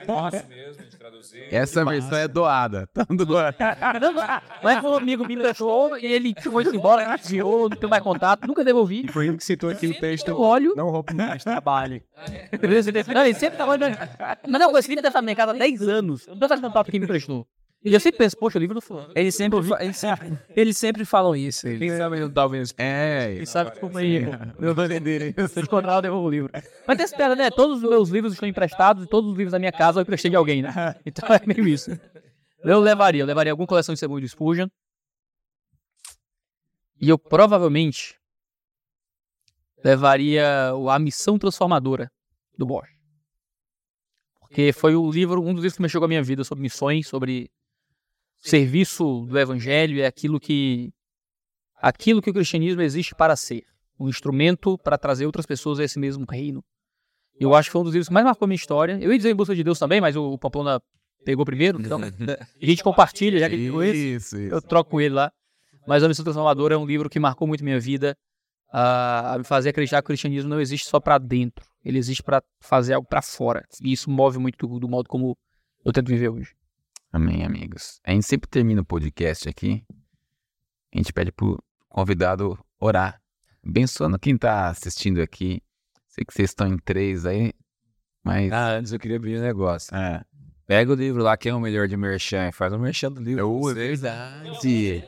Essa versão é doada. Tá doada. Mas um amigo me deixou e ele foi embora, desviou, não tem mais contato, nunca devolvi. E foi ele que citou aqui no texto. Eu olho. Não roupe mais, trabalhe. Não, ele sempre tava. Mas não, esse livro deve estar na minha casa há dez anos. Eu não tô fazendo contato quem me emprestou. E eu sempre penso, poxa, o livro do fulano. Eles sempre, fa- eles, sempre- eles sempre falam isso. Eles. É, Quem sabe, desculpa aí. Meu bandeira. Se eu encontrar, eu devolvo o livro. Mas tem essa piada, né? Todos os meus livros estão emprestados e todos os livros da minha casa eu emprestei de alguém, né? Então é meio isso. Eu levaria, eu levaria alguma coleção de sermões de Spurgeon. E eu provavelmente levaria o A Missão Transformadora do Bosch. Porque foi o livro, um dos livros que mexeu com a minha vida sobre missões, sobre serviço do evangelho, é aquilo que aquilo que o cristianismo existe para ser, um instrumento para trazer outras pessoas a esse mesmo reino. Eu acho que foi um dos livros que mais marcou a minha história. Eu ia dizer Em Busca de Deus também, mas o, o Pamplona pegou primeiro, então a gente compartilha, já que ele pegou esse, Isso, isso. eu troco com ele lá. Mas A Missão Transformadora é um livro que marcou muito minha vida, uh, a me fazer acreditar que o cristianismo não existe só pra dentro, ele existe pra fazer algo pra fora. E isso move muito do, do modo como eu tento viver hoje. Amém, amigos. A gente sempre termina o podcast aqui, a gente pede pro convidado orar. Abençoando quem tá assistindo aqui. Sei que vocês estão em três aí, mas... Ah, antes eu queria abrir um negócio. É. Pega o livro lá, que é o melhor de merchan, e faz um merchan do livro. Oh, é Você- verdade.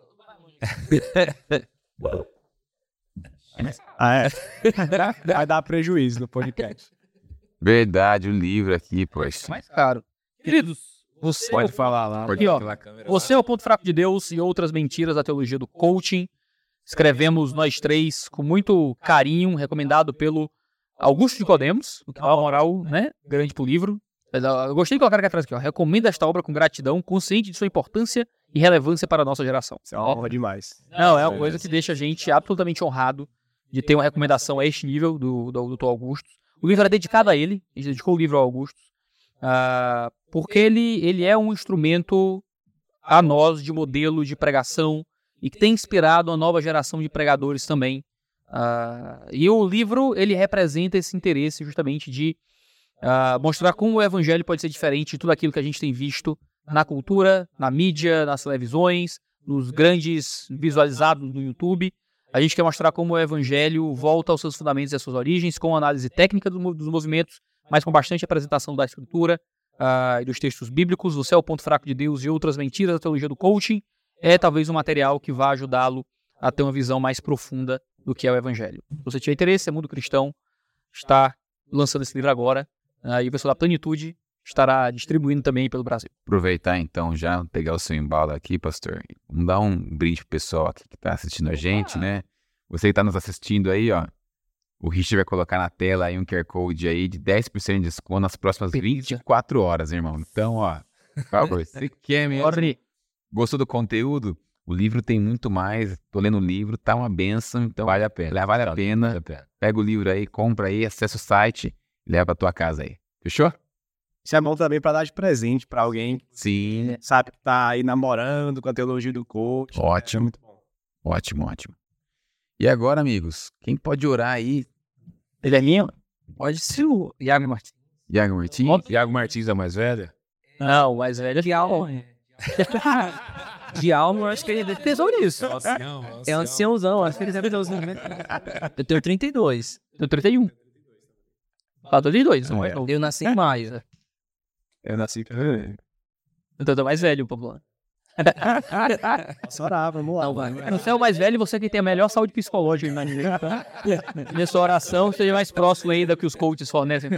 Ah, é? Vai dar prejuízo no podcast. Verdade, o livro aqui, poxa. Mais caro. Queridos, você, Pode falar lá. Aqui, ó. pela câmera. você é o ponto fraco de Deus e outras mentiras da teologia do coaching. Escrevemos nós três com muito carinho, recomendado pelo Augusto Nicodemos, o que é uma moral, né, grande pro livro. Mas, ó, eu gostei de colocar aqui atrás aqui, ó. Recomendo esta obra com gratidão, consciente de sua importância e relevância para a nossa geração. Isso é uma honra demais. Não, é uma coisa que deixa a gente absolutamente honrado de ter uma recomendação a este nível do, do doutor Augusto. O livro é dedicado a ele, a gente dedicou o livro ao Augusto, uh, porque ele, ele é um instrumento a nós de modelo de pregação e que tem inspirado uma nova geração de pregadores também. Uh, e o livro, ele representa esse interesse justamente de uh, mostrar como o evangelho pode ser diferente de tudo aquilo que a gente tem visto na cultura, na mídia, nas televisões, nos grandes visualizados no YouTube. A gente quer mostrar como o evangelho volta aos seus fundamentos e às suas origens, com análise técnica do, dos movimentos, mas com bastante apresentação da escritura uh, e dos textos bíblicos. Você é o ponto fraco de Deus e outras mentiras da teologia do coaching. É talvez um material que vai ajudá-lo a ter uma visão mais profunda do que é o evangelho. Se você tiver interesse, é Mundo Cristão está lançando esse livro agora, uh, e o pessoal da Plenitude estará distribuindo também pelo Brasil. Aproveitar então já, pegar o seu embalo aqui, pastor. Vamos dar um brinde pro pessoal aqui que tá assistindo a gente, né? Você que tá nos assistindo aí, ó. O Richard vai colocar na tela aí um Q R Code aí de dez por cento de desconto nas próximas vinte e quatro horas, irmão. Então, ó, por favor, se quer mesmo, Ordem. gostou do conteúdo? O livro tem muito mais. Tô lendo o livro, tá uma benção, então Vale a pena. vale a Vale pena. a pena. Pega o livro aí, compra aí, acessa o site e leva pra tua casa aí. Fechou? Isso é bom também pra dar de presente pra alguém, Sim. sabe, que tá aí namorando com a teologia do coach. Ótimo. É muito bom. Ótimo, ótimo. E agora, amigos, quem pode orar aí? Ele é minha? Pode ser o Iago Martins. Iago Martins? Iago Martins é mais velha? Não, o mais velho é de alma. De alma, eu acho que ele pensou nisso. É anciãozão, acho que ele deve ter uns noventa. Eu tenho trinta e dois. Eu tenho trinta e um. Ah, trinta e dois. Não mais é. novo. Eu nasci em maio. Eu nasci... Então eu tô mais velho, Pablo. Posso orar, vamos lá. Não, vai. Você é o mais velho e você que tem a melhor saúde psicológica, imagina. Nessa oração, seja mais próximo ainda que os coaches fornecem.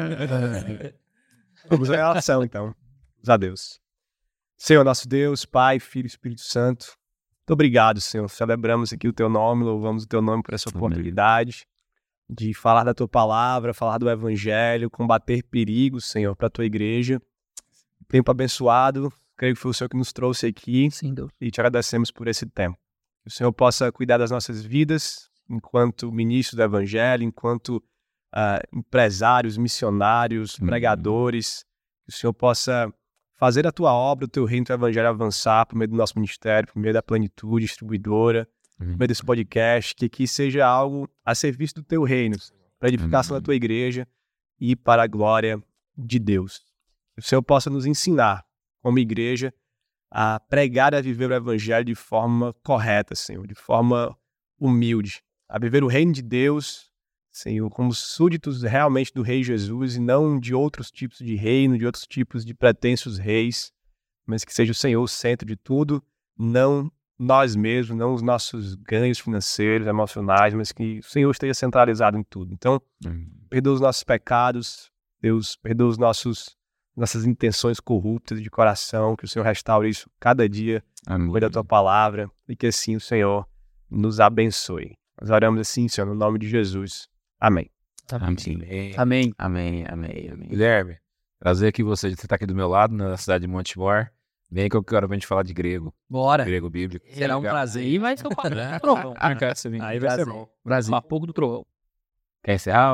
Vamos à oração, então. Vamos a Deus. Senhor, nosso Deus, Pai, Filho e Espírito Santo, muito obrigado, Senhor. Celebramos aqui o Teu nome, louvamos o Teu nome por essa oportunidade de falar da Tua palavra, falar do Evangelho, combater perigos, Senhor, para a Tua igreja. Tempo abençoado, creio que foi o Senhor que nos trouxe aqui Sim, Deus. e te agradecemos por esse tempo. Que o Senhor possa cuidar das nossas vidas enquanto ministro do Evangelho, enquanto ah, empresários, missionários, Uhum. pregadores. Que o Senhor possa fazer a Tua obra, o Teu reino, o Teu Evangelho avançar por meio do nosso ministério, por meio da Plenitude, distribuidora, por meio desse podcast, que aqui seja algo a serviço do Teu reino, para a edificação Amém. da Tua igreja e para a glória de Deus. Que o Senhor possa nos ensinar, como igreja, a pregar e a viver o Evangelho de forma correta, Senhor, de forma humilde, a viver o reino de Deus, Senhor, como súditos realmente do Rei Jesus e não de outros tipos de reino, de outros tipos de pretensos reis, mas que seja o Senhor o centro de tudo, não nós mesmos, não os nossos ganhos financeiros, emocionais, mas que o Senhor esteja centralizado em tudo. Então, perdoa os nossos pecados, Deus, perdoa os nossos nossas intenções corruptas de coração, que o Senhor restaure isso cada dia, Amém. por meio da Tua palavra, e que assim o Senhor nos abençoe. Nós oramos assim, Senhor, no nome de Jesus. Amém. Amém. Amém. Amém, amém, amém. Guilherme, prazer aqui você. Você tá aqui do meu lado, na cidade de Montemor. Vem que eu quero pra gente falar de grego. Bora. Grego bíblico. Será um Legal. prazer. Aí vai ser o papo do trovão. Marcar essa vinda. Aí vai ser bom. Brasil. Papo do trovão. Quer encerrar? ô?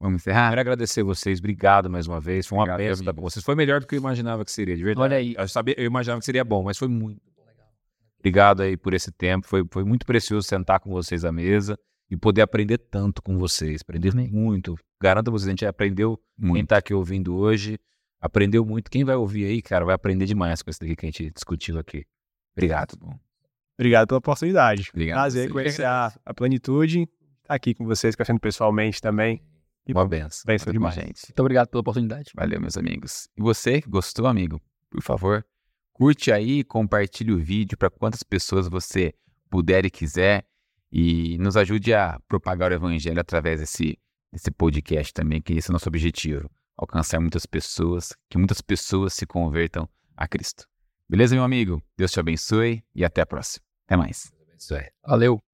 Vamos encerrar? Quero agradecer vocês, obrigado mais uma vez. Foi uma Obrigado, bênção estar com amigos. vocês. Foi melhor do que eu imaginava que seria, de verdade. Olha aí. Eu, sabia, eu imaginava que seria bom, mas foi muito legal. Obrigado aí por esse tempo. Foi, foi muito precioso sentar com vocês à mesa e poder aprender tanto com vocês. Aprender muito. Garanto a vocês, a gente aprendeu, quem Muito. está aqui ouvindo hoje, aprendeu muito. Quem vai ouvir aí, cara, vai aprender demais com isso daqui que a gente discutiu aqui. Obrigado. Bom. Obrigado pela oportunidade. Obrigado Prazer a você. conhecer a, a plenitude. Estar aqui com vocês, conhecendo pessoalmente também. E Uma benção. benção Tudo bom, demais. gente. Muito obrigado pela oportunidade. Valeu, meus amigos. E você que gostou, amigo, por favor, curte aí, compartilhe o vídeo para quantas pessoas você puder e quiser e nos ajude a propagar o evangelho através desse, desse podcast também, que esse é o nosso objetivo, alcançar muitas pessoas, que muitas pessoas se convertam a Cristo. Beleza, meu amigo? Deus te abençoe e até a próxima. Até mais. Isso aí. Valeu.